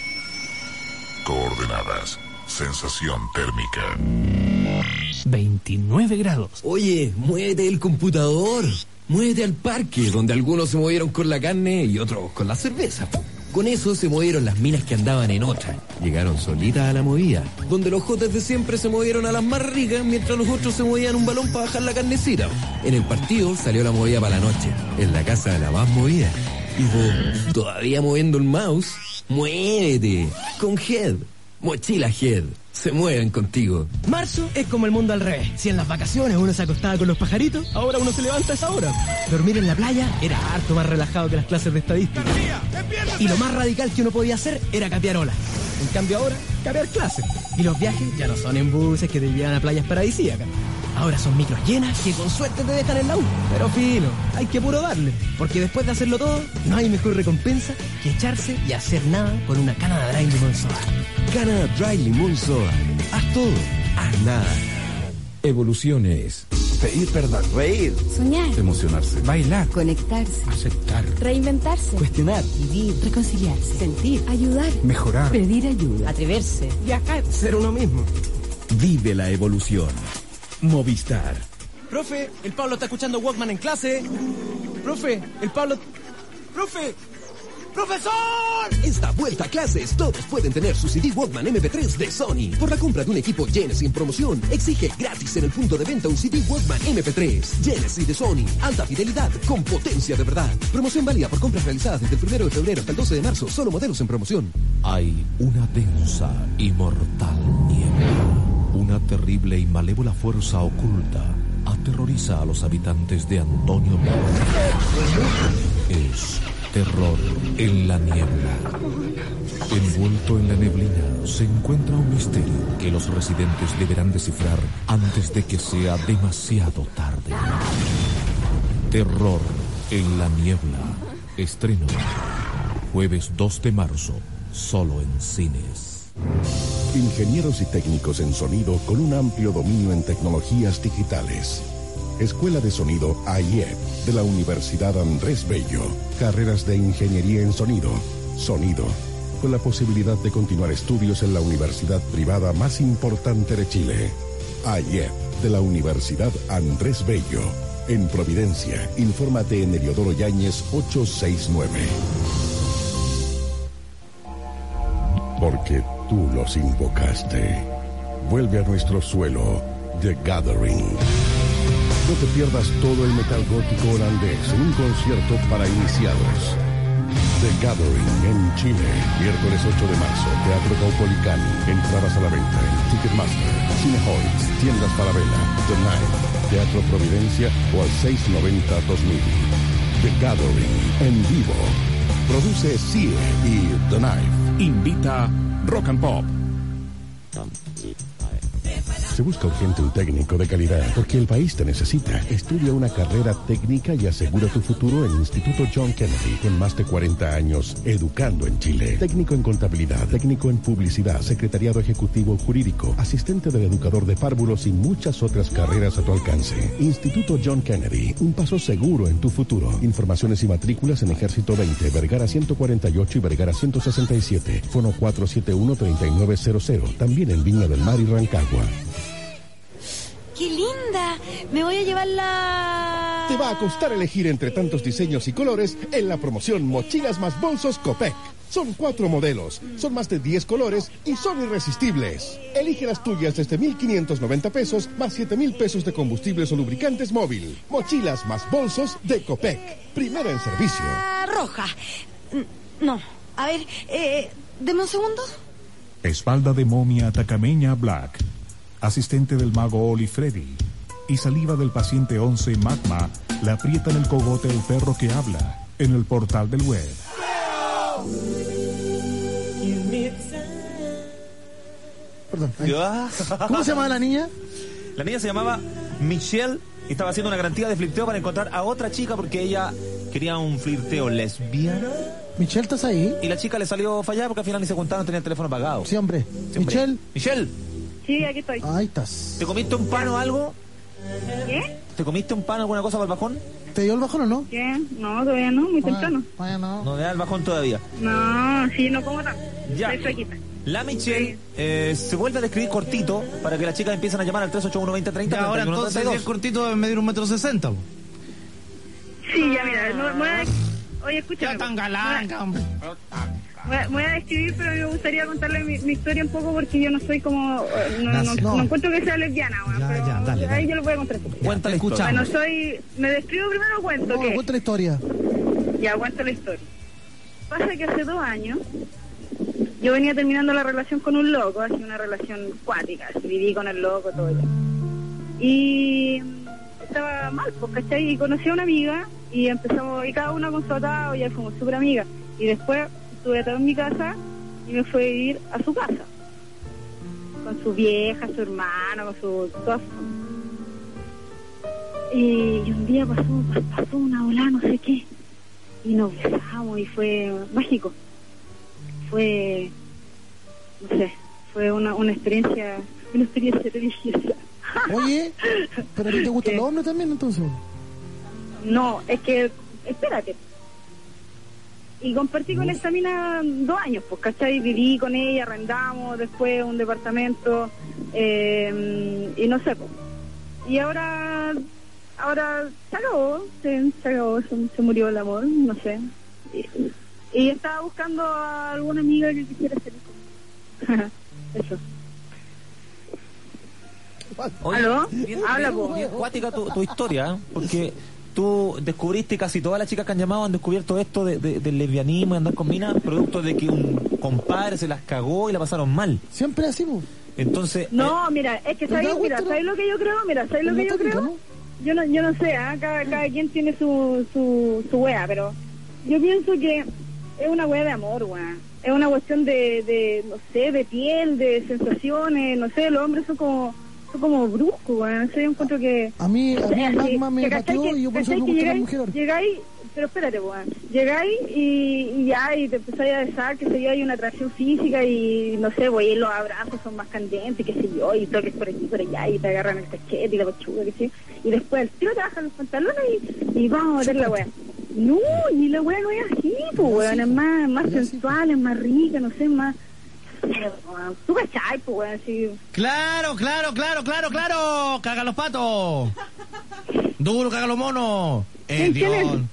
Coordenadas. Sensación térmica. veintinueve grados. Oye, muévete el computador. Muévete al parque, donde algunos se movieron con la carne y otros con la cerveza. Con eso se movieron las minas que andaban en otra. Llegaron solitas a la movida, donde los jotes de siempre se movieron a las más ricas, mientras los otros se movían un balón para bajar la carnecita. En el partido salió la movida para la noche, en la casa de la más movida. Y vos, todavía moviendo el mouse, muévete con Head. Mochila Head. Se mueven contigo. Marzo es como el mundo al revés. Si en las vacaciones uno se acostaba con los pajaritos, ahora uno se levanta a esa hora. Dormir en la playa era harto más relajado que las clases de estadística. Y lo más radical que uno podía hacer era capear olas. En cambio ahora, capear clases. Y los viajes ya no son en buses que te llevan a playas paradisíacas. Ahora son micros llenas que con suerte te dejan en la U. Pero fino, hay que puro darle. Porque después de hacerlo todo, no hay mejor recompensa que echarse y hacer nada con una Canada Dry Limón Soda. Canada Dry Limón Soda. Haz todo, haz nada. Evoluciones. Pedir perdón. Reír. Soñar. Emocionarse. Bailar. Conectarse. Aceptar. Reinventarse. Cuestionar. Vivir. Reconciliarse. Sentir. Ayudar. Mejorar. Pedir ayuda. Atreverse. Viajar. Ser uno mismo. Vive la evolución. Movistar. Profe, el Pablo está escuchando Walkman en clase. Profe, el Pablo... Profe. ¡Profesor! Esta vuelta a clases, todos pueden tener su C D Walkman eme pe tres de Sony. Por la compra de un equipo Genesis en promoción, exige gratis en el punto de venta un C D Walkman eme pe tres. Genesis de Sony, alta fidelidad con potencia de verdad. Promoción válida por compras realizadas desde el primero de febrero hasta el doce de marzo, solo modelos en promoción. Hay una densa y mortal niebla. Una terrible y malévola fuerza oculta aterroriza a los habitantes de Antonio Pérez. Es terror en la niebla. Envuelto en la neblina se encuentra un misterio que los residentes deberán descifrar antes de que sea demasiado tarde. Terror en la niebla. Estreno jueves dos de marzo, solo en cines. Ingenieros y técnicos en sonido con un amplio dominio en tecnologías digitales. Escuela de Sonido A I E P de la Universidad Andrés Bello. Carreras de Ingeniería en Sonido, Sonido, con la posibilidad de continuar estudios en la universidad privada más importante de Chile. A I E P de la Universidad Andrés Bello. En Providencia, infórmate en Heliodoro Yáñez ochocientos sesenta y nueve. Porque tú los invocaste. Vuelve a nuestro suelo, The Gathering. No te pierdas todo el metal gótico holandés en un concierto para iniciados. The Gathering en Chile, miércoles ocho de marzo, Teatro Caupolicán. Entradas a la venta en Ticketmaster, Cinehoids, Tiendas Falabella, The Night, Teatro Providencia o al seiscientos noventa dos mil. The Gathering en vivo. Produce C I E y The Knife. Invita Rock and Pop. Se busca urgente un técnico de calidad porque el país te necesita. Estudia una carrera técnica y asegura tu futuro en el Instituto John Kennedy, con más de cuarenta años educando en Chile. Técnico en contabilidad, técnico en publicidad, secretariado ejecutivo jurídico, asistente del educador de párvulos y muchas otras carreras a tu alcance. Instituto John Kennedy, un paso seguro en tu futuro. Informaciones y matrículas en Ejército veinte, Vergara ciento cuarenta y ocho y Vergara ciento sesenta y siete. Fono cuatro siete uno, tres nueve cero cero. También en Viña del Mar y Rancagua. ¡Qué linda! Me voy a llevar la... Te va a costar elegir entre tantos diseños y colores en la promoción Mochilas más Bolsos Copec. Son cuatro modelos, son más de diez colores y son irresistibles. Elige las tuyas desde mil quinientos noventa pesos más siete mil pesos de combustibles o lubricantes móvil. Mochilas más bolsos de Copec. Primera en servicio. Ah, roja. No. A ver, eh, deme un segundo. Espalda de momia atacameña Black. Asistente del mago Oli Freddy. Y saliva del paciente once Magma le aprieta en el cogote el perro que habla en el portal del web. Perdón. ¿Cómo se llama la niña? La niña se llamaba Michelle y estaba haciendo una garantía de flirteo para encontrar a otra chica porque ella quería un flirteo lesbiano. Michelle, ¿estás ahí? Y la chica le salió fallada porque al final ni se contaron, tenía el teléfono apagado. Sí, hombre. Sí, hombre. Michelle. Michelle. Sí, aquí estoy. Ahí estás. ¿Te comiste un pan o algo? ¿Qué? ¿Te comiste un pan o alguna cosa para el bajón? ¿Te dio el bajón o no? ¿Qué? No, todavía no, muy temprano. Vaya, no. No me da el bajón todavía. No, sí, no como tanto. Ya. Estoy flaquita. La Michelle eh, se vuelve a describir cortito para que las chicas empiecen a llamar al tres ocho uno, veinte, treinta. Ahora entonces si es cortito debe medir un metro sesenta. Sí, ya mira, no, me voy a... Oye, escúchame. Ya tan galán, hombre. Voy a, voy a describir, pero me gustaría contarle mi, mi historia un poco porque yo no soy como... No, no, no, no. no encuentro que sea lesbiana, bueno, Ya, pero ya, dale, ahí dale. yo lo voy a contar. Cuéntale, escuchamos. Bueno, soy... ¿Me describo primero o cuento? No, ¿Qué? cuenta la historia. Ya, cuento la historia. Pasa que hace dos años yo venía terminando la relación con un loco, así una relación cuática, así, viví con el loco, todo eso. Y estaba mal, pues, ¿cachai? Y conocí a una amiga y empezamos, y cada una con su atado, y ya fuimos súper amigas. Y después estuve atado en mi casa y me fue a vivir a su casa. Con su vieja, su hermano, con su... toda su... Y, y un día pasó, pasó una ola, no sé qué. Y nos besamos y fue mágico. Fue, no sé, fue una, una experiencia, una experiencia religiosa. Oye, ¿pero a ti te gusta el hombre también entonces? No, es que, espérate. Y compartí con esta mina dos años, pues, ¿cachai? Viví con ella, arrendamos después un departamento, eh, y no sé, pues. Y ahora, ahora se acabó, se, se acabó, se, se murió el amor, no sé. Y, y estaba buscando a alguna amiga que quisiera salir conmigo. Eso. Oye, ¿Aló? Bien, Habla, bien, po. bien cuática tu, tu historia, ¿eh? Porque tú descubriste, casi todas las chicas que han llamado han descubierto esto de, de, del lesbianismo y andar con minas, producto de que un compadre se las cagó y la pasaron mal. Siempre así, pues. Entonces... No, mira, es que ¿sabes, mira, ¿sabes lo que yo creo? Mira, ¿sabes lo que yo creo? ¿no? Yo no, yo no sé, ¿eh? cada, cada quien tiene su, su, su wea, pero yo pienso que es una wea de amor, wea. Es una cuestión de, de, no sé, de piel, de sensaciones, no sé, los hombres son como... como brusco, bueno, no sé, yo encuentro que... A mí, a mí el que- magma me que, ¿cachai? batió Que- y yo por eso ¿cachai? me que gusta la llegáis, mujer. llegáis, pero espérate, weón. Llegáis y, y ya, y te empezáis a besar, que sé yo, hay una atracción física y no sé, pues, y los abrazos son más candentes, qué sé yo, y toques por aquí, por allá, y te agarran el cachete y la pechuga, qué sé yo. Y después el tiro te bajan los pantalones y, y vamos a meter la weá. No, y la weá no es así, pues, weón, es más, más sensual, es más rica, no sé, más... Tú cachai, pues, weón, así... Claro, claro, claro, claro, claro. Caga los patos. Duro, caga los monos. Hediondo.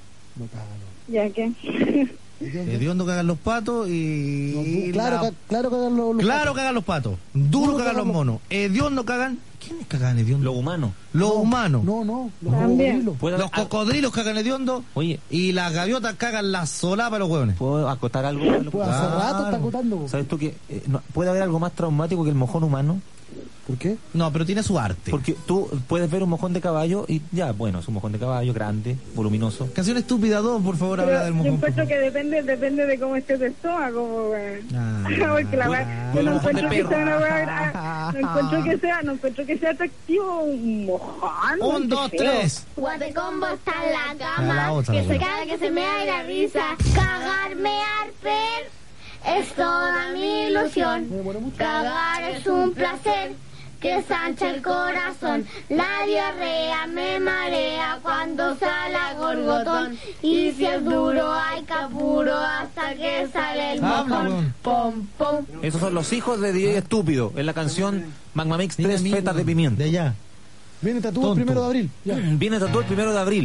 Ya, ¿qué? Hediondo cagan los patos y... No, claro, la... ca- claro cagan los, los Claro patos. cagan los patos. Duro, Duro cagan los cagan monos. Hediondo cagan... ¿Quiénes cagan hediondo? Los humanos. Los No, humanos. No, no, los También. cocodrilos. Los cocodrilos cagan hediondo. Oye, Y las gaviotas cagan la solapa de los hueones. ¿puedo acotar algo? Pues hace Claro. rato está acotando. ¿Sabes tú que eh, no- puede haber algo más traumático que el mojón humano? ¿Por qué? No, pero tiene su arte. Porque tú puedes ver un mojón de caballo y ya, bueno, es un mojón de caballo grande, voluminoso. Canción estúpida dos, por favor, Pero habla del yo mojón. por encuentro favor. que depende, depende de cómo esté tu estómago, weón. Ah, Porque la weá, yo no mojón de encuentro que perro. sea una weá, gra- no encuentro que sea, no encuentro que sea atractivo un mojón. Un, qué dos, feo. tres. Guatecombo está en la Ah, cama, la otra, que la se otra. caga, que se me da la risa. Cagar, mear, per, es toda mi ilusión. Cagar es un placer que sancha el corazón. La diarrea me marea cuando sale a gorgotón. Y si es duro hay capuro hasta que sale el Habla, mojón. weón. Pom, pom. Esos son los hijos de D J Estúpido, en la canción Magma Mix Niña tres mía, fetas de pimienta. De allá. Viene tatúo Tonto. el primero de abril. Ya. Viene tatuado el primero de abril.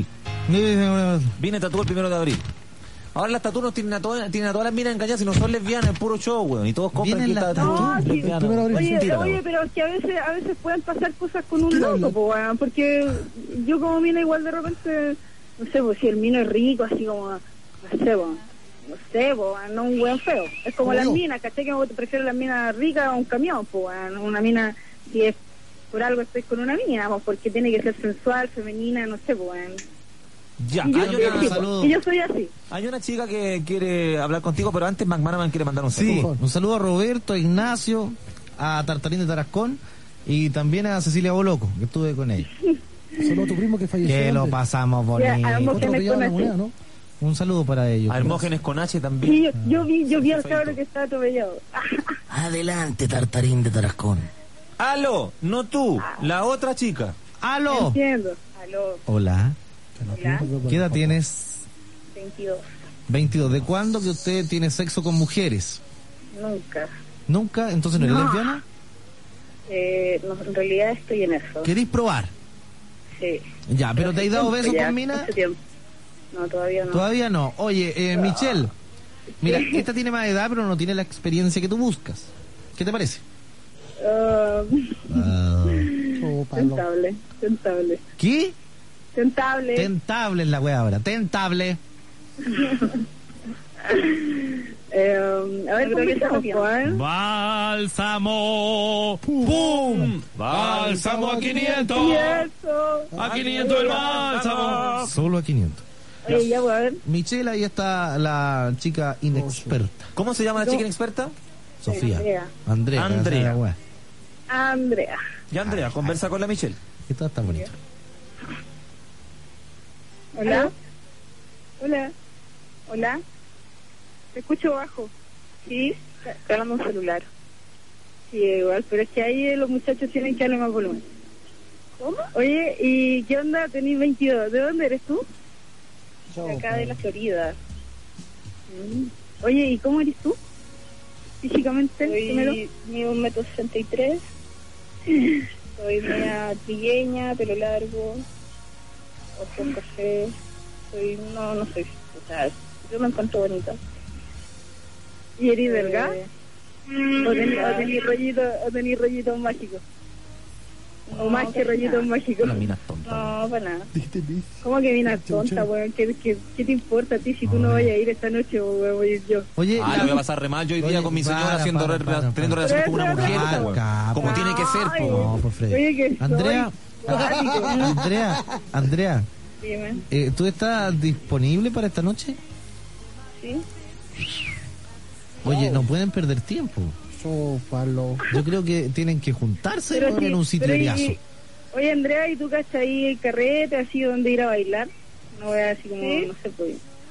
Viene tatuado el primero de abril. Ahora las tatuas tienen a todas, tienen a todas las minas engañadas y no son lesbianas, es puro show, weón. Y todos compran Vienen que las está No, tatuado. sí, lesbiana. primero de abril. Es Oye, mentira, oye, weón. pero es que a veces, a veces pueden pasar cosas con un ¿Qué loco, habla? po, weón, porque yo como mina igual de repente, no sé, pues si el mino es rico, así como, no sé, pues, no sé, po, weón, no un weón feo. Es como Como las yo. minas, ¿cachai? Que me prefiero las minas ricas a un camión, pues, weón, una mina, si es por algo estoy con una mina, pues, porque tiene que ser sensual, femenina, no sé, pues, weón. Ya, Y yo, hay soy una, así, saludo. po, y yo soy así. hay una chica que quiere hablar contigo, pero antes McManaman quiere mandar un Sí, saludo. un saludo a Roberto, a Ignacio, a Tartarín de Tarascón y también a Cecilia Boloco, que estuve con ella. Solo tu primo que falleció. Que lo antes. pasamos Ya, a bonito. ambos Otro que lleva la moneda, ¿no? Un saludo para ellos. A Hermógenes con H también. Sí, yo, yo vi, yo vi al cabro que estaba atropellado. Adelante, Tartarín de Tarascón. Aló, no tú, la otra chica. ¡Aló! Entiendo. Aló, Hola. hola, ¿Qué edad tienes? veintidós. veintidós. ¿De cuándo que usted tiene sexo con mujeres? Nunca. ¿Nunca? ¿Entonces no eres No. lesbiana? Eh, no, en realidad estoy en eso. ¿Queréis probar? Sí. Ya, ¿pero te has dado besos Ya, con mina? hace tiempo. No, todavía no. Todavía no. Oye, eh, Michelle, mira, esta tiene más edad, pero no tiene la experiencia que tú buscas. ¿Qué te parece? Ah, Ah. tentable, tentable. ¿Qué? Tentable. Tentable es la wea ahora. Tentable. eh, a ver, conversamos, pues. Bálsamo. ¡Pum! Bálsamo a quinientos. Y eso. A quinientos el bálsamo. Solo a quinientos. Oye, ya voy a ver. Michelle, ahí está la chica inexperta. ¿Cómo se llama la No. chica inexperta? Sofía. Andrea. Andrea. Andrea. esa es la wea. Andrea. Ya, Andrea, conversa con la Michelle. Esto está bonito. Hola. Hola. Hola. Te escucho bajo. Sí, está hablando un celular. Sí, igual, pero es que ahí los muchachos tienen que darle más volumen. ¿Cómo? Oye, ¿y qué onda? Tenís veintidós. ¿De dónde eres tú? De acá de la Florida. Mm. Oye, ¿y cómo eres tú? Físicamente, primero. Mido un metro sesenta y tres. Soy media trigueña, pelo largo, ojos café. Soy, no, no soy, o sea, yo me encuentro bonita. ¿Y eres delgada? ¿O tenés, o tenés rollitos, o tenés rollitos mágicos? ¿O más que rollitos mágicos? La mina es tonta. No, para nada. ¿Cómo que mina tonta, weón? ¿Qué, qué, ¿Qué te importa a ti si tú no vayas a ir esta noche, weón? Voy a ir yo. Oye, Ah, yo voy a pasar re mal yo hoy día Oye, con mi señora para, haciendo para, re- para, teniendo para. relaciones con una Pero, mujer, pero, po, weón. pero, Como tiene que ser, Ay, po. No, por Freddy. Oye, que Andrea, soy- Andrea, Andrea, Dime. eh, ¿tú estás disponible para esta noche? ¿Sí? Oye, no pueden perder tiempo. Sópalo. Yo creo que tienen que juntarse Pero weón, sí, en un pero y- citreriazo. Oye, Andrea, ¿y tú cachai el carrete así donde ir a bailar? No voy a así como, ¿Sí? no sé, pues.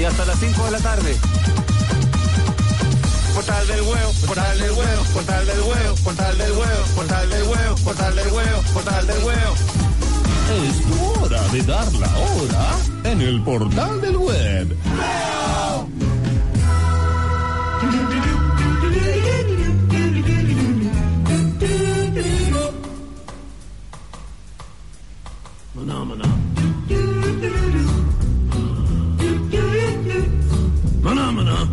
y hasta las cinco de la tarde. Portal del huevo, portal del huevo, portal del huevo, portal del huevo, portal del huevo, portal del huevo, portal del huevo. Es hora de dar la hora en el portal del web. Maná, maná. Maná, maná.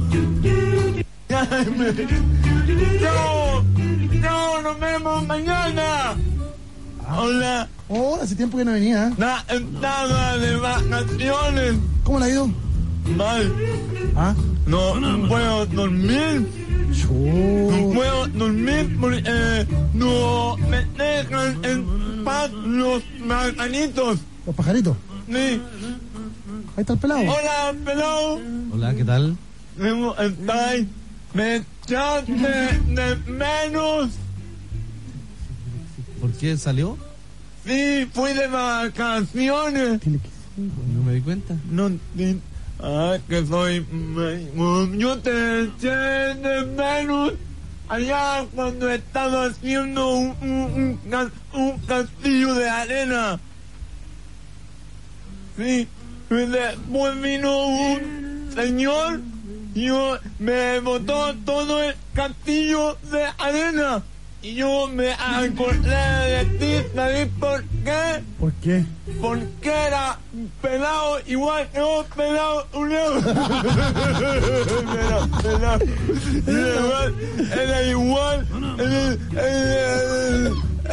¡No! ¡No! ¡Nos vemos mañana! Hola. Oh, hace tiempo que no venía. Na, estaba de vacaciones. ¿Cómo le ha ido? Mal. ¿Ah? No, no puedo dormir. No puedo dormir porque eh, no me dejan en paz los pajaritos. ¿Los pajaritos? Sí. Ahí está el pelado. Hola, pelado. Hola, ¿qué tal? ¿Cómo estáis? Me echaste de menos. ¿Por qué salió? Sí, fui de vacaciones. No me di cuenta. No, sí. Ah, que soy... Yo te eché de menos allá cuando estaba haciendo un, un, un, ca- un castillo de arena. Sí, y después vino un señor y yo me botó todo el castillo de arena. Y yo me acordé de ti, ¿sabes por qué? ¿Por qué? Porque era pelado igual que vos, pelado un euro. Era pelado. Era igual, era igual. Era, era,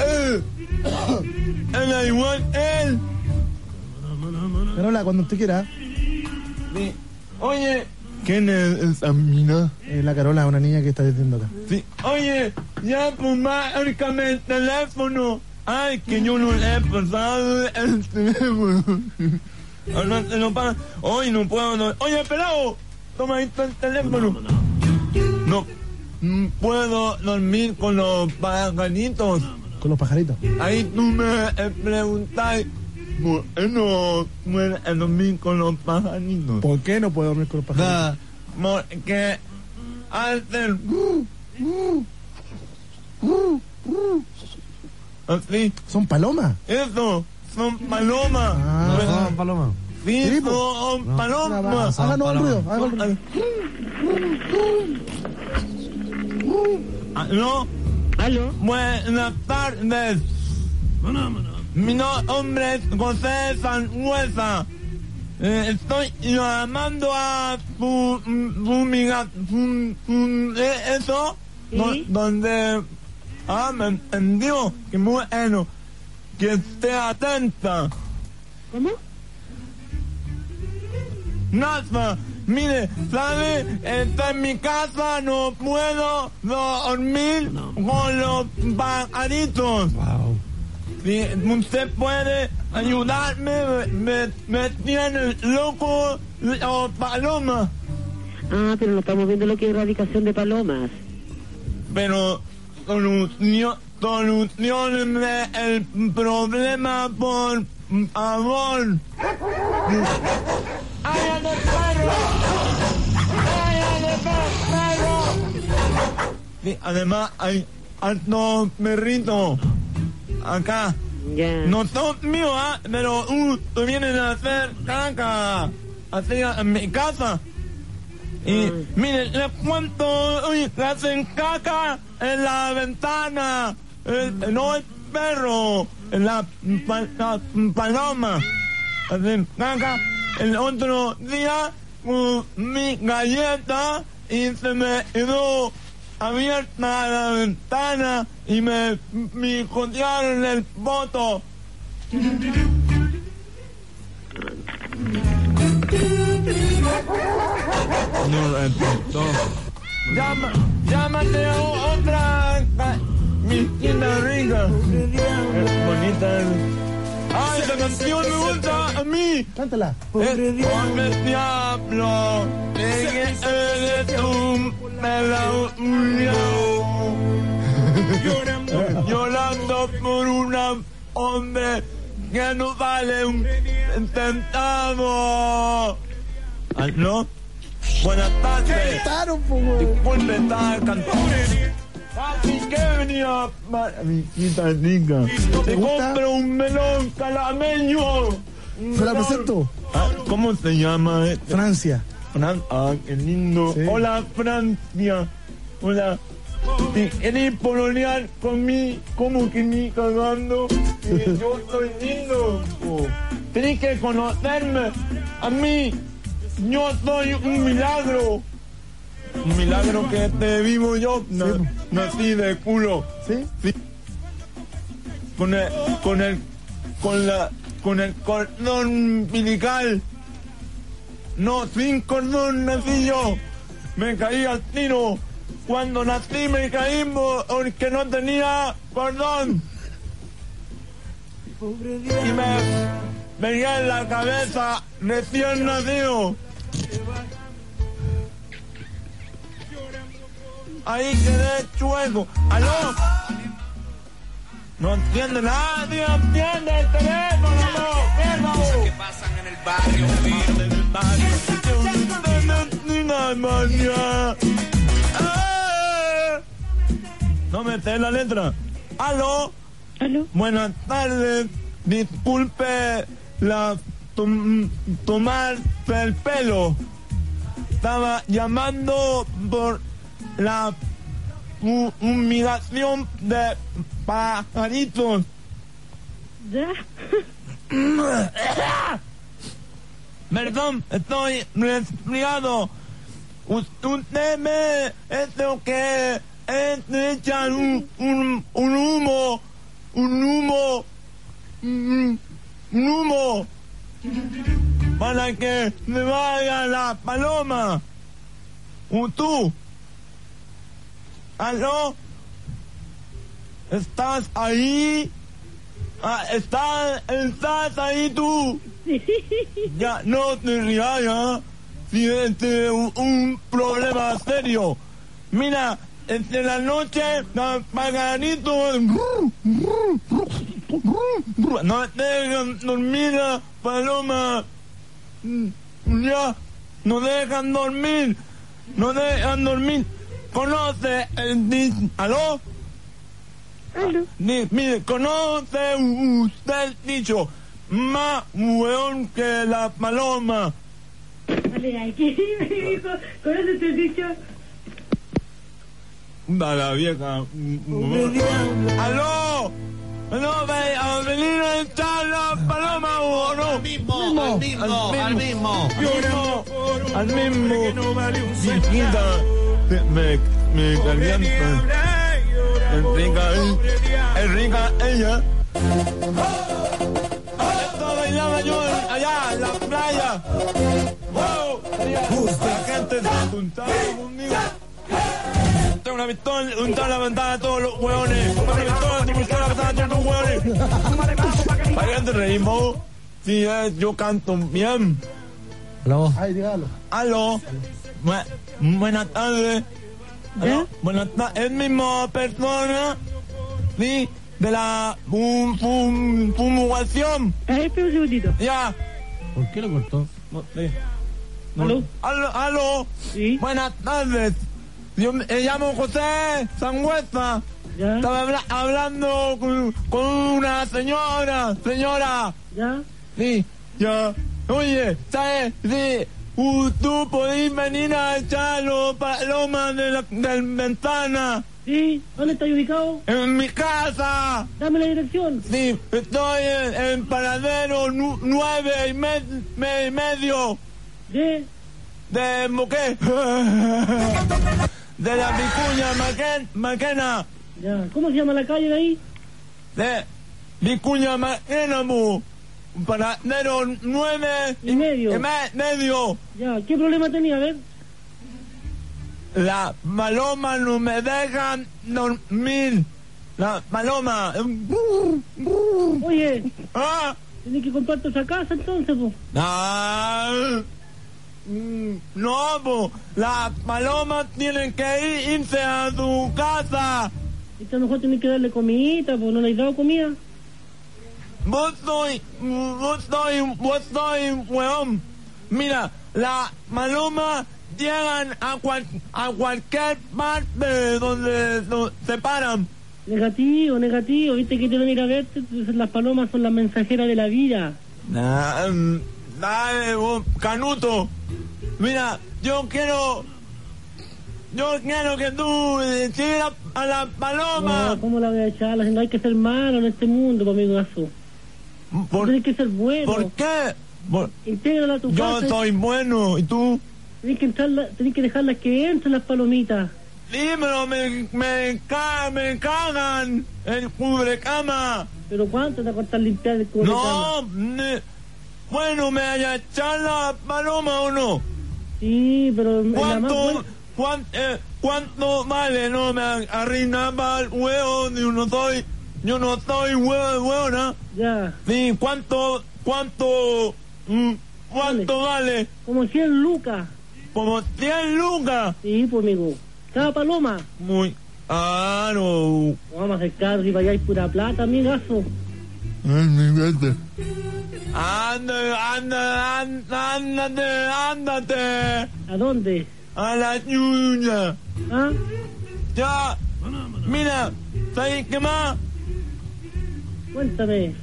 era, era igual él. Carola, cuando usted quiera. Sí. Oye, ¿quién es esa mina? Eh, la Carola, una niña que está diciendo acá. Sí. Oye, ya pues márcame el teléfono. Ay, que yo no le he pasado el teléfono. No, no, no para. Hoy no puedo. No. Oye, pelado, toma ahí el teléfono. No, no puedo dormir con los pajaritos. ¿Con los pajaritos? Ahí tú me preguntas, ¿por qué no puedes dormir con los pajaritos? ¿Por qué no puedo dormir con los pajaritos? Porque hacen así. ¿Son palomas? Eso, son palomas. Ah, Pues, son palomas. Sí, Sí, pues. son No, palomas. háganos el ruido, háganos el ruido. ¿Aló? ¿Aló? Buenas tardes. Mi nombre es José Sangüesa. Eh, estoy llamando a su, fumiga, fum, fum, eh, eso, ¿Sí? do- donde, ah, me entendió, que bueno, que esté atenta. ¿Cómo? Nada, mire, ¿sabe? Está en mi casa, no puedo dormir con los pajaritos. Wow. Si usted puede ayudarme, me, me tiene loco los palomas. Ah, pero no estamos viendo lo que es erradicación de palomas. Pero solución, solucionenme el problema, por favor. ¡Ay, de perro! ¡Ay, de perro! Sí, además hay altos perritos acá. Ya. No son míos, ¿ah? Pero uh, te vienen a hacer caca así en mi casa. Y miren, les cuento, uy, le hacen caca en la ventana. El- no el perro, en la, pa- la paloma. Hacen caca. El otro día, uh, mi galleta y se me quedó abierta la ventana y me, me jodearon el voto. No repito. Llama, llámate a otra. Mi tienda rica. Es bonita. ¡Ay, esa canción me gusta a mí! Cántala. Pobre diablo, que eres un pelao, un león. Llorando por un hombre que no vale un centavo. ¿No? Buenas tardes. Disculpe, estaba cantando. Papi, ¿qué venía? Mamita rica. Te compro un melón calameño. ¿Se la presento? Ah, ¿cómo se llama? Eh? Francia. Fran ah, qué lindo. Sí. Hola, Francia. Hola. Sí, ¿eres pololear con mí? ¿Cómo que ni cagando? Sí, yo soy lindo. Oh. Tenés que conocerme. A mí, yo soy un milagro. Un milagro que te vivo yo. Na, sí. Nací de culo. ¿Sí? Sí. Con el, con el, con la, con el cordón umbilical. No, sin cordón nací yo. Me caí al tiro. Cuando nací me caí porque no tenía cordón. Y me pegué en la cabeza recién nacido. Ahí quedé chueco. ¿Aló? No entiende nadie, entiende el teléfono, no, ¿qué no? Cosas que pasan en el barrio, en el barrio. No me sé la letra. ¿Aló? ¿Aló? Buenas tardes. Disculpe la tom, tomar el pelo. Estaba llamando por la hu, humillación de pajaritos. ¿Ya? Perdón, estoy resfriado. Usted me... Esto que... echan un, un, un humo, un humo, un, un humo, para que me vaya la paloma. ¿O tú? ¿Aló? ¿Estás ahí? Ah, ¿estás, ¿Estás ahí tú? Ya, no te rías, ya. Si este un, un problema serio. Mira, entre la noche, los pajaritos no dejan dormir la paloma. Ya, no dejan dormir. No dejan dormir. ¿Conoce el... ¿Aló? ¿Aló? Ni, mire, ¿conoce usted el dicho? Más hueón que la paloma. Vale, ay, ¿qué me dijo? ¿Conoces el dicho? Da la vieja. ¡Aló! ¿No ve a venir a echar la paloma o no? Al mismo, al mismo, al mismo. Al mismo. Chiquita. Me, me calienta. Es rica, es rica ella. Esto bailaba yo allá en la playa. ¡Wow! La gente se juntaba conmigo. Tengo una pistola, un tal la ventana a todos los hueones. Una pistola, tu pistola, la ventana a todos los hueones. ¿Para qué te reímos? Si eh, yo canto bien. Aló. Ay, dígalo. Aló. Bu buenas tardes. ¿Aló? Buenas tardes. ¿Es misma persona? Sí. De la fum, fum, fumigación. Eh, espera un segundito. Ya. ¿Por qué lo cortó? No, sí. No. ¿Aló? Aló. Aló. Sí. Buenas tardes. Yo me llamo José Sangüesa. ¿Ya? Estaba habla hablando con, con una señora. Señora. ¿Ya? Sí, ya. Oye, ¿sabes? Sí. Uh, tú podés venir a echar los palomas de la, de la ventana. Sí. ¿Dónde estás ubicado? En mi casa. Dame la dirección. Sí, estoy en, en paradero nu nueve y, me me medio. ¿De? De Moqué. De la Vicuña Maquena. Maquena. Ya. ¿Cómo se llama la calle de ahí? De Vicuña Maquena, mu. Paradero nueve y medio. Y me medio. Ya. ¿Qué problema tenía? A ver. La paloma no me dejan dormir. La paloma. Oye. Ah. Tienes que comprarte esa casa entonces, po. Ah. No, po. Las palomas tienen que ir, irse a su casa. Y a lo mejor tienes que darle comidita, pues no le has dado comida. Vos soy, vos soy, vos soy, weón. Mira, las palomas llegan a, cual, a cualquier parte donde, donde se paran. Negativo, negativo, viste que te van a ir a verte, las palomas son las mensajeras de la vida. Nah, um, dale, vos, Canuto. Mira, yo quiero... Yo quiero que tú eches a, a la paloma. No, ¿cómo la voy a echar? No hay que ser malo en este mundo, amigo Gaso. ¿Por, Tienes que ser bueno. ¿Por qué? Por, Intégrala a tu yo casa. soy bueno, ¿y tú? Tenés que, entrarla, tenés que dejarlas que entren las palomitas. Dímelo, me, me, ca, me cagan el cubrecama. ¿Pero cuánto te va a costar limpiar el cubrecama? No, ne, bueno, ¿me vaya a echar la paloma o no? Sí, pero... ¿Cuánto, cuánto, eh, ¿cuánto vale? No me arruinaba el huevo, yo no soy... Yo no soy huevo, huevo, ¿no? Ya. Sí, ¿cuánto, cuánto, mm, cuánto vale. vale? Como cien lucas. ¿Como cien lucas? Sí, pues, amigo. Cada paloma. Muy caro. Vamos a hacer caro si vayáis pura plata, amigazo. Ándate, ándate, ándate, ándate. ¿A dónde? A la ñuña. ¿Ah? Ya, mira, ¿sabes qué más? Cuéntame.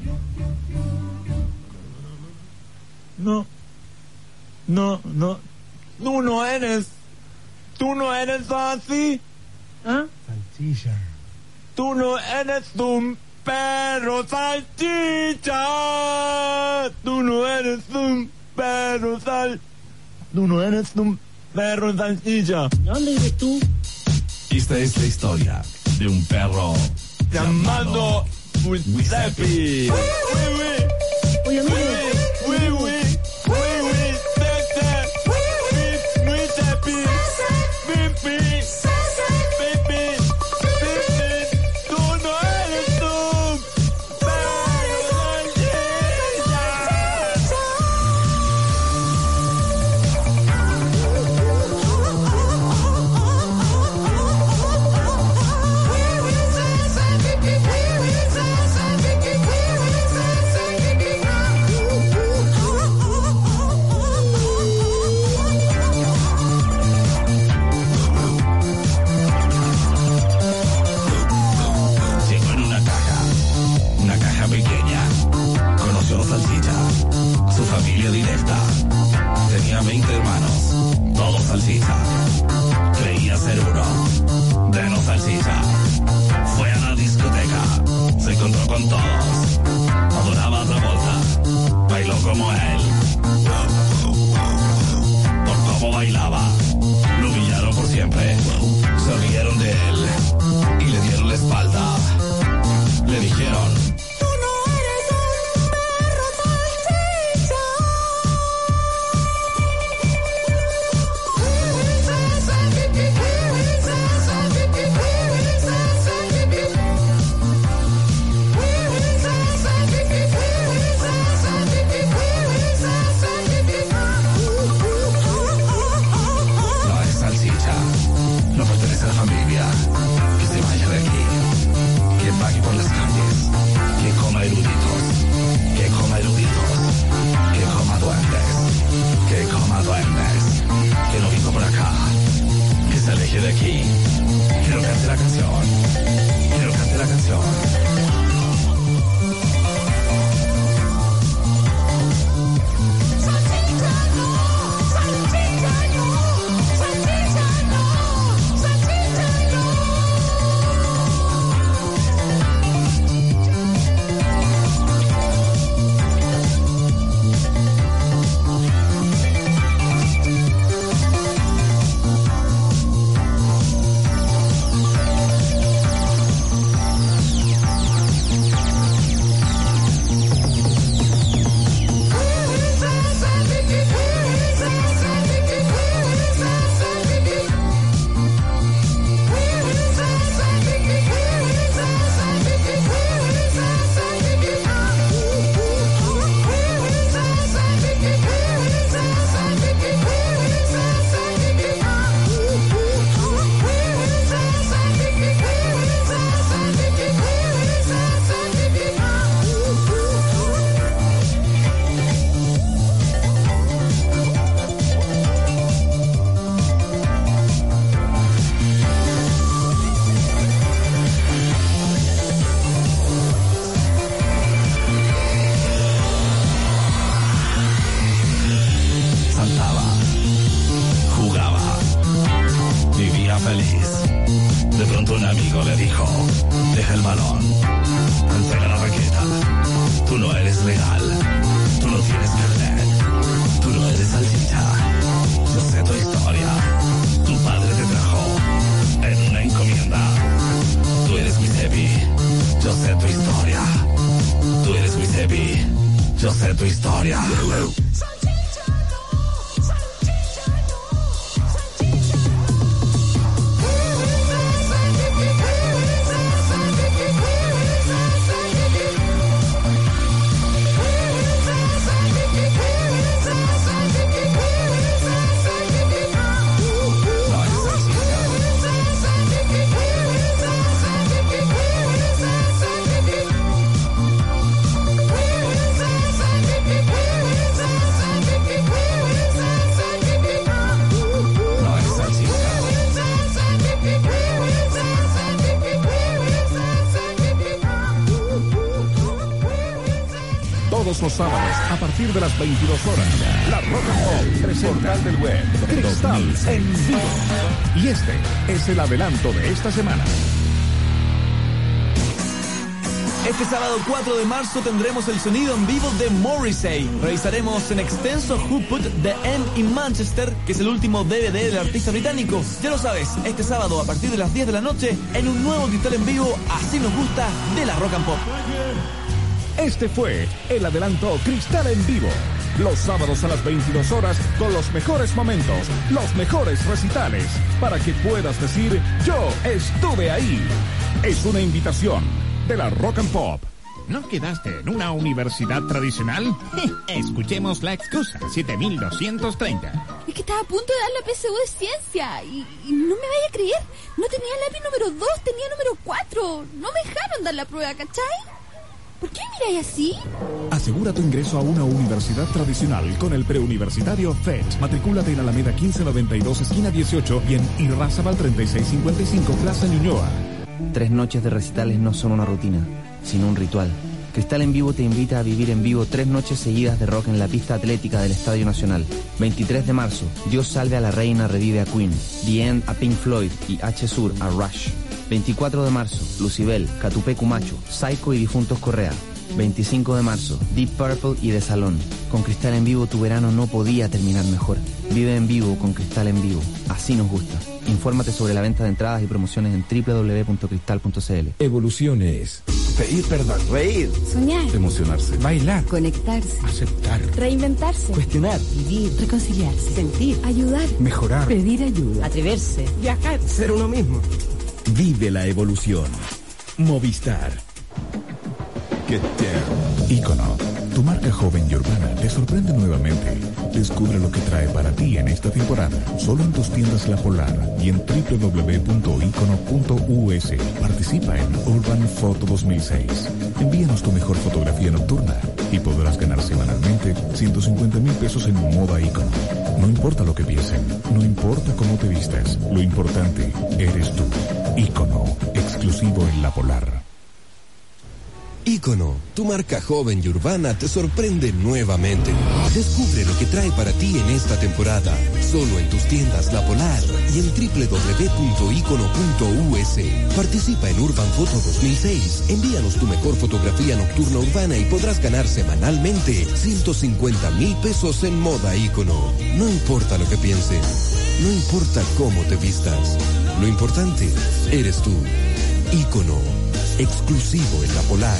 No, no, no, tú no eres, tú no eres así. ¿Ah? Salchicha. Tú no eres un perro salchicha. Tú no eres un perro sal. Tú no eres un perro salchicha. ¿Dónde vives tú? Esta es la historia de un perro llamado Giuseppe. Oye, amigo. Oui, oui, oui, oui, Giuseppe. Pipi, pipi, pipi. Tú no eres tú, perro salchicha, su familia directa. Tenía veinte hermanos, todos salchicha. Creía ser uno de los salchicha. Fue a la discoteca, se encontró con todos. Adoraba a Travolta, bailó como él. Por cómo bailaba, lo humillaron por siempre. Se rieron de él y le dieron la espalda. Le dijeron: no pertenece a la familia, que se vaya de aquí, que vague por las calles, que coma eruditos, que coma eruditos, que coma duendes, que coma duendes, que no venga por acá, que se aleje de aquí. Quiero cante la canción, quiero cante la canción. día feliz. De pronto un amigo le dijo, deja el balón, entrega la raqueta. Tú no eres legal, tú no tienes carnet, tú no eres salchicha. Yo sé tu historia, tu padre te trajo en una encomienda. Tú eres mi Sebi, yo sé tu historia. Tú eres mi Sebi, yo sé tu historia. Los sábados, a partir de las veintidós horas, la Rock and Pop presenta Portal del Web, Cristal en vivo. Y este es el adelanto de esta semana. Este sábado cuatro de marzo tendremos el sonido en vivo de Morrissey. Revisaremos en extenso Who Put the End in Manchester, que es el último D V D del artista británico. Ya lo sabes, este sábado a partir de las diez de la noche, en un nuevo Cristal en vivo, así nos gusta, de la Rock and Pop. Este fue el adelanto Cristal en vivo. Los sábados a las veintidós horas con los mejores momentos, los mejores recitales, para que puedas decir, yo estuve ahí. Es una invitación de la Rock and Pop. ¿No quedaste en una universidad tradicional? Escuchemos la excusa, siete mil doscientos treinta. Es que estaba a punto de dar la P S U de ciencia y, y no me vaya a creer. No tenía lápiz número dos, tenía número cuatro. No me dejaron dar la prueba, ¿cachai? ¿Por qué miráis así? Asegura tu ingreso a una universidad tradicional con el preuniversitario F E T. Matricúlate en Alameda quince noventa y dos, esquina dieciocho y en Irrazabal treinta y seis cincuenta y cinco, Plaza Ñuñoa. Tres noches de recitales no son una rutina, sino un ritual. Cristal en Vivo te invita a vivir en vivo tres noches seguidas de rock en la pista atlética del Estadio Nacional. veintitrés de marzo, Dios salve a la reina, revive a Queen. The End a Pink Floyd y H. Sur a Rush. veinticuatro de marzo, Lucibel, Catupé Cumacho, Psycho y Difuntos Correa. veinticinco de marzo, Deep Purple y The Salón. Con Cristal en Vivo tu verano no podía terminar mejor. Vive en vivo con Cristal en Vivo. Así nos gusta. Infórmate sobre la venta de entradas y promociones en doble u doble u doble u punto cristal punto c l. Evoluciones. Pedir perdón. Reír. Soñar. Emocionarse. Bailar. Conectarse. Aceptar. Reinventarse. Cuestionar. Vivir. Reconciliarse. Sentir. Ayudar. Mejorar. Pedir ayuda. Atreverse. Viajar. Ser uno mismo. Vive la evolución. Movistar. Get Down. Ícono. Tu marca joven y urbana te sorprende nuevamente. Descubre lo que trae para ti en esta temporada. Solo en tus tiendas La Polar y en doble u doble u doble u punto icono punto u s. Participa en Urban Photo dos mil seis. Envíanos tu mejor fotografía nocturna y podrás ganar semanalmente ciento cincuenta mil pesos en moda Ícono. No importa lo que piensen, no importa cómo te vistas, lo importante eres tú. Ícono, exclusivo en La Polar. Ícono, tu marca joven y urbana te sorprende nuevamente. Descubre lo que trae para ti en esta temporada, solo en tus tiendas La Polar y en doble u doble u doble u punto icono punto u s. Participa en Urban Photo dos mil seis, envíanos tu mejor fotografía nocturna urbana y podrás ganar semanalmente ciento cincuenta mil pesos en moda Ícono. No importa lo que pienses, no importa cómo te vistas, lo importante eres tú. Ícono, exclusivo en La Polar.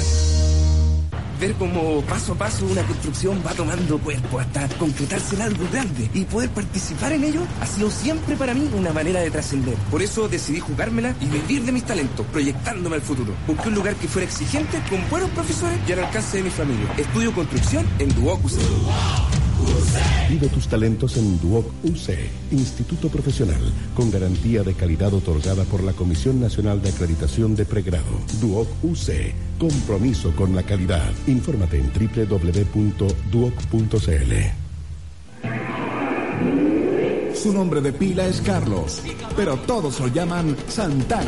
Ver cómo paso a paso una construcción va tomando cuerpo hasta concretarse en algo grande y poder participar en ello ha sido siempre para mí una manera de trascender. Por eso decidí jugármela y vivir de mis talentos, proyectándome al futuro. Busqué un lugar que fuera exigente, con buenos profesores y al alcance de mi familia. Estudio construcción en Duoc U C. Vive tus talentos en Duoc U C, Instituto Profesional, con garantía de calidad otorgada por la Comisión Nacional de Acreditación de Pregrado. Duoc U C, compromiso con la calidad. Infórmate en doble u doble u doble u punto duoc punto c l. Su nombre de pila es Carlos, pero todos lo llaman Santana.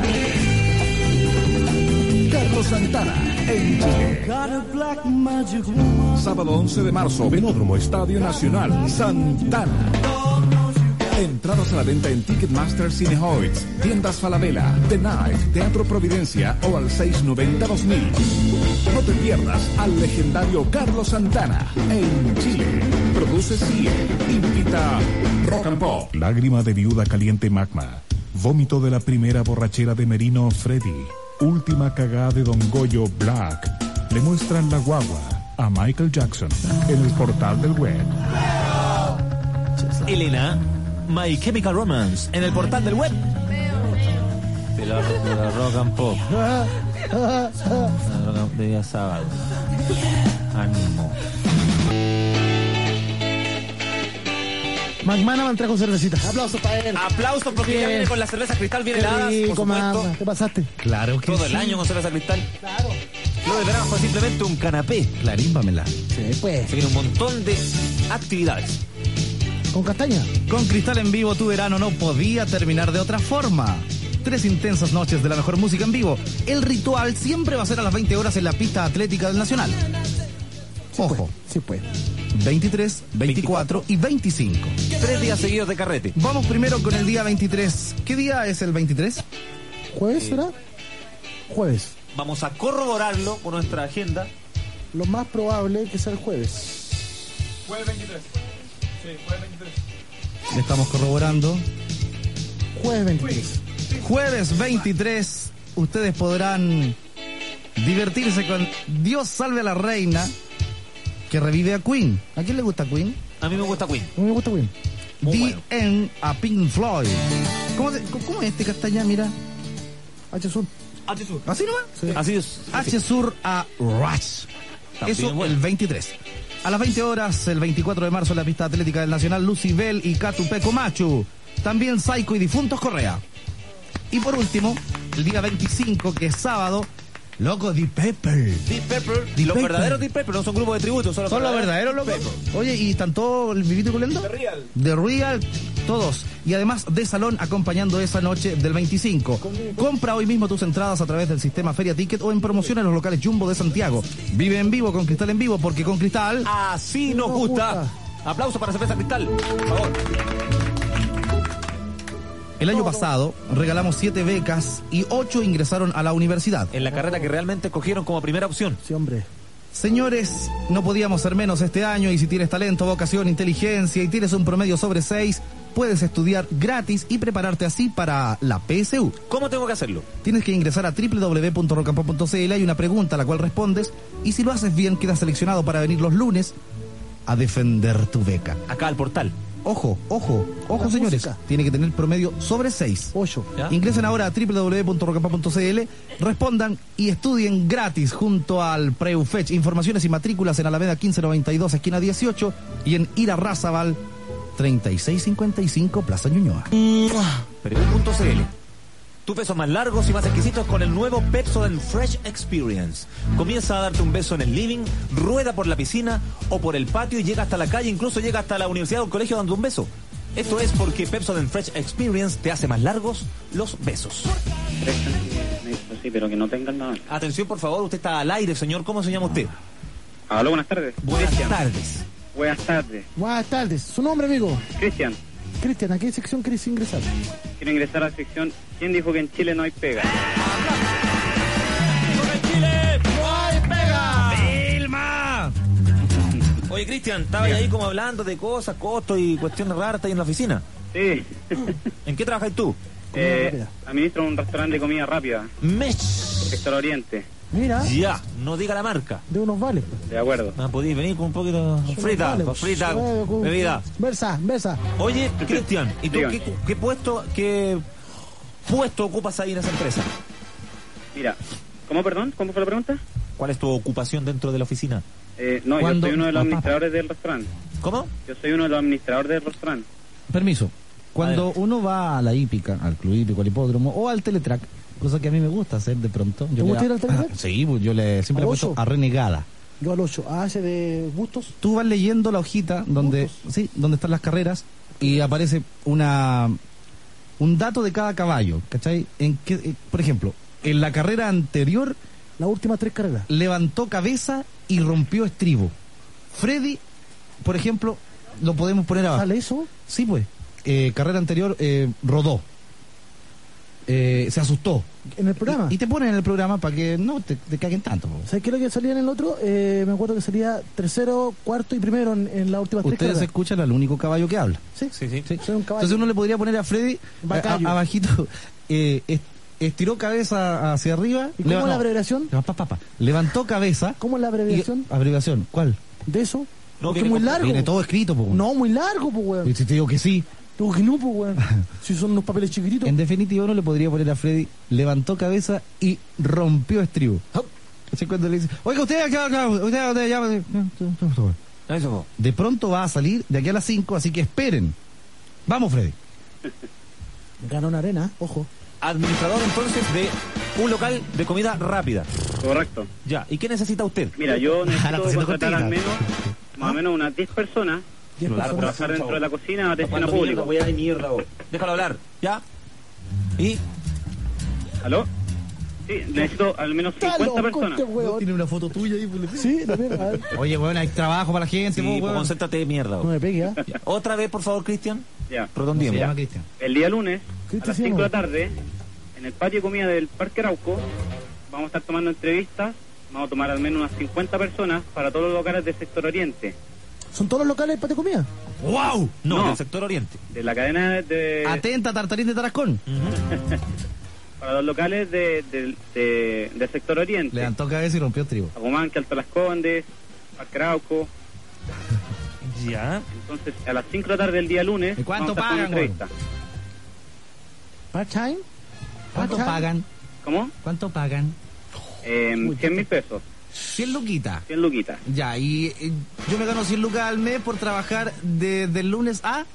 Carlos Santana, en Chile. Sábado once de marzo, Velódromo Estadio Nacional, Santana. Entradas a la venta en Ticketmaster Cinehoids, Tiendas Falabella, The Night, Teatro Providencia o al seis noventa dos mil. No te pierdas al legendario Carlos Santana en Chile. Produce C I E. Invita Rock and Pop. Lágrima de viuda caliente Magma. Vómito de la primera borrachera de Merino Freddy. Última cagada de Don Goyo Black. Le muestran la guagua a Michael Jackson en el portal del web. Elena, My Chemical Romance en el portal del web. De la, de la Rock and Pop. De día sábado. Ánimo. McManaman trajo cervecita. Aplausos para él. Aplausos porque Bien. ya viene con la cerveza Cristal, viene Qué heladas, rico, por supuesto. mamá. ¿Te pasaste? Claro que Todo sí. el año con cerveza Cristal. Claro. Lo de verano fue simplemente un canapé. Clarímpamela. Sí, pues. Se viene un montón de actividades. ¿Con castaña? Con Cristal en vivo, tu verano no podía terminar de otra forma. Tres intensas noches de la mejor música en vivo. El ritual siempre va a ser a las veinte horas en la pista atlética del Nacional. Ojo. Sí, pues. veintitrés, veinticuatro y veinticinco. Tres días seguidos de carrete. Vamos primero con el día veintitrés. ¿Qué día es el veintitrés? ¿Jueves será? Jueves. Vamos a corroborarlo con nuestra agenda. Lo más probable que sea el jueves. Jueves veintitrés. Sí, jueves veintitrés. Le estamos corroborando. Jueves veintitrés. Jueves veintitrés, ustedes podrán divertirse con Dios salve a la reina, que revive a Queen. ¿A quién le gusta Queen? A mí me gusta Queen. A mí me gusta Queen. Muy The bueno. End a Pink Floyd. ¿Cómo, se- cómo es este castaña? Mira. H Sur. ¿Así nomás? Sí. Así es. H Sur a Rush. También Eso bueno. el veintitrés. A las veinte horas, el veinticuatro de marzo, en la pista atlética del Nacional, Lucibel y Catupeco Machu. También Psycho y Difuntos Correa. Y por último, el día veinticinco, que es sábado, loco, Deep Pepper. Deep Pepper. Deep los Pepper. verdaderos Deep Pepper no son grupos de tributo. Son los ¿Son los verdaderos, loco? Oye, ¿y están todos el vivito y coleando? The Real. The Real, todos. Y además de salón acompañando esa noche del veinticinco. Compra hoy mismo tus entradas a través del sistema Feria Ticket o en promoción en los locales Jumbo de Santiago. Vive en vivo con Cristal en vivo, porque con Cristal... Así nos Nos gusta. gusta. Aplauso para Cerveza Cristal, por favor. El año pasado regalamos siete becas y ocho ingresaron a la universidad. En la carrera que realmente escogieron como primera opción. Sí, hombre. Señores, no podíamos ser menos este año y si tienes talento, vocación, inteligencia y tienes un promedio sobre seis, puedes estudiar gratis y prepararte así para la P S U. ¿Cómo tengo que hacerlo? Tienes que ingresar a doble u doble u doble u punto rock and pop punto c l, hay una pregunta a la cual respondes y si lo haces bien quedas seleccionado para venir los lunes a defender tu beca. Acá al portal. Ojo, ojo, ojo La señores, música. tiene que tener promedio sobre seis. Ocho. ¿Ya? Ingresen ahora a doble u doble u doble u punto rock and pop punto c l, respondan y estudien gratis junto al Preufech. Informaciones y matrículas en Alameda quince noventa y dos, esquina dieciocho y en Irarrázaval treinta y seis cincuenta y cinco, Plaza Ñuñoa. Perú punto c l. Tu besos más largos y más exquisitos con el nuevo Pepsodent Fresh Experience. Comienza a darte un beso en el living, rueda por la piscina o por el patio y llega hasta la calle, incluso llega hasta la universidad o el colegio dando un beso. Esto es porque Pepsodent Fresh Experience te hace más largos los besos. Sí, pero que no tengan nada. Atención, por favor, usted está al aire, señor. ¿Cómo se llama usted? Aló, buenas tardes. Buenas Cristian. tardes. Buenas tardes. Buenas tardes. ¿Su nombre, amigo? Cristian, Cristian, ¿a qué sección querés ingresar? quiero ingresar a la sección ¿Quién dijo que en Chile no hay pega? ¡Vilma! Oye, Cristian, estaba ahí como hablando de cosas, costos y cuestiones raras, está ahí en la oficina. Sí. ¿En qué trabajas tú? Eh, administro un restaurante de comida rápida. Mesh. Sector Oriente. Mira, Ya, no diga la marca. de unos vales. De acuerdo. Ah, podéis venir con un poquito frita, Vale, frita, eh, con- bebida. Versa, versa. Oye, Cristian, ¿y tú Dígame. qué, qué puesto, qué puesto ocupas ahí en esa empresa? Mira, ¿cómo, perdón? ¿Cómo fue la pregunta? ¿Cuál es tu ocupación dentro de la oficina? Eh, no, yo ¿Cuándo? soy uno de los Papá. administradores del restaurante. ¿Cómo? Yo soy uno de los administradores del restaurante. Permiso. Cuando Adelante. uno va a la hípica, al club hípico, al hipódromo o al teletrack, cosa que a mí me gusta hacer de pronto. ¿Te yo gusta le- ir al teletrack? Ah, sí, pues yo le siempre ¿Al he puesto ocho? a renegada. Yo al ocho. Ah, ese de Bustos. Tú vas leyendo la hojita donde, sí, donde están las carreras y aparece una un dato de cada caballo, ¿cachai? En que, eh, por ejemplo, en la carrera anterior, las últimas tres carreras, levantó cabeza y rompió estribo. Freddy, por ejemplo, lo podemos poner abajo. ¿Sale eso? Sí, pues. eh, carrera anterior eh, rodó. Eh, se asustó. ¿En el programa? Y, y te ponen en el programa para que no te, te caguen tanto. Po. ¿Sabes qué es lo que salía en el otro? Eh, me acuerdo que salía tercero, cuarto y primero en, en la última tres Ustedes carreras. escuchan al único caballo que habla. Sí, sí, sí. sí. Soy un caballo. Entonces uno le podría poner a Freddy a, a, abajito, eh, est, estiró cabeza hacia arriba. ¿Y cómo es la abreviación? No, pa, pa, pa. Levantó cabeza. ¿Cómo es la abreviación? Y, ¿abreviación? ¿Cuál? ¿De eso? No, porque es muy largo. Viene todo escrito, po. No, muy largo, pues, weón. Y si te digo que sí. Digo que no, pues, weón. Si son unos papeles chiquititos. En definitiva, uno le podría poner a Freddy, levantó cabeza y rompió estribo. Así cuando le dice, oiga, usted acá, acá, usted, usted ya... Eso. De pronto va a salir de aquí a las cinco, así que esperen. Vamos, Freddy. Ganó una arena, ojo. Administrador entonces de un local de comida rápida. Correcto. Ya, ¿y qué necesita usted? Mira, yo necesito contratar cortina. al menos, más o menos unas diez personas para trabajar dentro de la cocina o atención a público. Déjalo hablar, ¿ya? ¿Y? ¿Aló? Sí, necesito al menos cincuenta personas. Tiene una foto tuya ahí. Sí, también. A ver. Oye, weón, hay trabajo para la gente. Sí, po, pues weón. concéntrate de mierda. No me pegue, ¿eh? Ya. Otra vez, por favor, Cristian. Ya. Perdón, Se dime. llama Cristian. El día lunes, a Cristian las se cinco de la llama. tarde, en el patio de comida del Parque Arauco, vamos a estar tomando entrevistas. Vamos a tomar al menos unas cincuenta personas para todos los locales del sector oriente. ¿Son todos los locales para de comida? ¡Wow! No, No. del sector oriente. De la cadena de... Atenta, Tartarín de Tarascón. para los locales de, de- de- del sector oriente. Levantó cabeza y rompió estribo. Agumanque, Alto Las Condes, Parque Arauco. Ya. Entonces, a las cinco de la tarde del día lunes... ¿Y cuánto vamos a estar con pagan, entrevista. ¿Part-time? ¿Cuánto ¿Part-time? pagan? ¿Cómo? ¿Cuánto pagan? Eh, cien mil pesos. cien luquitas. cien luquitas. Ya, y eh, yo me gano cien lucas al mes por trabajar desde el lunes a...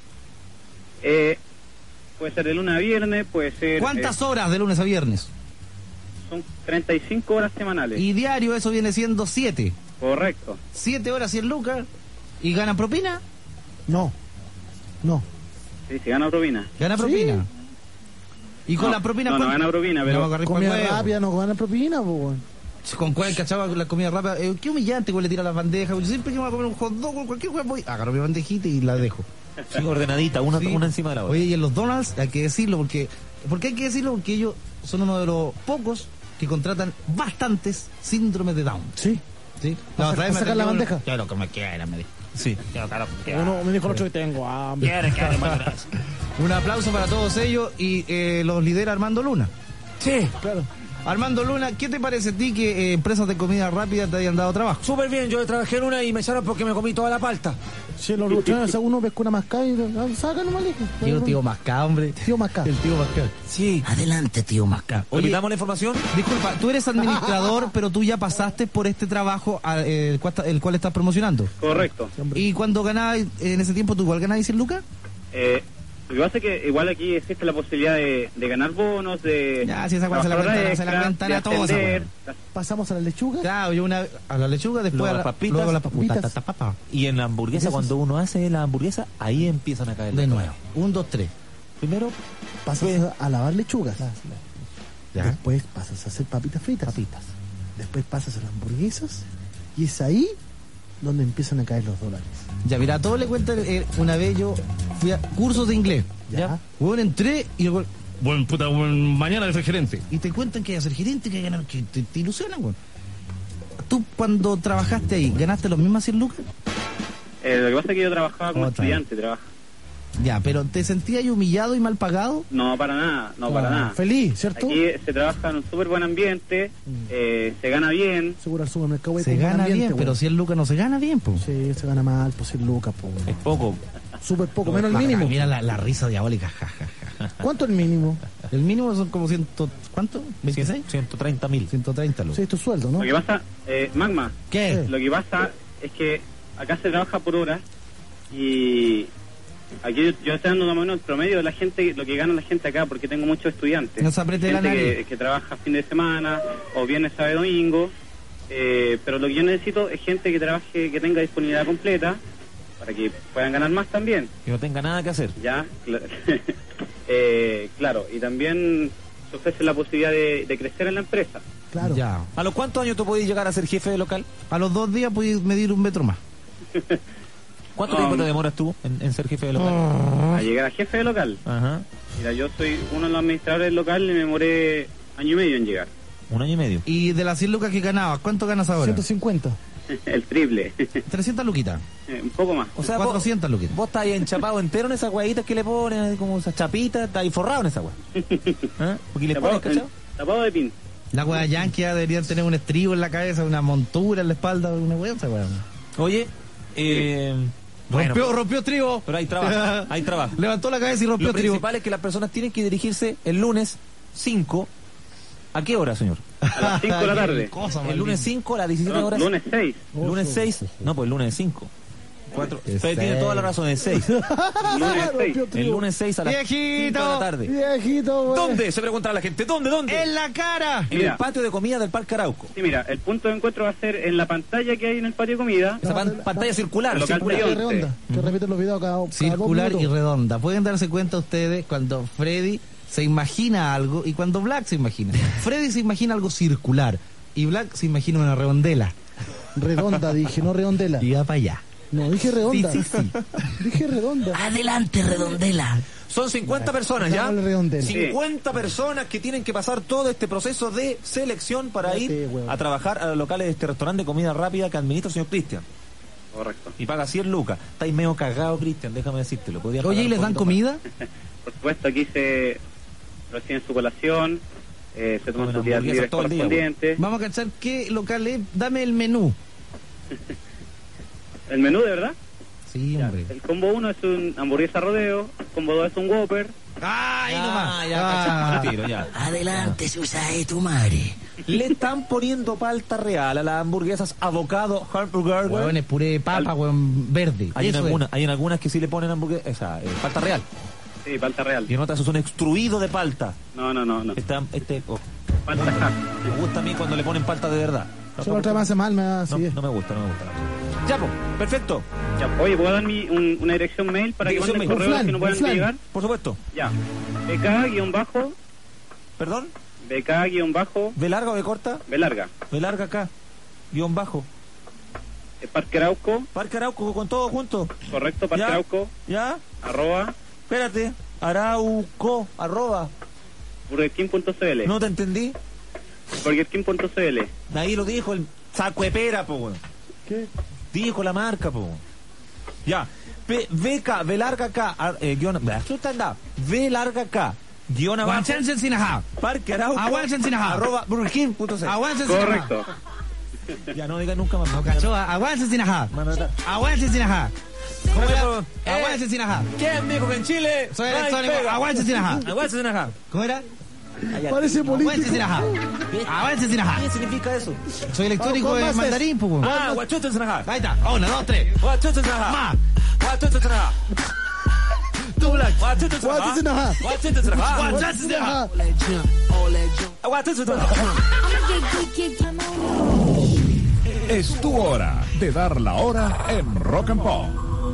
Eh, puede ser de lunes a viernes, puede ser... ¿Cuántas eh, horas de lunes a viernes? Son treinta y cinco horas semanales. Y diario eso viene siendo siete. Correcto. siete horas, cien lucas. ¿Y ganan propina? No. No. Sí, se gana propina. ¿Gana propina? ¿Y con No, la propina no, no cuánto? gana propina, pero- No, agarré pa' Comida huevo. rápida, no gana propina, pues, weón. Con cuál cachaba la comida rápida. Eh, qué humillante cuando le tira las bandejas. Yo siempre que me voy a comer un hot dog o cualquier cosa, voy, agarro mi bandejita y la dejo. Sí, ordenadita, una, Sí. una encima de la otra. Oye, y en los Donald's hay que decirlo porque... ¿Por qué hay que decirlo? Porque ellos son uno de los pocos que contratan bastantes síndromes de Down. Sí. ¿Sí? ¿Para otra vez me sacar la atendió- bandeja? Ya lo que me quiera, me dijo. Sí. Uno me dijo el otro que tengo hambre. Quiere, quiere, mayonesa. Un aplauso para todos ellos y eh, los lidera Armando Luna. Sí. Claro. Armando Luna, ¿qué te parece a ti que eh, empresas de comida rápida te hayan dado trabajo? Súper bien, yo trabajé en una y me echaron porque me comí toda la palta. Si los luchadores uno pesca una mascada y ah, saca nomás, hijo. Tío, tío Mascá, hombre. Tío Mascá. El tío Mascá. Sí. Adelante, tío Mascá. Oye, ¿Repitamos la información? disculpa, tú eres administrador, pero tú ya pasaste por este trabajo a- eh, el, cual, el cual estás promocionando. Correcto. ¿Y cuando ganabas, en ese tiempo, tú igual ganabas cien lucas? Eh, lo que pasa es que igual aquí existe la posibilidad de, de ganar bonos, de... Ya, si esa cosa se la trabajar cuentan, se la extra, cuentan de a todos, esa ascender. Pasamos a la lechuga. Claro, yo una a la lechuga, después Luego a las la, papitas, luego a las papitas. papitas. Ta, ta, pa, pa. Y en la hamburguesa, Eso cuando uno hace la hamburguesa, ahí empiezan a caer. De los nuevo. Un, dos, tres. Primero, Pasas a lavar lechugas. Ya. Después pasas a hacer papitas fritas. Papitas. Después pasas a las hamburguesas. Y es ahí donde empiezan a caer los dólares. Ya, mira, a todos le cuentan, eh, una vez yo fui a cursos de inglés. Ya. Bueno, entré y el güey, bueno, puta, bueno, mañana voy a ser gerente. Y te cuentan que hay que ser gerente, que hay que ganar, que te, te ilusionan, güey. Tú cuando trabajaste ahí, ¿ganaste los mismos cien lucas? Eh, lo que pasa es que yo trabajaba como Otra estudiante, trabaja. Ya, pero ¿te sentías ahí humillado y mal pagado? No, para nada, no, para Ah, nada. Feliz, ¿cierto? Aquí se trabaja en un súper buen ambiente, eh, se gana bien. Seguro al supermercado. hay Se como un gana ambiente, bien, pero weón. cien lucas no se gana bien, pues. Sí, se gana mal, pues cien lucas, pues. es poco. Súper poco, menos el mínimo. Mira la, la risa diabólica, ja, ja, ja. ¿Cuánto es el mínimo? El mínimo son como ciento, ¿cuánto? ¿veintiséis? ciento treinta mil. ciento treinta Sí, lucas. es tu sueldo, ¿no? Lo que pasa, eh, Magma, ¿Qué? lo que pasa es que acá se trabaja por horas y aquí yo, yo estoy dando más o menos el promedio de la gente, lo que gana la gente acá, porque tengo muchos estudiantes. No se apriete la gente nariz. que, que trabaja fin de semana o viernes, sábado y domingo, eh, pero lo que yo necesito es gente que trabaje, que tenga disponibilidad completa para que puedan ganar más también. Que no tenga nada que hacer. Ya, cl- eh, claro, y también se ofrece la posibilidad de, de crecer en la empresa. Claro. Ya. ¿A los cuántos años tú podés llegar a ser jefe de local? A los dos días puedes medir un metro más. ¿Cuánto No, tiempo te no. demoras tú en, en ser jefe de local? A llegar a jefe de local. Ajá. Mira, yo soy uno de los administradores del local y me demoré año y medio en llegar. Un año y medio. Y de las cien lucas que ganabas, ¿cuánto ganas ahora? ciento cincuenta. El triple. trescientas luquitas. Eh, Un poco más. O sea, cuatrocientas luquitas. Vos estás ahí enchapado entero en esas huevitas que le ponen, como esas chapitas, estás ahí forrado en esa hueá. ¿Ah? Porque le pones, Tapado, ¿cachado? tapado de pin. La wea yankee deberían tener un estribo en la cabeza, una montura en la espalda, una wea, esa wea. Oye, eh... bueno, rompió, pero- rompió estribo. Pero hay trabajo, hay trabajo. Levantó la cabeza y rompió Lo estribo. principal es que las personas tienen que dirigirse el lunes cinco. ¿A qué hora, señor? A las cinco de la tarde. Cosa, El lunes cinco a las diecisiete No, horas. lunes seis. Lunes seis. No, pues el lunes cinco. Cuatro. Es Usted tiene seis. toda la razón, es seis. Lunes seis. El lunes seis a las cinco de la tarde. Viejito, güey. ¿Dónde? Se preguntará la gente. ¿Dónde? ¿Dónde? ¡En la cara! En Mira. el patio de comida del Parque Arauco. Sí, mira, el punto de encuentro va a ser en la pantalla que hay en el patio de comida. Esa pan- pantalla circular. Local circular. Trión. Que redonda, que repiten los videos cada, cada dos Circular y minutos. redonda. Pueden darse cuenta ustedes cuando Freddy se imagina algo y cuando Black se imagina. Freddy se imagina algo circular y Black se imagina una redondela. Redonda, dije, no redondela. Y va para allá. No, dije redonda. Sí, sí, sí. Dije redonda. Adelante, redondela. Son cincuenta personas ya. Dale, redondel. cincuenta personas que tienen que pasar todo este proceso de selección para Espérate, ir huevón. a trabajar a los locales de este restaurante de comida rápida que administra el señor Cristian. Correcto. Y paga cien lucas. Estáis medio cagado, Cristian, déjame decírtelo. Podías Oye, pagar ¿y un les dan poquito comida? Por supuesto, aquí se reciben su colación, eh, se toman Comen sus días hamburguesas libres todo el día, correspondientes. Vamos a cachar qué local es. Dame el menú. El menú, de verdad. Sí, hombre. El combo uno es un hamburguesa rodeo, el combo dos es un Whopper. ¡Ah, ahí Ah, nomás! ya, Ah. cachamos el tiro, ya. Adelante, Susae, tu madre. Le están poniendo palta real a las hamburguesas avocado hamburger. Huevón, es puré papa, huevón, verde. Hay en, Eso es. algunas, hay en algunas que sí le ponen hamburguesa, esa, eh, palta real. Sí, palta real. Y en otras son extruidos de palta. No, no, no, no. Esta- este, oh, Palta hack. me gusta a mí cuando le ponen palta de verdad. Solo otra vez me hace mal, me da así. No, no me gusta, no me gusta. Ya, pues, perfecto. Ya, oye, ¿puedo dar mi, un- una dirección mail para Dirección que manden mail. correos Un que no flan, puedan un flan. llegar? Por supuesto. Ya. B K guión bajo, ¿Perdón? B K guión bajo, ¿De larga o de corta? B larga. De larga acá. Guión bajo. Eh, Parque Arauco, Parque Arauco con todo junto. correcto, Parque Ya. Arauco, ¿Ya? arroba, Espérate. Arauco, arroba. burgerking punto c l. No te entendí. burgerking punto c l. Ahí lo dijo el saco de pera, po. weón. ¿Qué? Dijo la marca, po. Ya. P- V K, V larga K, ar- eh, guión, asusta anda. V larga K, guión abajo. Guanchense Sinajá. Parque Arauco. Aguánchense en Sinajá. Arroba burgerking punto c l. Aguánchense Sinajá. Correcto. Ya no diga nunca más. No, cachó. Aguánchense Sinajá. Manota. Aguánchense Sinajá. ¿Cómo era? Eh, Aguánchense Sinajá. ¿Quién dijo que en Chile? Soy no hay electrónico. pega? Aguánchense Sinajá. Aguánchense Sinajá. ¿Cómo era? Parece político. Aguánchense Sinajá. Aguánchense Sinajá. ¿Qué significa eso? Soy electrónico ¿Cómo en haces? mandarín, pues. Ah, guachote Sinajá. Ahí está. Una, dos, tres. Guachote Sinajá. Más. Guachote Sinajá. Tú, Black. Guachote Guachote Sinajá. Guachote Sinajá. Guanchense Sinajá. Guachote Sinajá. Es tu hora de dar la hora en Rock and Pop.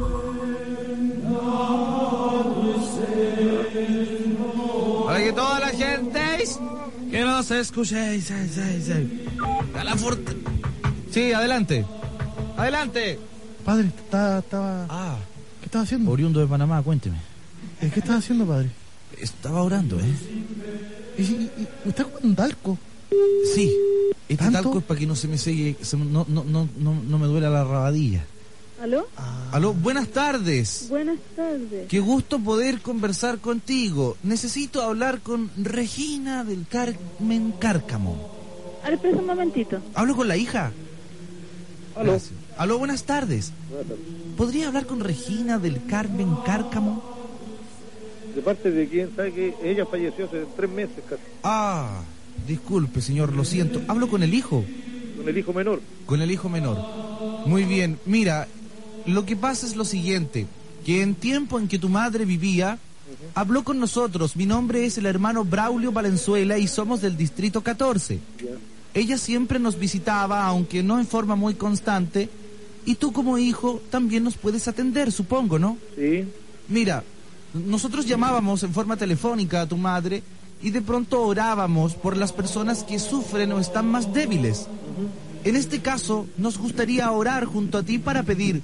Para que toda la gente que nos escuchéis. ay, ay, ay. A la forta- Sí, adelante. Adelante. Padre, está- estaba... Ah, ¿Qué estaba haciendo? oriundo de Panamá, cuénteme. ¿Eh, ¿Qué estaba haciendo, padre? Estaba orando, ¿eh? ¿Y, y, y usted con talco? Sí. Este ¿Tanto? talco es para que no se me seque, se me- no, no, no, no, no me duela la rabadilla. ¿Aló? Aló, buenas tardes. Buenas tardes. Qué gusto poder conversar contigo. Necesito hablar con Regina del Carmen Cárcamo. A ver, espera un momentito. ¿Hablo con la hija? Aló. Gracias. Aló, buenas tardes. ¿Podría hablar con Regina del Carmen Cárcamo? De parte de quien sabe que ella falleció hace tres meses casi, Ah, disculpe, señor, lo siento. Hablo con el hijo. con el hijo menor. Con el hijo menor. Muy bien, mira, lo que pasa es lo siguiente, que en tiempo en que tu madre vivía, habló con nosotros. Mi nombre es el hermano Braulio Valenzuela y somos del distrito catorce. Ella siempre nos visitaba, aunque no en forma muy constante, y tú como hijo también nos puedes atender, supongo, ¿no? Sí. Mira, nosotros llamábamos en forma telefónica a tu madre y de pronto orábamos por las personas que sufren o están más débiles. En este caso, nos gustaría orar junto a ti para pedir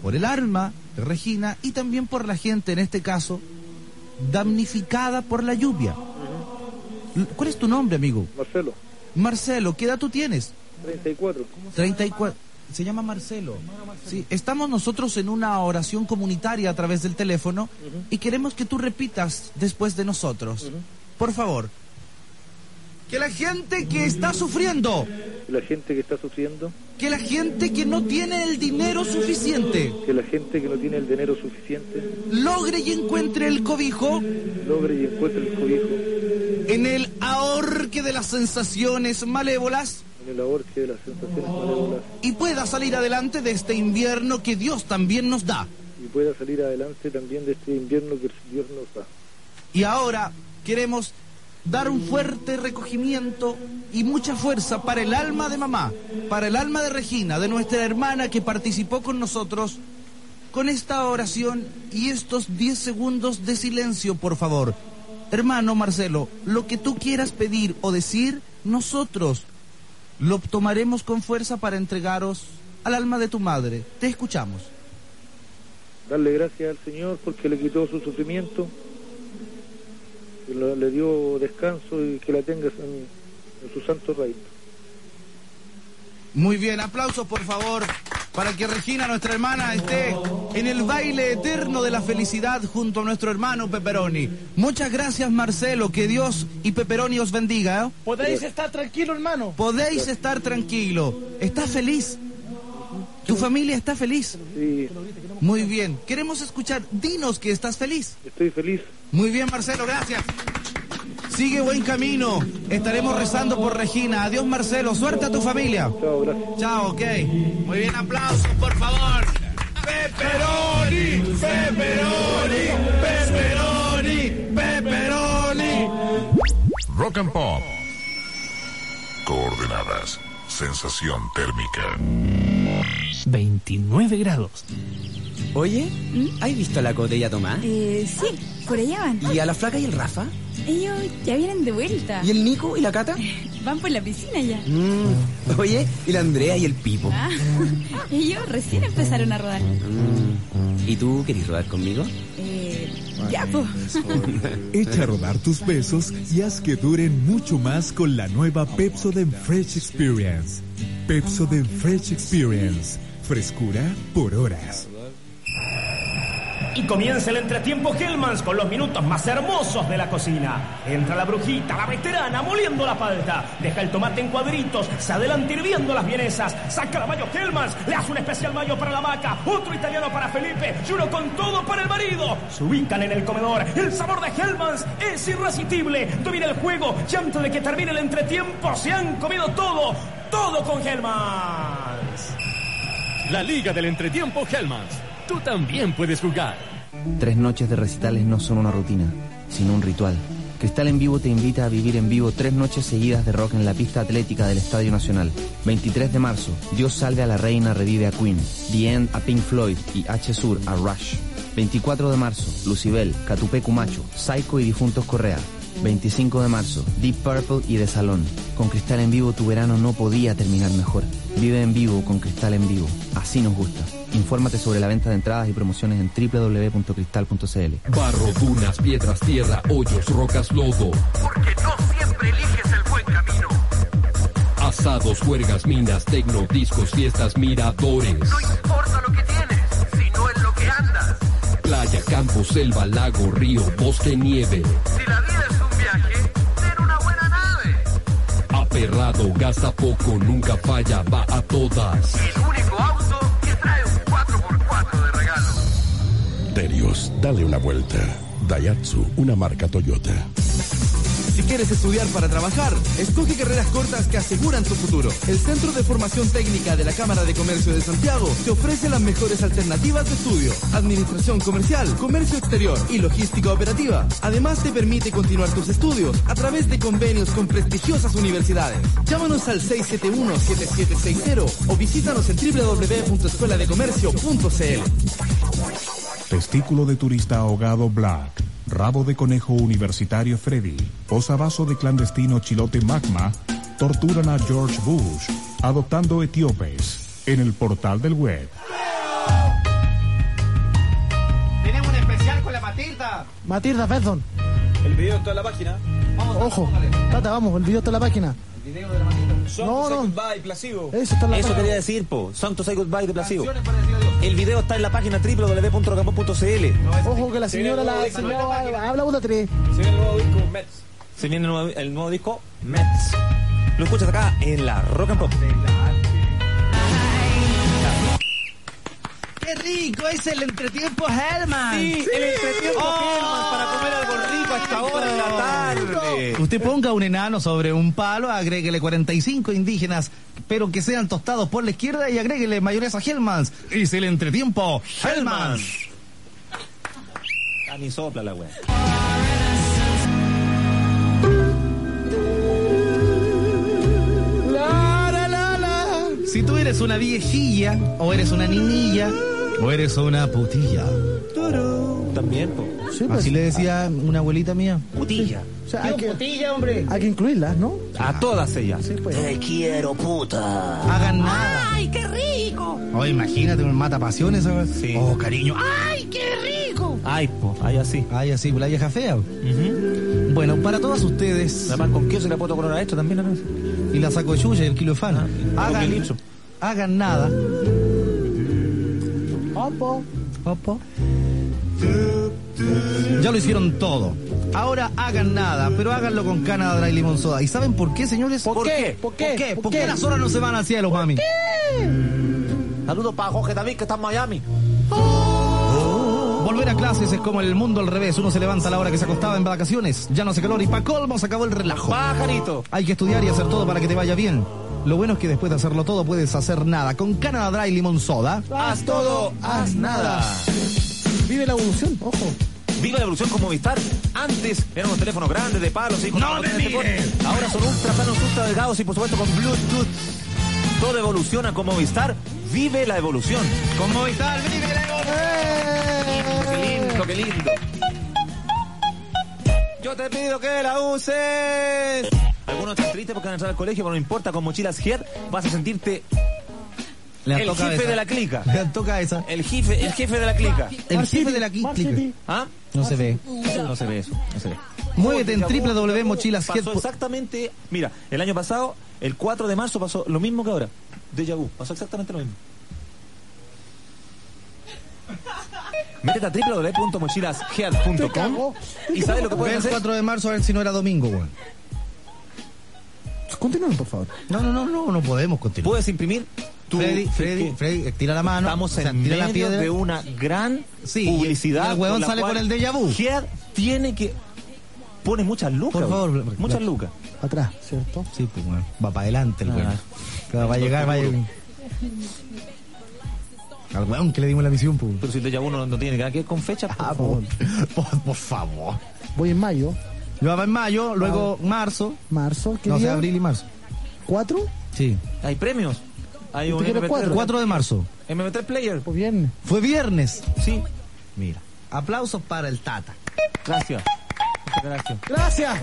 por el alma de Regina y también por la gente, en este caso, damnificada por la lluvia. ¿Cuál es tu nombre, amigo? Marcelo. Marcelo, ¿qué edad tú tienes? treinta y cuatro. treinta y cuatro. Se llama Marcelo. Sí, estamos nosotros en una oración comunitaria a través del teléfono uh-huh. y queremos que tú repitas después de nosotros. Uh-huh. Por favor. Que la gente que está sufriendo. Que la gente que está sufriendo. Que la gente que no tiene el dinero suficiente. Que la gente que no tiene el dinero suficiente. Logre y encuentre el cobijo. Logre y encuentre el cobijo. En el ahorque de las sensaciones malévolas. En el ahorque de las sensaciones malévolas. Y pueda salir adelante de este invierno que Dios también nos da. Y pueda salir adelante también de este invierno que Dios nos da. Y ahora queremos dar un fuerte recogimiento y mucha fuerza para el alma de mamá, para el alma de Regina, de nuestra hermana que participó con nosotros, con esta oración y estos diez segundos de silencio, por favor. Hermano Marcelo, lo que tú quieras pedir o decir, nosotros lo tomaremos con fuerza para entregaros al alma de tu madre. Te escuchamos. Darle gracias al Señor porque le quitó su sufrimiento, que le dio descanso y que la tengas en, en su santo reino. Muy bien, aplausos por favor para que Regina, nuestra hermana, esté en el baile eterno de la felicidad junto a nuestro hermano Pepperoni. Muchas gracias, Marcelo, que Dios y Pepperoni os bendiga, ¿eh? Podéis estar tranquilo, hermano. Podéis estar tranquilo. ¿Estás feliz? ¿Tu familia está feliz? Sí. Muy bien. Queremos escuchar. Dinos que estás feliz. Estoy feliz. Muy bien, Marcelo, gracias. Sigue buen camino. Estaremos rezando por Regina. Adiós, Marcelo. Suerte a tu familia. Chao, gracias. Chao, ok. Muy bien, aplausos, por favor. Pepperoni, Pepperoni, Pepperoni, Pepperoni. Rock and Pop. Coordenadas. Sensación térmica. veintinueve grados. Oye, ¿has visto a la Cote y a Tomás? Eh, sí, por allá van. ¿Y a la Flaca y el Rafa? Ellos ya vienen de vuelta. ¿Y el Nico y la Cata? Van por la piscina ya. Mm. Oye, ¿y la Andrea y el Pipo? Ah, ellos recién empezaron a rodar. Mm. ¿Y tú querés rodar conmigo? Eh, ya, po. Echa a rodar tus besos y haz que duren mucho más con la nueva Pepsodent Fresh Experience. Pepsodent Fresh Experience. Frescura por horas. Y comienza el entretiempo Hellmann's con los minutos más hermosos de la cocina. Entra la brujita, la veterana, moliendo la palta. Deja el tomate en cuadritos, se adelanta hirviendo las vienesas. Saca la mayo Hellmann's, le hace un especial mayo para la vaca, otro italiano para Felipe y uno con todo para el marido. Se ubican en el comedor. El sabor de Hellmann's es irresistible. Domina el juego y antes de que termine el entretiempo se han comido todo. Todo con Hellmann's. La Liga del Entretiempo Hellmann's. Tú también puedes jugar. Tres noches de recitales no son una rutina, sino un ritual. Cristal en Vivo te invita a vivir en vivo tres noches seguidas de rock en la pista atlética del Estadio Nacional. veintitrés de marzo, Dios salve a la reina, revive a Queen. The End a Pink Floyd y H. Sur a Rush. veinticuatro de marzo, Lucibel, Catupecu Macho, Psycho y Difuntos Correa. veinticinco de marzo, Deep Purple y The Salón. Con Cristal en Vivo tu verano no podía terminar mejor. Vive en vivo con Cristal en Vivo. Así nos gusta. Infórmate sobre la venta de entradas y promociones en doble u doble u doble u punto cristal punto c l. Barro, dunas, piedras, tierra, hoyos, rocas, lodo. Porque no siempre eliges el buen camino. Asados, juergas, minas, tecno, discos, fiestas, miradores. No importa lo que tienes, sino en lo que andas. Playa, campo, selva, lago, río, bosque, nieve. Si la vida es un viaje, ten una buena nave. Aperrado, gasta poco, nunca falla, va a todas. El único auto que trae un cuatro por cuatro de regalo. Terios, dale una vuelta. Daihatsu, una marca Toyota. Si quieres estudiar para trabajar, escoge carreras cortas que aseguran tu futuro. El Centro de Formación Técnica de la Cámara de Comercio de Santiago te ofrece las mejores alternativas de estudio. Administración comercial, comercio exterior y logística operativa. Además te permite continuar tus estudios a través de convenios con prestigiosas universidades. Llámanos al seis siete uno, siete siete seis cero o visítanos en doble u doble u doble u punto escuela de comercio punto c l. Testículo de turista ahogado Black. Rabo de conejo universitario Freddy, posavasos de clandestino chilote Magma, torturan a George Bush, adoptando etíopes, en el portal del web. Matilda, perdón. El video está en la página. Vamos, Ojo, Tata, vamos, el video está en la página. El video de la Matita. Song No, to say no. goodbye, Placebo. Eso está en la Eso página. quería decir, po. Song to say goodbye de Placebo. El video está en la página doble u doble u doble u punto rocamop punto c l. Ojo que la señora, la señora habla una tres. Se viene el nuevo disco, Mets. Se viene el nuevo, el nuevo disco, Mets. Lo escuchas acá en la Rock and Pop. ¡Qué rico! Es el entretiempo Hellman. Sí, el entretiempo Hellman para comer algo rico a esta hora de la tarde. Usted ponga un enano sobre un palo, agréguele cuarenta y cinco indígenas, pero que sean tostados por la izquierda, y agréguele mayonesa Hellmann's. Es el entretiempo Hellmann's. Ah, ni sopla la wea. La, la, la, la. Si tú eres una viejilla, o eres una niñilla, o eres una putilla. También, po. Sí, pues, Así le decía una abuelita mía. Putilla. O sea, hay que, putilla, hombre. hay que incluirlas, ¿no? A todas ellas. Sí, pues. Te quiero, puta. Hagan nada. ¡Ay, qué rico! Oh, imagínate un mata pasiones. ¿Sabes? Sí. Oh, cariño. ¡Ay, qué rico! Ay, po. Ay, así. Ay, así, la vieja fea. Uh-huh. Bueno, para todos ustedes. Además, ¿con qué se le puedo coronar esto también? ¿No? Y la saco de chucha y el kilo de fan. Ah, hagan, listo. hagan nada. Opo. Opo. Ya lo hicieron todo. Ahora hagan nada, pero háganlo con Canada Dry Limón Soda. ¿Y saben por qué, señores? ¿Por qué? ¿Por qué? ¿Por qué? ¿Por ¿Por qué? qué las horas no se van al cielo, mami? Saludos para Jorge David, que está en Miami. Volver a clases es como el mundo al revés. Uno se levanta a la hora que se acostaba en vacaciones. Ya no hace calor y pa' colmo se acabó el relajo. Pajarito. Hay que estudiar y hacer todo para que te vaya bien. Lo bueno es que después de hacerlo todo puedes hacer nada. Con Canada Dry Limón Soda. Haz todo, haz nada. Vive la evolución, ojo. Viva la evolución con Movistar. Antes eran unos teléfonos grandes de palos y con ¡No me mires! Ahora son ultra planos, ultra delgados y por supuesto con Bluetooth. Todo evoluciona con Movistar. Vive la evolución. Con Movistar, vive la evolución. Qué lindo, qué lindo. Yo te pido que la uses. Algunos están tristes porque van a entrar al colegio, pero no importa, con mochilas Head vas a sentirte Le el toca jefe esa. de la clica. Le toca esa. El jefe, el jefe de la clica. El jefe de la clica. ¿Ah? No se ve. No se ve eso, no se ve. Muévete en doble u doble u doble u punto mochilas head Pasó punto com. exactamente, mira, el año pasado, el cuatro de marzo pasó lo mismo que ahora. Déjà vu, pasó exactamente lo mismo. Métete a doble u doble u doble u punto mochilas head punto com y sabes lo que Ve puedes el hacer. cuatro de marzo a ver si no era domingo, weón. Continúen, por favor. No, no, no, no, no podemos continuar. Puedes imprimir tu Freddy, Freddy, ¿qué? Freddy, tira la mano. Estamos o sea, en tira la medio piedra. de una gran Sí, publicidad. y el huevón con la sale cual con el déjà vu. Head tiene que pone muchas lucas. Por favor, güey. muchas claro. lucas. Atrás, ¿cierto? Sí, pues, weón. Va para adelante el Ah. weón. Claro, va a llegar, va a llegar. Al weón que le dimos la misión, pues. Pero si el déjà vu no, no tiene nada que ver con fecha, por Ah, favor. por, por, por favor. Voy en mayo, Yo va en mayo, luego marzo. marzo. ¿Qué No sé, día? abril y marzo. ¿Cuatro? Sí. Hay premios. Hay un ¿Usted quiere M P tres, cuatro? cuatro de marzo. M P tres Player. Pues viernes. Fue viernes. Sí. Mira. Aplausos para el Tata. Gracias. Muchas gracias. Gracias.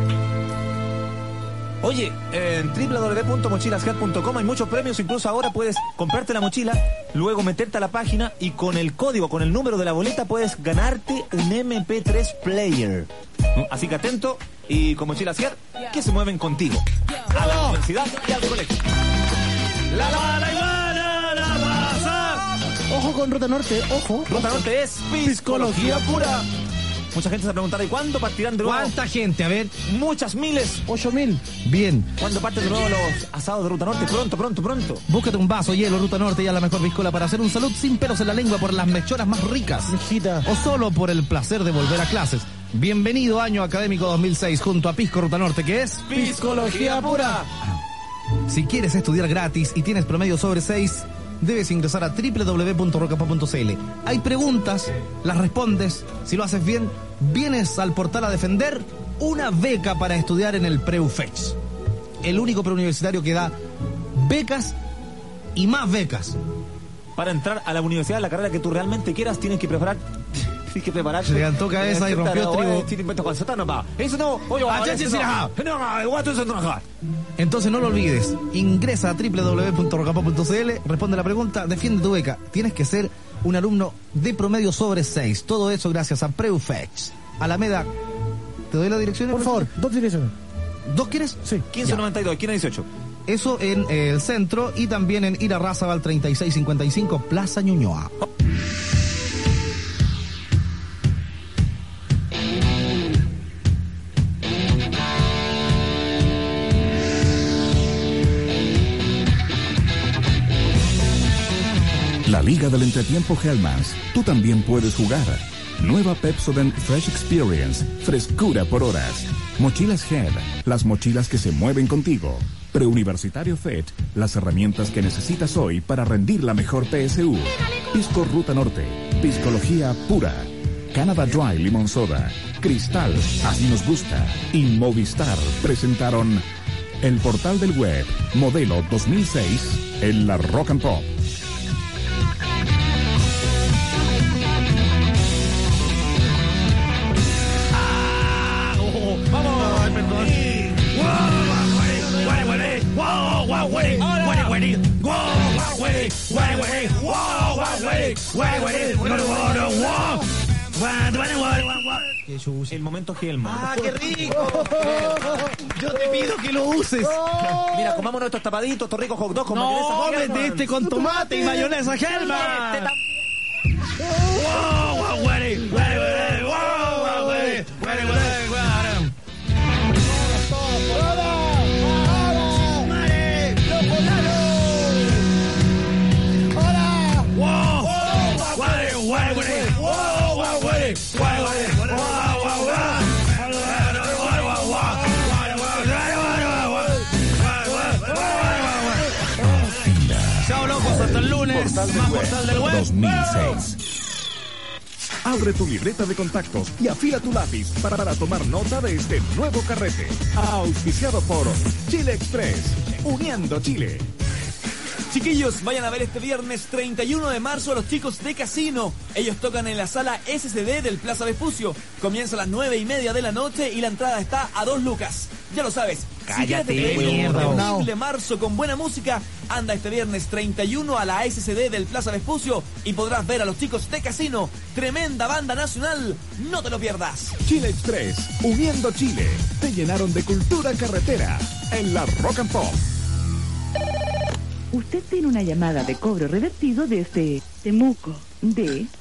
Oye, en doble u doble u doble u punto mochilas head punto com hay muchos premios, incluso ahora puedes comprarte la mochila, luego meterte a la página y con el código, con el número de la boleta puedes ganarte un M P tres player. Así que atento y con Mochilas Head, que se mueven contigo a la universidad y al colegio. La la iguana, la pasa. Ojo con Ruta Norte, ojo. Ruta Norte es psicología pura. Mucha gente se preguntará, ¿y cuándo partirán de nuevo? ¿Cuánta gente? A ver. Muchas miles. Ocho mil. Bien. ¿Cuándo parten de nuevo los asados de Ruta Norte? Pronto, pronto, pronto. Búscate un vaso, hielo, Ruta Norte y a la mejor piscola para hacer un salud sin pelos en la lengua por las mechoras más ricas. Mijita. O solo por el placer de volver a clases. Bienvenido año académico dos mil seis junto a Pisco Ruta Norte, que es Psicología pura. Si quieres estudiar gratis y tienes promedio sobre seis, debes ingresar a doble u doble u doble u punto rocapop punto c l. Hay preguntas, las respondes. Si lo haces bien, vienes al portal a defender una beca para estudiar en el Preufex. El único preuniversitario que da becas y más becas. Para entrar a la universidad, la carrera que tú realmente quieras, tienes que preparar. Tienes que prepararte. Se levantó cabeza y rompió trigo. Eso no. Oye, Ah, ya, ya, ya, ya. Entonces no lo olvides, ingresa a doble u doble u doble u punto rocapop punto c l, responde la pregunta, defiende tu beca. Tienes que ser un alumno de promedio sobre seis. Todo eso gracias a Preufex. Alameda. ¿Te doy la dirección? Por favor, dos direcciones. ¿Dos quieres? Sí. quince noventa y dos, esquina dieciocho. Eso en eh, el centro y también en Irarrázaval treinta y seis cincuenta y cinco, Plaza Ñuñoa. La Liga del Entretiempo Hellmans. Tú también puedes jugar. Nueva Pepsodent Fresh Experience. Frescura por horas. Mochilas Head. Las mochilas que se mueven contigo. Preuniversitario F E T. Las herramientas que necesitas hoy para rendir la mejor P S U. Pisco Ruta Norte. Piscología pura. Canada Dry Limón Soda. Cristal. Así nos gusta. Y Movistar presentaron el portal del web. Modelo dos mil seis. En la Rock and Pop. El momento Hellman. ¡Ah, qué rico! Yo te pido que lo uses. Mira, comámonos estos tapaditos, estos ricos hot dogs con no, mayonesa Hellman. ¡Cómete este con tomate y mayonesa Hellman! Wow, wow, güey, güey, güey, wow, güey, güey, güey, güey. Chao, locos, hasta el lunes. Más portal del web dos mil seis. Abre tu libreta de contactos y afila tu lápiz para, para tomar nota de este nuevo carrete. Auspiciado por Chile Express, uniendo Chile. Chiquillos, vayan a ver este viernes treinta y uno de marzo a los chicos de Casino. Ellos tocan en la sala S C D del Plaza Vespucio. Comienza a las nueve y media de la noche y la entrada está a dos lucas. Ya lo sabes. Cállate, si quieres tener mierda. un terrible marzo con buena música, anda este viernes treinta y uno a la S C D del Plaza Vespucio y podrás ver a los chicos de Casino. Tremenda banda nacional. No te lo pierdas. Chile Express, uniendo Chile. Te llenaron de cultura carretera en la Rock and Pop. Usted tiene una llamada de cobro revertido desde Temuco, de